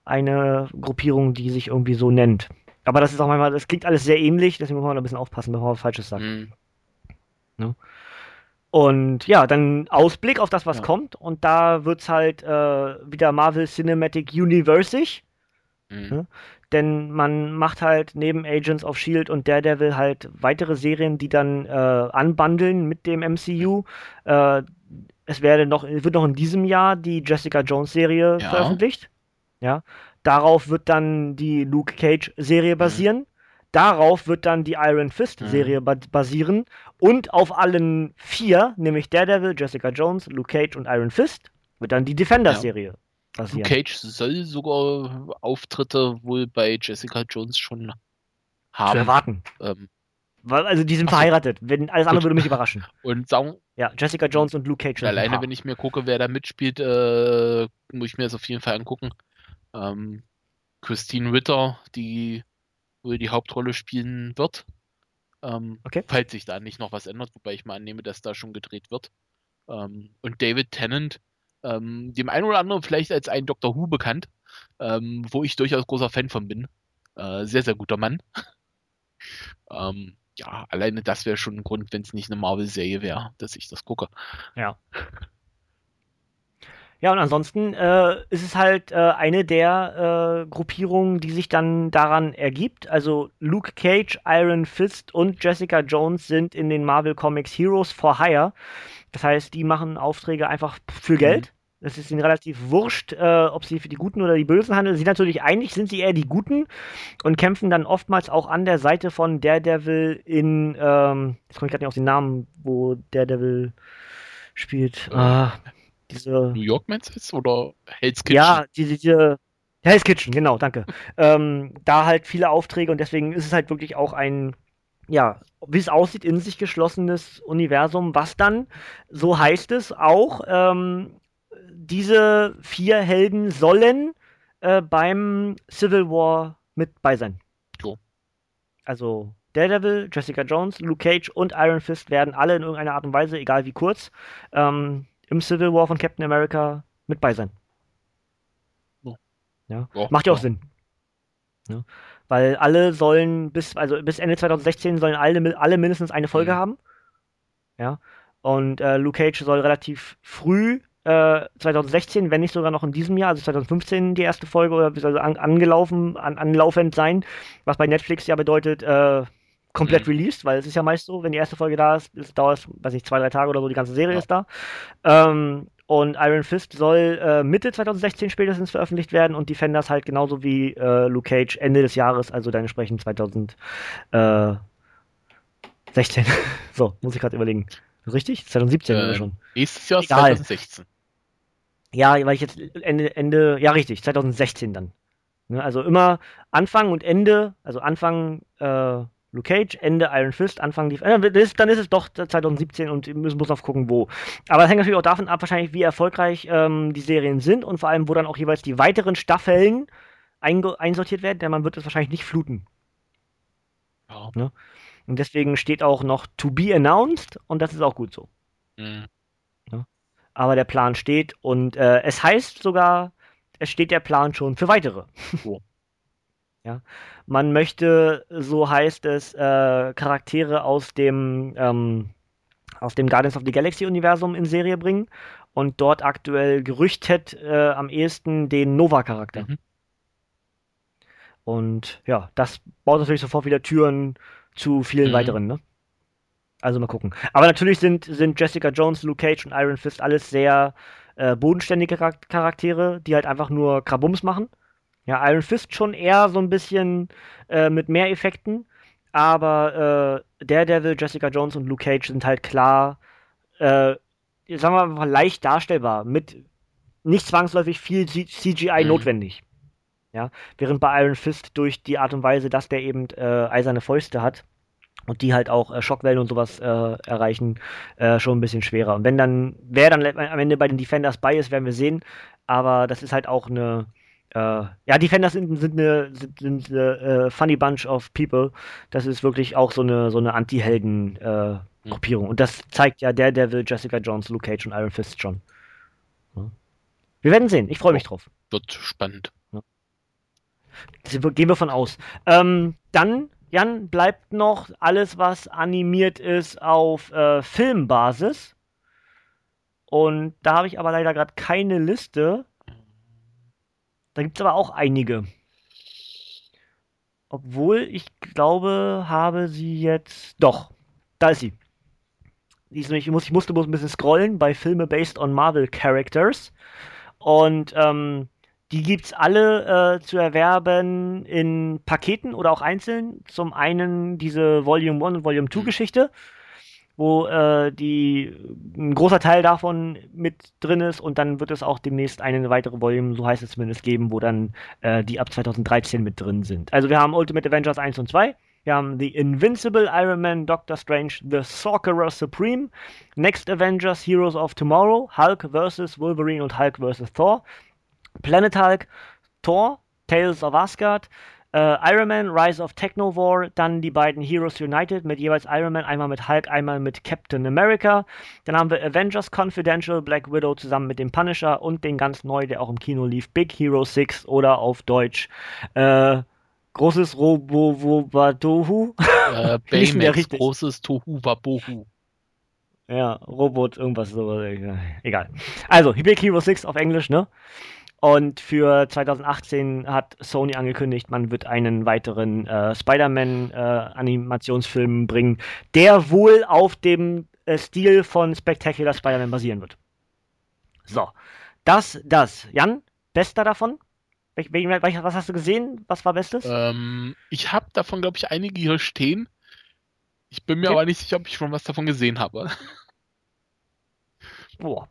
eine Gruppierung, die sich irgendwie so nennt. Aber das ist auch manchmal, das klingt alles sehr ähnlich, deswegen muss man da ein bisschen aufpassen, bevor man was Falsches sagt. Mhm. Ne? Und ja, dann Ausblick auf das, was Ja. kommt. Und da wird's halt wieder Marvel Cinematic Universe-ig. Mhm. Ne? Denn man macht halt neben Agents of Shield und Daredevil halt weitere Serien, die dann anbandeln mit dem MCU. Äh, wird noch in diesem Jahr die Jessica Jones Serie Ja. veröffentlicht. Ja. Darauf wird dann die Luke Cage Serie Mhm. basieren. Darauf wird dann die Iron Fist Mhm. Serie basieren. Und auf allen vier, nämlich Daredevil, Jessica Jones, Luke Cage und Iron Fist, wird dann die Defenders Ja. Serie Luke basieren. Cage soll sogar Auftritte wohl bei Jessica Jones schon Zu haben. erwarten. Also die sind Ach so, verheiratet. Alles andere gut. würde mich überraschen. Und sagen, Ja, Jessica Jones und Luke Cage und sind ein alleine, Paar. wenn ich mir gucke, wer da mitspielt, muss ich mir das auf jeden Fall angucken. Ähm, Christine Ritter, die wohl die Hauptrolle spielen wird. Okay? Falls sich da nicht noch was ändert, wobei ich mal annehme, dass da schon gedreht wird. Und David Tennant, dem einen oder anderen vielleicht als ein Doctor Who bekannt, wo ich durchaus großer Fan von bin. Sehr, sehr guter Mann. Ja, alleine das wäre schon ein Grund, wenn es nicht eine Marvel-Serie wäre, dass ich das gucke. Ja. Ja, und ansonsten ist es halt eine der Gruppierungen, die sich dann daran ergibt. Also Luke Cage, Iron Fist und Jessica Jones sind in den Marvel Comics Heroes for Hire. Das heißt, die machen Aufträge einfach für Mhm. Geld. Es ist ihnen relativ wurscht, ob sie für die Guten oder die Bösen handeln. Sie natürlich eigentlich sind sie eher die Guten und kämpfen dann oftmals auch an der Seite von Daredevil jetzt komme ich gerade nicht auf den Namen, wo Daredevil spielt. Äh, Diese New York meinst du jetzt? Oder Hell's Kitchen? Ja, diese Hell's Kitchen, genau, danke. Da halt viele Aufträge und deswegen ist es halt wirklich auch ein, ja, wie es aussieht, in sich geschlossenes Universum, was dann, so heißt es auch, diese vier Helden sollen beim Civil War mit bei sein. Jo. Also Daredevil, Jessica Jones, Luke Cage und Iron Fist werden alle in irgendeiner Art und Weise, egal wie kurz, im Civil War von Captain America mit bei sein. Ja, Ja. ja, Macht ja auch klar. Sinn. Ne? Weil alle sollen bis Ende 2016 sollen alle mindestens eine Folge Mhm. haben. Ja. Und Luke Cage soll relativ früh 2016, wenn nicht sogar noch in diesem Jahr, also 2015 die erste Folge oder beziehungsweise anlaufend sein, was bei Netflix ja bedeutet, komplett Mhm. released, weil es ist ja meist so, wenn die erste Folge da ist, dauert es, weiß nicht, 2, 3 Tage oder so, die ganze Serie Ja. ist da. Und Iron Fist soll Mitte 2016 spätestens veröffentlicht werden und Defenders halt genauso wie Luke Cage Ende des Jahres, also dann entsprechend 2016. So, muss ich gerade überlegen. Richtig? 2017 sind wir schon. Nächstes Jahr ist Egal. 2016. Ja, weil ich jetzt ja richtig, 2016 dann. Ne, also immer Anfang und Ende, also Anfang Luke Cage, Ende Iron Fist, Anfang die. Dann ist es doch 2017 und wir müssen noch gucken, wo. Aber das hängt natürlich auch davon ab, wahrscheinlich, wie erfolgreich die Serien sind und vor allem, wo dann auch jeweils die weiteren Staffeln einsortiert werden, denn man wird es wahrscheinlich nicht fluten. Ja. Ne? Und deswegen steht auch noch to be announced und das ist auch gut so. Mhm. Ne? Aber der Plan steht und es heißt sogar, es steht der Plan schon für weitere. So. Ja. Man möchte, so heißt es, Charaktere aus dem Guardians of the Galaxy Universum in Serie bringen und dort aktuell gerüchtet am ehesten den Nova-Charakter. Mhm. Und ja, das baut natürlich sofort wieder Türen zu vielen Mhm. weiteren, ne? Also mal gucken. Aber natürlich sind Jessica Jones, Luke Cage und Iron Fist alles sehr bodenständige Charaktere, die halt einfach nur Krabums machen. Ja, Iron Fist schon eher so ein bisschen mit mehr Effekten, aber Daredevil, Jessica Jones und Luke Cage sind halt klar, äh, sagen wir mal, leicht darstellbar, mit nicht zwangsläufig viel CGI Mhm. notwendig. Ja, während bei Iron Fist durch die Art und Weise, dass der eben eiserne Fäuste hat und die halt auch Schockwellen und sowas erreichen, schon ein bisschen schwerer. Und wer dann am Ende bei den Defenders bei ist, werden wir sehen. Aber das ist halt auch ja, Defenders sind eine funny bunch of people. Das ist wirklich auch so eine Mhm. Anti-Helden-Gruppierung. Und das zeigt ja Daredevil, Jessica Jones, Luke Cage und Iron Fist schon. Ja. Wir werden sehen. Ich freue Ja, mich drauf. wird spannend. Ja. Gehen wir von aus. Dann, Jan, bleibt noch alles, was animiert ist auf Filmbasis. Und da habe ich aber leider gerade keine Liste. Da gibt es aber auch einige. Obwohl ich glaube, habe sie jetzt. Doch, da ist sie. Ich musste bloß ein bisschen scrollen bei Filme based on Marvel Characters. Und die gibt's alle zu erwerben in Paketen oder auch einzeln. Zum einen diese Volume 1 und Volume 2 Hm. Geschichte, wo ein großer Teil davon mit drin ist und dann wird es auch demnächst eine weitere Volume, so heißt es zumindest, geben, wo dann die ab 2013 mit drin sind. Also wir haben Ultimate Avengers 1 und 2, wir haben The Invincible Iron Man, Doctor Strange, The Sorcerer Supreme, Next Avengers, Heroes of Tomorrow, Hulk vs. Wolverine und Hulk vs. Thor, Planet Hulk, Thor, Tales of Asgard, Iron Man, Rise of Technovore, dann die beiden Heroes United mit jeweils Iron Man, einmal mit Hulk, einmal mit Captain America. Dann haben wir Avengers Confidential, Black Widow zusammen mit dem Punisher und den ganz neu, der auch im Kino lief, Big Hero 6 oder auf Deutsch großes Robo-Wadohu. Nicht mehr Baymax, richtig. großes Tohu Wabohu. Ja, Robot, irgendwas so. Egal. Also, Big Hero 6 auf Englisch, ne? Und für 2018 hat Sony angekündigt, man wird einen weiteren Spider-Man-Animationsfilm bringen, der wohl auf dem Stil von Spectacular Spider-Man basieren wird. So, das. Jan, bester davon? Was hast du gesehen? Was war Bestes? Ich habe davon, glaube ich, einige hier stehen. Ich bin mir Okay. aber nicht sicher, ob ich schon was davon gesehen habe. Boah.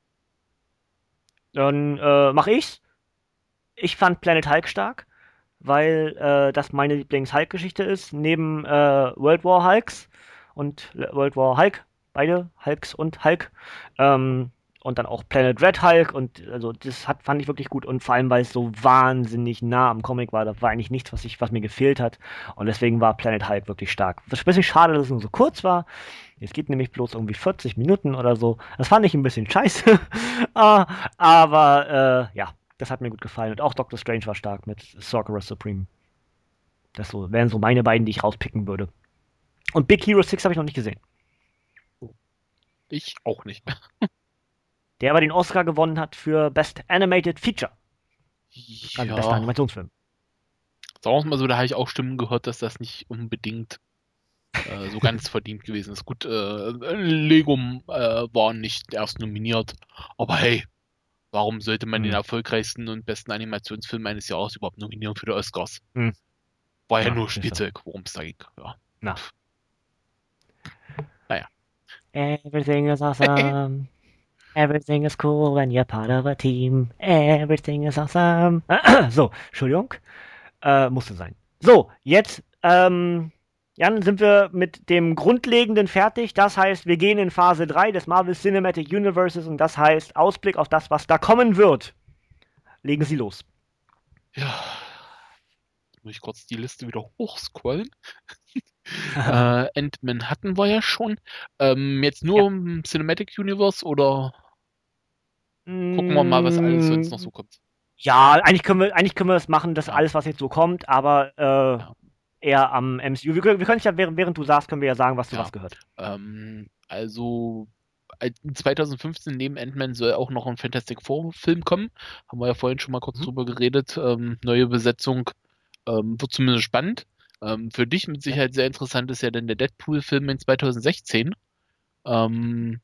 Dann mach ich's. Ich fand Planet Hulk stark, weil das meine Lieblings-Hulk-Geschichte ist, neben World War Hulks und World War Hulk, beide Hulks und Hulk. Und dann auch Planet Red Hulk und also fand ich wirklich gut und vor allem, weil es so wahnsinnig nah am Comic war, das war eigentlich nichts, was mir gefehlt hat und deswegen war Planet Hulk wirklich stark. Das ist ein bisschen schade, dass es nur so kurz war. Es geht nämlich bloß irgendwie 40 Minuten oder so. Das fand ich ein bisschen scheiße. Aber ja, das hat mir gut gefallen. Und auch Doctor Strange war stark mit Sorcerer Supreme. Wären so meine beiden, die ich rauspicken würde. Und Big Hero 6 habe ich noch nicht gesehen. Ich auch nicht. Der aber den Oscar gewonnen hat für Best Animated Feature. Also bester Ja, Animationsfilm. sagen wir es mal so, da habe ich auch Stimmen gehört, dass das nicht unbedingt so ganz verdient gewesen ist. Gut, Lego war nicht erst nominiert, aber hey, warum sollte man den Hm. erfolgreichsten und besten Animationsfilm eines Jahres überhaupt nominieren für die Oscars? Hm. War ja Na, nur siehst du. Spielzeug, worum es da ging. Ja. Na. Naja. Everything is awesome. Everything is cool when you're part of a team. Everything is awesome. So, Entschuldigung. Musste sein. So, jetzt, Jan, sind wir mit dem Grundlegenden fertig. Das heißt, wir gehen in Phase 3 des Marvel Cinematic Universes und das heißt Ausblick auf das, was da kommen wird. Legen Sie los. Ja. Muss ich kurz die Liste wieder hochscrollen. Ant-Man hatten wir ja schon. Jetzt Ja. nur im Cinematic Universe oder gucken wir mal, was alles sonst noch Mm, so kommt. ja, eigentlich können wir das machen, das Ja, alles, was jetzt so kommt, aber ja, eher am MCU. Wir können es ja, während du sagst, können wir ja sagen, was zu ja. was gehört. Also 2015 neben Ant-Man soll auch noch ein Fantastic Four-Film kommen. Haben wir ja vorhin schon mal kurz Mhm. drüber geredet. Neue Besetzung wird zumindest spannend. Für dich mit Ja. Sicherheit sehr interessant ist ja dann der Deadpool-Film in 2016. Ähm,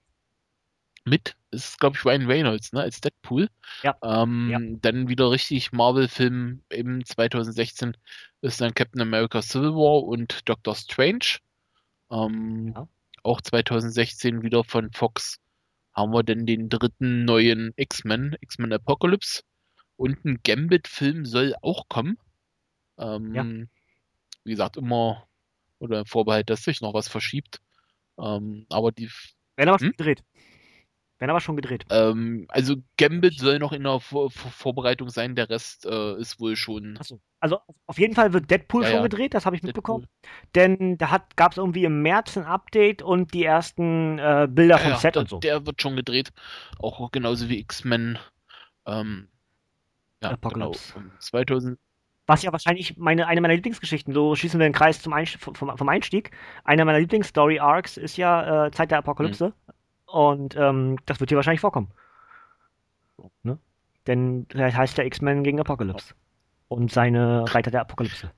ist glaube ich Ryan Reynolds, ne, als Deadpool. Ja. Ja. Dann wieder richtig Marvel-Film im 2016 ist dann Captain America Civil War und Doctor Strange. Ähm, Ja. auch 2016 wieder von Fox haben wir denn den dritten neuen X-Men Apocalypse. Und ein Gambit-Film soll auch kommen. Ja. Wie gesagt, immer oder Vorbehalt, dass sich noch was verschiebt. Aber die, Werden aber schon hm? gedreht. Werden aber schon gedreht. Also Gambit soll noch in der Vorbereitung sein, der Rest ist wohl schon, Achso. Also auf jeden Fall wird Deadpool ja, schon ja, gedreht, das habe ich mitbekommen. Deadpool. Denn gab es irgendwie im März ein Update und die ersten Bilder Ja, vom ja, Set und so. der wird schon gedreht. Auch genauso wie X-Men. Ja, genau. Apocalypse. 2000. Was ja wahrscheinlich eine meiner Lieblingsgeschichten, so schließen wir den Kreis vom Einstieg. Einer meiner Lieblings-Story-Arcs ist ja Zeit der Hm. Apokalypse. Und das wird hier wahrscheinlich vorkommen. Ne? Denn das heißt ja X-Men gegen Apocalypse. Und seine Reiter der Apokalypse.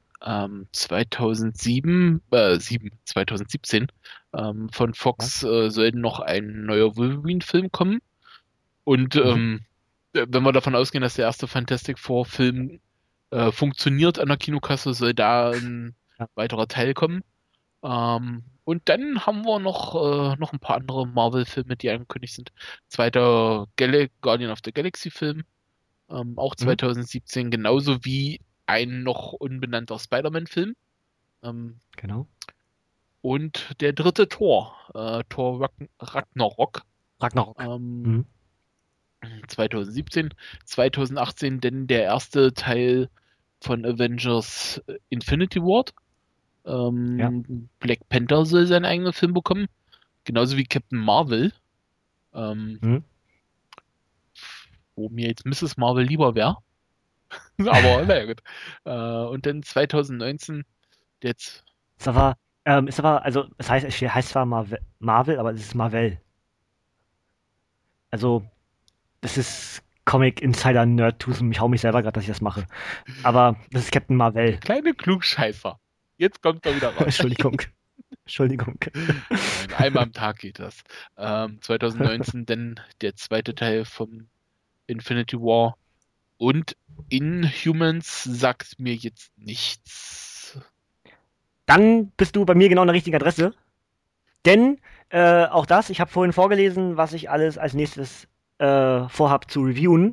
2017 von Ja? Fox soll noch ein neuer Wolverine-Film kommen. Und Mhm. wenn wir davon ausgehen, dass der erste Fantastic Four-Film funktioniert an der Kinokasse, soll da ein Ja, weiterer Teil kommen. Und dann haben wir noch ein paar andere Marvel-Filme, die angekündigt sind. Zweiter Guardian of the Galaxy-Film, auch mhm. 2017, genauso wie ein noch unbenannter Spider-Man-Film. Ähm, Genau. und der dritte Thor, Ragnarok, Ragnarok. ähm, Mhm. 2017, 2018 denn der erste Teil von Avengers Infinity War. Ja. Black Panther soll seinen eigenen Film bekommen, genauso wie Captain Marvel, ähm, Mhm. wo mir jetzt Mrs. Marvel lieber wäre. Aber naja, gut. Und dann 2019, jetzt, Also, es heißt zwar Marvel, aber es ist Marvel. Also, das ist Comic Insider Nerd-Tusem. Ich hau mich selber gerade, dass ich das mache. Aber das ist Captain der Marvel. kleine Klugscheißer. Jetzt kommt er wieder raus. Entschuldigung. Entschuldigung. Nein, einmal am Tag geht das. 2019 dann der zweite Teil von Infinity War. Und Inhumans sagt mir jetzt nichts. Dann bist du bei mir genau an der richtigen Adresse. Denn auch das, ich habe vorhin vorgelesen, was ich alles als nächstes vorhab zu reviewen.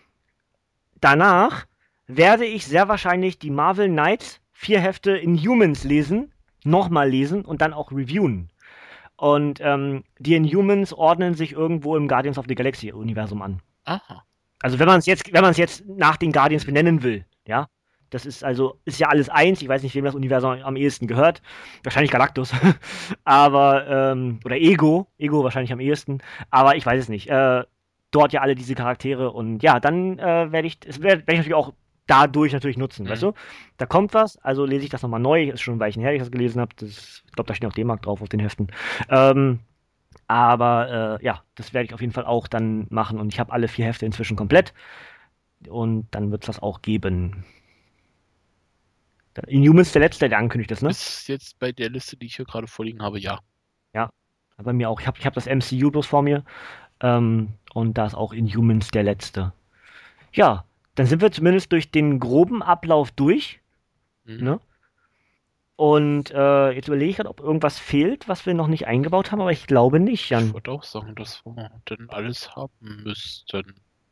Danach werde ich sehr wahrscheinlich die Marvel Knights 4 Hefte in Humans lesen, nochmal lesen und dann auch reviewen. Und die Inhumans ordnen sich irgendwo im Guardians of the Galaxy Universum an. Aha. Also wenn man es jetzt nach den Guardians Hm. benennen will, ja. Das ist ja alles eins. Ich weiß nicht, wem das Universum am ehesten gehört. Wahrscheinlich Galactus. Aber, oder Ego. Ego wahrscheinlich am ehesten. Aber ich weiß es nicht. Dort ja alle diese Charaktere und ja, dann werd ich natürlich auch dadurch natürlich nutzen, weißt Hm. du? Da kommt was, also lese ich das nochmal neu. Ist schon ein Weilchen her, dass ich das gelesen habe. Ich glaube, da steht auch D-Mark drauf auf den Heften. Ähm, aber ja, das werde ich auf jeden Fall auch dann machen und ich habe alle 4 Hefte inzwischen komplett und dann wird es das auch geben. Inhumans der letzte, der angekündigt ist, ne? Ist jetzt bei der Liste, die ich hier gerade vorliegen habe, ja. Ja, bei mir auch. Ich hab das MCU bloß vor mir und da ist auch Inhumans der letzte. Ja, dann sind wir zumindest durch den groben Ablauf durch, Hm. ne? Und jetzt überlege ich gerade, ob irgendwas fehlt, was wir noch nicht eingebaut haben, aber ich glaube nicht, Ich Jan. würde auch sagen, dass wir dann alles haben müssten.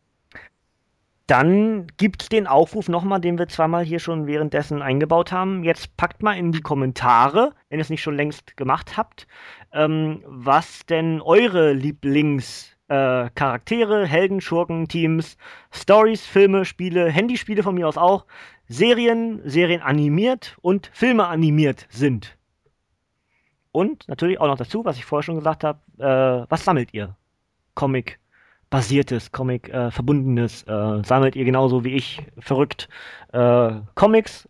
Dann gibt's den Aufruf nochmal, den wir zweimal hier schon währenddessen eingebaut haben. Jetzt packt mal in die Kommentare, wenn ihr es nicht schon längst gemacht habt, was denn eure Charaktere, Helden, Schurken, Teams, Stories, Filme, Spiele, Handyspiele von mir aus auch, Serien animiert und Filme animiert sind. Und natürlich auch noch dazu, was ich vorher schon gesagt habe, was sammelt ihr? Comic-basiertes, Comic-verbundenes, sammelt ihr genauso wie ich verrückt Comics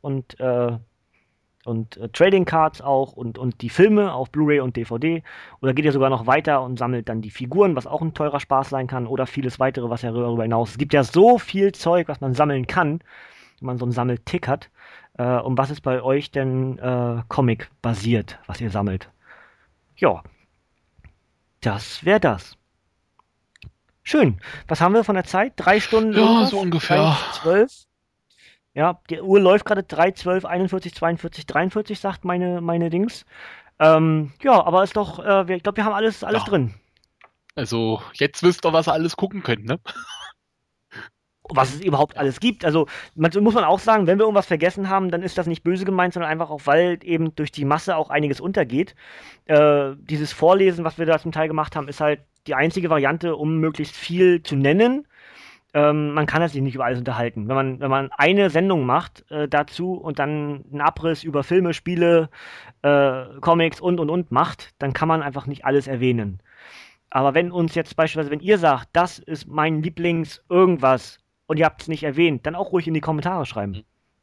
und Trading Cards auch und die Filme auf Blu-ray und DVD. Oder geht ihr sogar noch weiter und sammelt dann die Figuren, was auch ein teurer Spaß sein kann, oder vieles weitere, was ja darüber hinaus. Es gibt ja so viel Zeug, was man sammeln kann, wenn man so einen Sammeltick hat. Und was ist bei euch denn Comic-basiert, was ihr sammelt? Ja, das wäre das. Schön. Was haben wir von der Zeit? 3 Stunden Ja, so irgendwas? ungefähr. 3:12? Ja, die Uhr läuft gerade 3:12, 41, 42, 43, sagt meine Dings. Ja, aber ist doch, ich glaube, wir haben alles Ja, drin. also jetzt wisst ihr, was ihr alles gucken könnt, ne? Was es überhaupt Ja. alles gibt. Also muss man auch sagen, wenn wir irgendwas vergessen haben, dann ist das nicht böse gemeint, sondern einfach auch, weil eben durch die Masse auch einiges untergeht. Dieses Vorlesen, was wir da zum Teil gemacht haben, ist halt die einzige Variante, um möglichst viel zu nennen. Man kann sich nicht über alles unterhalten. Wenn man eine Sendung macht dazu und dann einen Abriss über Filme, Spiele, Comics und macht, dann kann man einfach nicht alles erwähnen. Aber wenn uns jetzt beispielsweise, wenn ihr sagt, das ist mein Lieblings irgendwas und ihr habt es nicht erwähnt, dann auch ruhig in die Kommentare schreiben.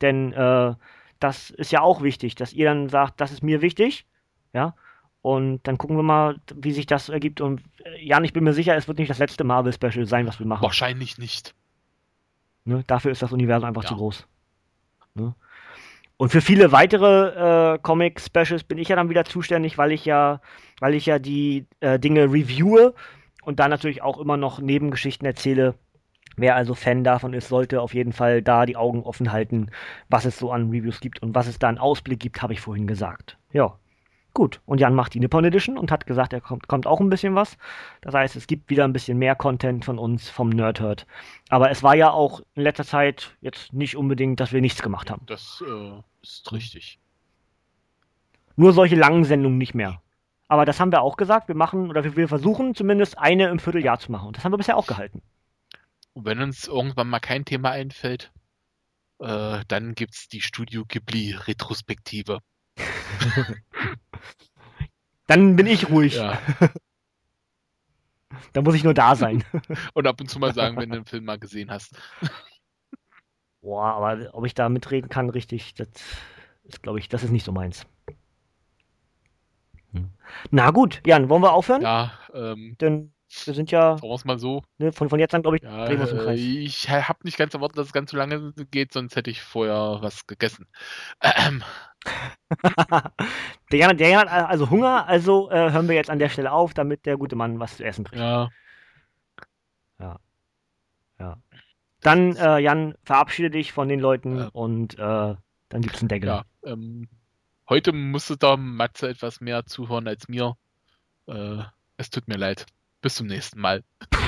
Denn das ist ja auch wichtig, dass ihr dann sagt, das ist mir wichtig, ja. Und dann gucken wir mal, wie sich das ergibt. Und Jan, ich bin mir sicher, es wird nicht das letzte Marvel-Special sein, was wir machen. Wahrscheinlich nicht. Ne? Dafür ist das Universum einfach zu Ja. groß. Ne? Und für viele weitere Comic-Specials bin ich ja dann wieder zuständig, weil ich ja die Dinge reviewe und dann natürlich auch immer noch Nebengeschichten erzähle. Wer also Fan davon ist, sollte auf jeden Fall da die Augen offen halten, was es so an Reviews gibt und was es da einen Ausblick gibt, habe ich vorhin gesagt. Ja, gut. Und Jan macht die Nippon Edition und hat gesagt, kommt auch ein bisschen was. Das heißt, es gibt wieder ein bisschen mehr Content von uns, vom Nerdhurt. Aber es war ja auch in letzter Zeit jetzt nicht unbedingt, dass wir nichts gemacht haben. Das ist richtig. Nur solche langen Sendungen nicht mehr. Aber das haben wir auch gesagt, wir machen, oder wir versuchen zumindest eine im Vierteljahr zu machen. Und das haben wir bisher auch gehalten. Und wenn uns irgendwann mal kein Thema einfällt, dann gibt's die Studio Ghibli Retrospektive. Dann bin ich ruhig. Ja. Dann muss ich nur da sein. Und ab und zu mal sagen, wenn du den Film mal gesehen hast. Boah, aber ob ich da mitreden kann, richtig, das ist, glaube ich, das ist nicht so meins. Na gut, Jan, wollen wir aufhören? Ja, Denn wir sind ja, sagen wir es mal so. ne, von jetzt an, glaube ich, Ja, drehen wir uns im Kreis. ich habe nicht ganz erwartet, dass es ganz so lange geht, sonst hätte ich vorher was gegessen. Der Jan hat also Hunger, also hören wir jetzt an der Stelle auf, damit der gute Mann was zu essen kriegt. Ja, Ja, ja. Dann, Jan, verabschiede dich von den Leuten und dann gibt's einen Deckel. ja. Heute musste da Matze etwas mehr zuhören als mir. Es tut mir leid. Bis zum nächsten Mal.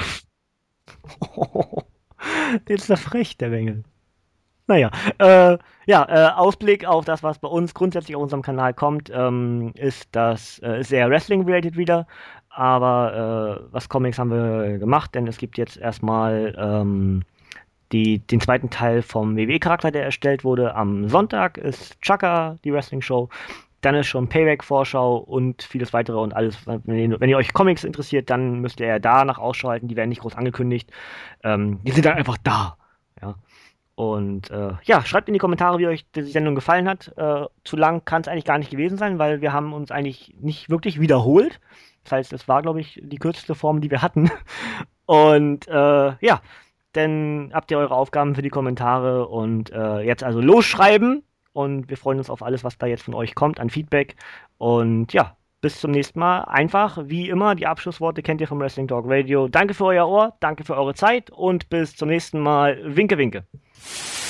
Der ist doch frech, der Bengel. Naja, Ausblick auf das, was bei uns grundsätzlich auf unserem Kanal kommt, ist ist sehr Wrestling-related wieder. Aber was Comics haben wir gemacht, denn es gibt jetzt erstmal den zweiten Teil vom WWE-Charakter, der erstellt wurde. Am Sonntag ist Chaka, die Wrestling-Show. Dann ist schon Payback-Vorschau und vieles weitere und alles. Wenn ihr euch Comics interessiert, dann müsst ihr ja danach Ausschau halten. Die werden nicht groß angekündigt. Die sind dann einfach da. Ja. Und schreibt in die Kommentare, wie euch die Sendung gefallen hat. Zu lang kann es eigentlich gar nicht gewesen sein, weil wir haben uns eigentlich nicht wirklich wiederholt. Das heißt, es war, glaube ich, die kürzeste Form, die wir hatten. Und dann habt ihr eure Aufgaben für die Kommentare und jetzt also losschreiben. Und wir freuen uns auf alles, was da jetzt von euch kommt an Feedback. Und ja, bis zum nächsten Mal. Einfach, wie immer, die Abschlussworte kennt ihr vom Wrestling Talk Radio. Danke für euer Ohr, danke für eure Zeit und bis zum nächsten Mal. Winke, winke.